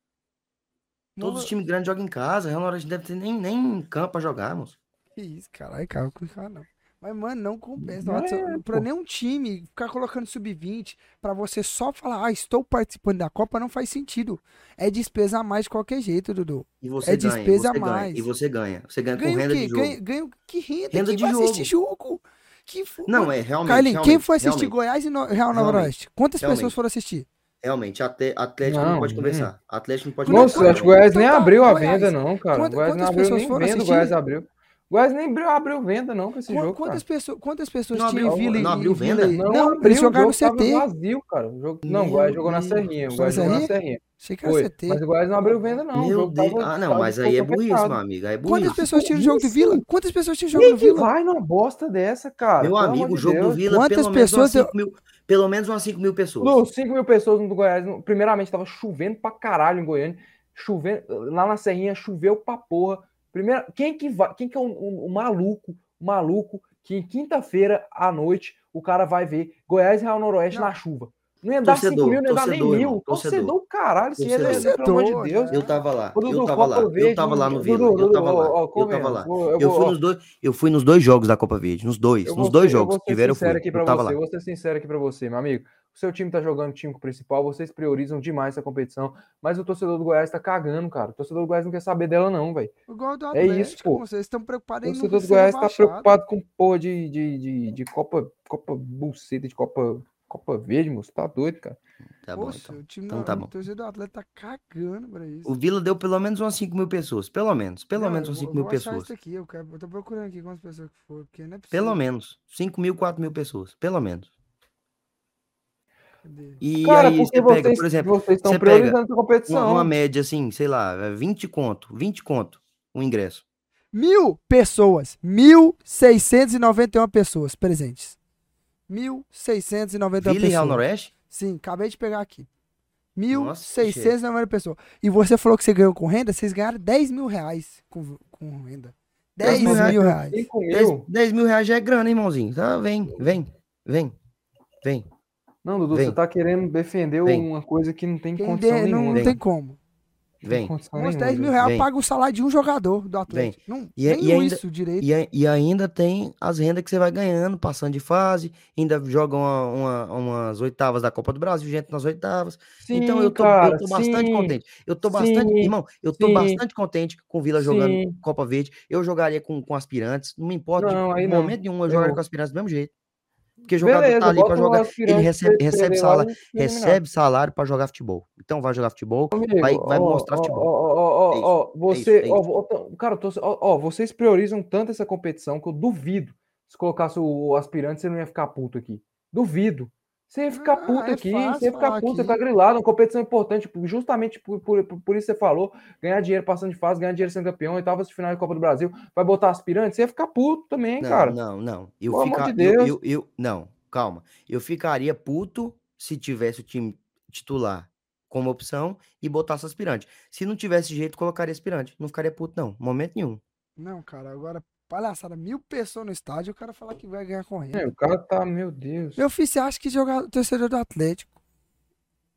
Todos os times grandes jogam em casa. Real Noroeste deve ter nem, nem campo pra jogar, moço. Que isso, caralho, cara, complicado não. Mas, mano, não compensa. Não Não, é, pra pô. nenhum time ficar colocando sub vinte pra você só falar, ah, estou participando da Copa, não faz sentido. É despesa a mais de qualquer jeito, Dudu. E você É ganha, e despesa você a ganha. mais. E você ganha. Você ganha com Ganha o renda quê? de jogo. Ganha, ganha o- que renda? Renda Quem de vai jogo. assistir jogo? Que fo- Não, mano, é realmente, Carlinhos, realmente, quem foi assistir realmente, Goiás e no- Real realmente, Noroeste? Quantas realmente. pessoas foram assistir? realmente. Até Atlético não, Não, pode hum. conversar. Atlético não pode Quando- Nossa, conversar. acho que o Goiás então nem tá, abriu a Goiás. venda, não, cara. Quanta- O Goiás quantas não abriu pessoas nem foram venda, o assistir? Goiás abriu. O Goiás nem abriu, abriu venda, não, pra esse Qu- jogo, quantas, cara. pessoas, quantas pessoas Não tinham abriu- em Vila e- não abriu e Vila venda? e- Não, Não, abriu, eles o jogaram jogo no tava C T. vazio, cara. O jogo... Não, o Meu Goiás jogou na Deus. Serrinha. O Foi Goiás na jogou na Serrinha? Serrinha. Achei que era Foi. C T. Mas o Goiás não abriu venda, não. O Meu jogo Deus. tava. Ah, não, tava mas aí é disposto burrice, fechado. meu amigo. Aí é Quantas burrice. pessoas tinham no jogo do burrice? Vila? Quantas pessoas tinham no jogo Quem do que Vila? vai numa bosta dessa, cara? Meu Pelo amigo, amor o de jogo do Deus. Vila, Quantas pelo menos umas pessoas cinco mil, pelo menos umas cinco mil pessoas. Lu, cinco mil pessoas no Goiás. no- Primeiramente, tava chovendo pra caralho em Goiânia. Chovendo. Lá na Serrinha, choveu pra porra. Primeiro, quem que vai. Quem que é um, um- um maluco, um maluco, que em quinta-feira à noite o cara vai ver Goiás e Real Noroeste Não. na chuva. Não ia dar cinco Torcedor, mil, não ia dar nem torcedor, mil. irmão, torcedor. Torcedor, caralho. Esse Torcedor. é, pelo amor de Torcedor, Deus. né? Eu tava lá, Ô, Dudu, eu tava lá, Copa eu Verde, tava lá no Vila, Dudu, eu Dudu, tava ó, lá, ó, eu tava convenhamos, lá. vou- Eu eu fui vou- nos dois, eu fui nos dois jogos da Copa Verde, nos dois, Eu nos vou dois ser- eu jogos vou que ser tiveram eu sincero fui. aqui pra Eu tava você, lá. eu vou ser sincero aqui pra você, meu amigo. O seu time tá jogando time com o principal, vocês priorizam demais essa competição, mas o torcedor do Goiás tá cagando, cara. O torcedor do Goiás não quer saber dela, não, velho. Igual do É Atlético, isso, pô. vocês estão preocupados O em não torcedor do ser Goiás tá rebaixado. preocupado com porra de, de, de, de Copa, Copa Buceta, de Copa, Copa Verde, moço. Tá doido, cara. Tá bom, Poxa, então. o time Então do, tá o bom. torcedor do Atlético tá cagando pra isso. O Vila deu pelo menos umas cinco mil pessoas, pelo menos, pelo Não, menos eu umas vou- cinco eu mil vou achar pessoas. isso aqui, eu, quero, eu tô procurando aqui quantas pessoas que foram, porque não é possível. Pelo menos, cinco mil, quatro mil pessoas, pelo menos. Cadê? E Cara, aí porque você pega, vocês, por exemplo, vocês estão você pega priorizando essa uma, competição. uma média assim, sei lá, é vinte conto, vinte conto o ingresso. Mil pessoas, mil seiscentos e noventa e uma pessoas presentes. Mil seiscentos e noventa e uma Vila e Real pessoas. Noroeste? Sim, acabei de pegar aqui. Mil Nossa, seiscentos e noventa pessoas. E você falou que você ganhou com renda, vocês ganharam dez mil reais com, com renda. dez mil mil reais. reais. cinco dez, mil. dez mil reais já é grana, irmãozinho. Tá, vem, vem, vem, vem. Não, Dudu, Vem. você tá querendo defender Vem. uma coisa que não tem Quem condição der, não, nenhuma. não Vem. tem como. Não tem Vem. condição Uns nenhuma, dez mil Dudu. reais Vem. paga o salário de um jogador do Atlético. Não, E- nem e ainda- isso direito. E, a- e ainda tem as rendas que você vai ganhando, passando de fase, ainda jogam uma- uma- umas oitavas da Copa do Brasil, gente nas oitavas. Sim, Então eu tô, cara, eu tô bastante sim, contente. Eu tô bastante, sim, irmão, eu tô sim, bastante contente com o Vila jogando sim. Copa Verde. Eu jogaria com, com aspirantes, não me importa Não, de aí não. momento nenhum, eu jogaria Errou. com aspirantes do mesmo jeito. Porque o jogador Beleza, tá ali pra bota um jogar, ele aspirante recebe, pra recebe ele lá salário, e eliminar. recebe salário pra jogar futebol. Então vai jogar futebol, Amigo, vai, vai ó, mostrar ó, futebol. ó, ó, ó, É isso, ó, é isso, você, é ó, isso. ó, cara, eu tô- ó, ó, vocês priorizam tanto essa competição que eu duvido se colocasse o aspirante você não ia ficar puto aqui. Duvido. Você ia ficar Ah, puto é aqui, fácil você ia ficar falar puto, você ia aqui. ficar grilado, uma competição importante, justamente por, por, por isso você falou, ganhar dinheiro passando de fase, ganhar dinheiro sendo campeão, oitavas de final de Copa do Brasil, vai botar aspirante, você ia ficar puto também, Não, cara. não, não. Eu Pelo amor ficar, de eu, Deus. eu, eu, não, calma. Eu ficaria puto se tivesse o time titular como opção e botasse aspirante. Se não tivesse jeito, colocaria aspirante. Não ficaria puto, não. Momento nenhum. Não, cara, agora, palhaçada, mil pessoas no estádio, o cara falar que vai ganhar correndo. É, o cara tá, meu Deus. Meu filho, você acha que jogar torcedor do Atlético?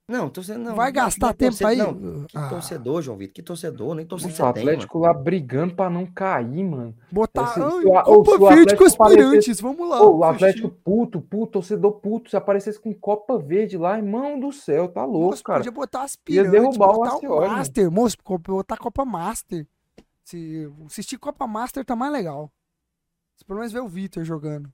Não, torcedor não. Vai não, gastar não, tempo torcedor, aí? Não, que Ah. torcedor, João Vitor, que torcedor, nem torcedor Nossa, o você tem, mano. Atlético lá brigando pra não cair, mano. Botar. Se- Ai, se o- ou se Copa o Verde com Atlético aspirantes, aparecesse- vamos lá. Ô, o Atlético fechei. puto, puto, torcedor puto, se aparecesse com Copa Verde lá, irmão do céu, tá louco, Moço, cara. podia botar aspirante, derrubar o botar o Acioli, mano. Master, moço, botar Copa Master. Se assistir Copa Master tá mais legal. Se pelo menos ver o Vitor jogando.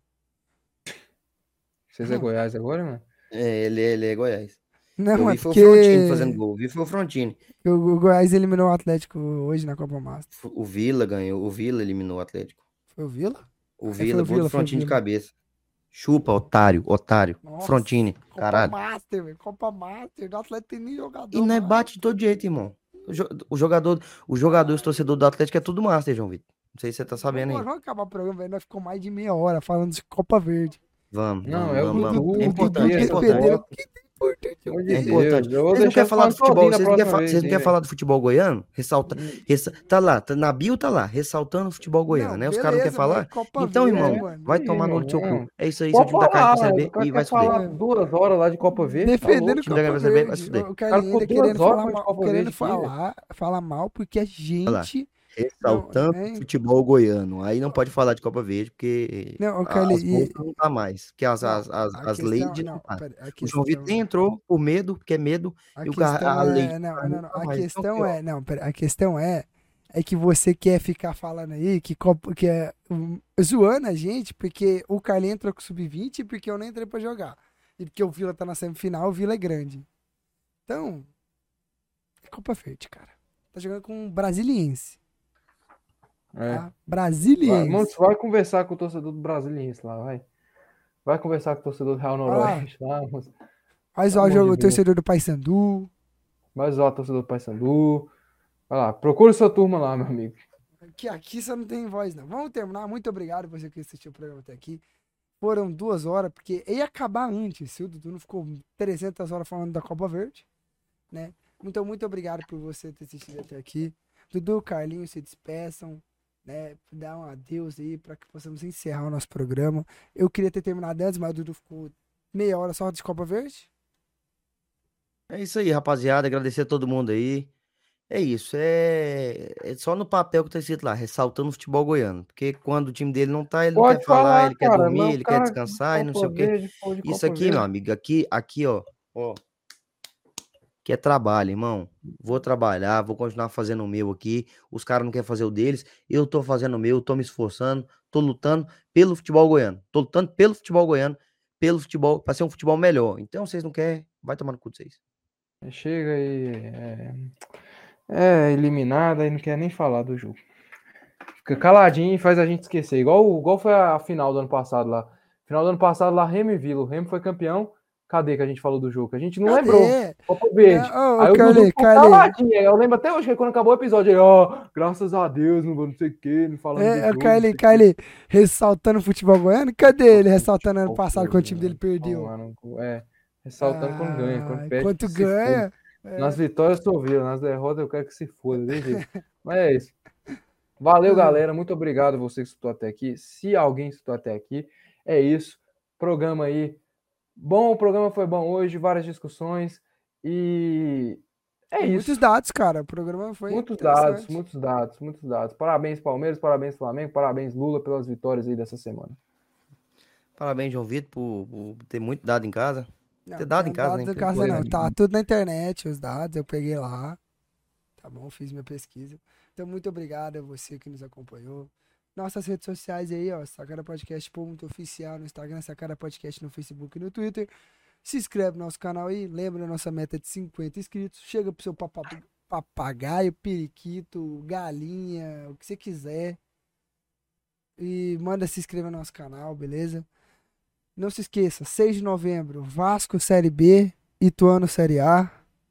Vocês é Goiás agora, mano? É, ele, ele é Goiás. Não, Eu é vi foi o porque Frontini fazendo gol. Eu vi foi o Frontini. o, o Goiás eliminou o Atlético hoje na Copa Master. O Vila ganhou. O Vila eliminou o Atlético. Foi o Vila? O Aí foi Vila, o gol Vila, do foi o Frontini de Vila. cabeça. Chupa, otário, otário. Nossa, Frontini, Copa caralho. Master, velho. Copa Master. Do Atlético tem nem jogador. E não é mais. bate de todo jeito, irmão. O, jo- o jogador, o jogador, os torcedores do Atlético é tudo Master, João Vitor. Não sei se você tá sabendo aí. Vamos, vamos acabar o programa, velho. Nós ficou mais de meia hora falando de Copa Verde. Vamos, Não, vamos, é o vamos, Dudu, vamos. É o importante, Dudu é que importante. perdeu. O que tem importante? Pelo amor de É Deus, importante. eu vou Vocês não deixar querem falar do falando futebol, sozinho na vocês não querem, próxima fa- vez, vocês não hein, querem velho. falar do futebol goiano? Ressalta, ressa- tá lá, tá, na bio tá lá, ressaltando o futebol goiano, Não, né? Os caras não querem beleza, mas falar? Copa Então, Verde, irmão, mano. vai Ih, tomar no olho do seu irmão. cu. É isso aí, seu Pode time tá caindo pra falar, Série o B cara e vai quer se fuder. falar duas horas lá de Copa Verde, Defendendo tá time da Copa Copa Verde vai Verde. se fuder. O cara Carlinhos ficou ainda duas querendo horas falar falando de mal, Copa querendo Verde aqui, falar, falar mal, porque a lá. gente... Ressaltando Não, hein? futebol goiano. Aí não pode falar de Copa Verde, porque Não, o a- Carlinhos... as e- multas não tá mais. Porque as, Não, as, as, a as leis questão... de Não, não tá. pera, a O João questão... Vitor nem entrou por medo, porque é medo, A e o Car- questão a lei é... de Não, carro não, não. tá A mais. Então, questão aqui, ó. é... Não, pera, a questão é... É que você quer ficar falando aí que, Copa, que é um, zoando a gente porque o Carlinhos entrou com o sub vinte e porque eu não entrei pra jogar. E porque o Vila tá na semifinal, o Vila é grande. Então, é Copa Verde, cara. Tá jogando com um brasiliense. É. Tá? Vai, Brasiliense. mano, vai conversar com o torcedor do Brasiliense lá, vai. Vai conversar com o torcedor do Real Noroeste lá, moço. Mas Pelo ó, amor jogo, de o Deus. torcedor do Paysandu. Vai zoar o torcedor do Paysandu. Vai lá, procura sua turma lá, meu amigo. Que aqui você não tem voz, não. Vamos terminar. Muito obrigado por você que assistiu o programa até aqui. Foram duas horas, porque ia acabar antes, se o Dudu não ficou trezentas horas falando da Copa Verde, né? Então, muito obrigado por você ter assistido até aqui. Dudu, Carlinhos, se despeçam, né? Dá um adeus aí para que possamos encerrar o nosso programa. Eu queria ter terminado antes, mas o Dudu ficou meia hora só de Copa Verde. É isso aí, rapaziada. Agradecer a todo mundo aí. É isso, é... é só no papel que tá escrito lá, ressaltando o futebol goiano. Porque quando o time dele não tá, ele não Pode quer falar, falar, ele quer cara, dormir, mas o ele quer cara descansar e não sei Copa o quê. Verde, pô, de Isso Copa aqui, Verde. meu amigo, aqui, aqui, ó, ó, que é trabalho, irmão. Vou trabalhar, vou continuar fazendo o meu aqui. Os caras não querem fazer o deles, eu tô fazendo o meu, tô me esforçando, tô lutando pelo futebol goiano. Tô lutando pelo futebol goiano, pelo futebol, pra ser um futebol melhor. Então, vocês não querem, vai tomar no cu de vocês. Chega aí, é, é eliminado e não quer nem falar do jogo. Fica caladinho e faz a gente esquecer. Igual, igual foi a final do ano passado lá. Final do ano passado lá, Remo e Vila. O Remo foi campeão. Cadê que a gente falou do jogo? Que a gente não Cadê? lembrou. Copa Verde. Não, ô, Aí o Carlinhos, Dudu ficou Carlinhos. caladinho. Eu lembro até hoje que quando acabou o episódio, ele, ó, graças a Deus, não, vou não sei o que, não falando do É, jogo. o Carlinhos, Carlinhos, ressaltando o futebol goiano. Cadê ele ressaltando ano passado quando o time dele perdeu? É, ressaltando quando ganha. Quando Ah, perde, Quanto que se ganha? foda. Nas vitórias sou Vila, nas derrotas eu quero que se foda, de jeito. Mas é isso. Valeu, galera. Muito obrigado a você que escutou até aqui. Se alguém escutou até aqui, é isso. Programa aí. Bom, o programa foi bom hoje, várias discussões. E é isso. Muitos dados, cara. O programa foi Muitos interessante. dados, muitos dados, muitos dados. Parabéns, Palmeiras, parabéns, Flamengo, parabéns, Lula, pelas vitórias aí dessa semana. Parabéns, João Vitor, por, por ter muito dado em casa. Não, Ter dado tem em casa, dados né? em casa Foi, não. né? Tá tudo na internet, os dados, eu peguei lá. Tá bom, fiz minha pesquisa. Então, muito obrigado a você que nos acompanhou. Nossas redes sociais aí, ó, Sacara Podcast ponto oficial no Instagram, Sacara Podcast no Facebook e no Twitter. Se inscreve no nosso canal aí, lembra a nossa meta de cinquenta inscritos. Chega pro seu papa- papagaio, periquito, galinha, o que você quiser. E manda se inscrever no nosso canal, beleza? Não se esqueça, seis de novembro, Vasco Série B, Ituano Série A,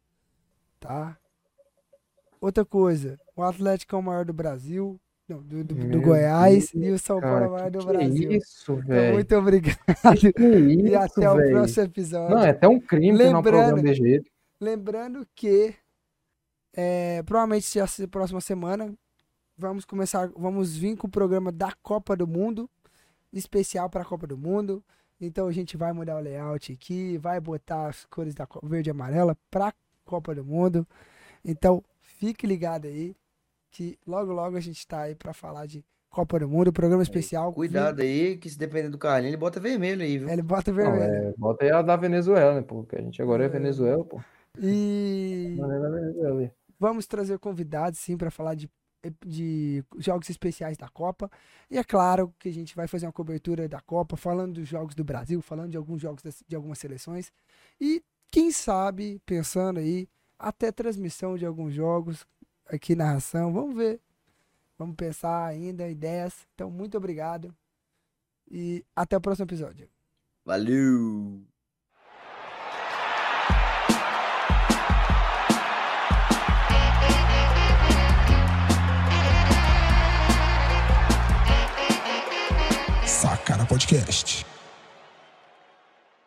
tá? Outra coisa, o Atlético é o maior do Brasil, não, do, do, do Meu Goiás, Deus, e o São Paulo é o Cara, maior do que Brasil. que isso, Então, velho? muito obrigado Que e isso, até o velho? próximo episódio. Não, é até um crime terminar um Lembrando- programa desse jeito. Lembrando que é, provavelmente se essa próxima semana vamos começar, vamos vir com o programa da Copa do Mundo, especial para a Copa do Mundo. Então a gente vai mudar o layout aqui, vai botar as cores da verde e amarela pra Copa do Mundo. Então fique ligado aí, que logo logo a gente tá aí pra falar de Copa do Mundo, programa especial. Cuidado aí, que se depender do Carlinhos, ele bota vermelho aí, viu? Ele bota Não, vermelho. é, bota aí a da Venezuela, né, pô? Porque a gente agora é Venezuela, pô. E Não é da Venezuela aí. vamos trazer convidados, sim, para falar de, de jogos especiais da Copa. E é claro que a gente vai fazer uma cobertura da Copa, falando dos jogos do Brasil, falando de alguns jogos das- de algumas seleções. E quem sabe, pensando aí, até transmissão de alguns jogos, aqui narração. Vamos ver. Vamos pensar ainda, ideias. Então, muito obrigado. E até o próximo episódio. Valeu! Sacana Podcast.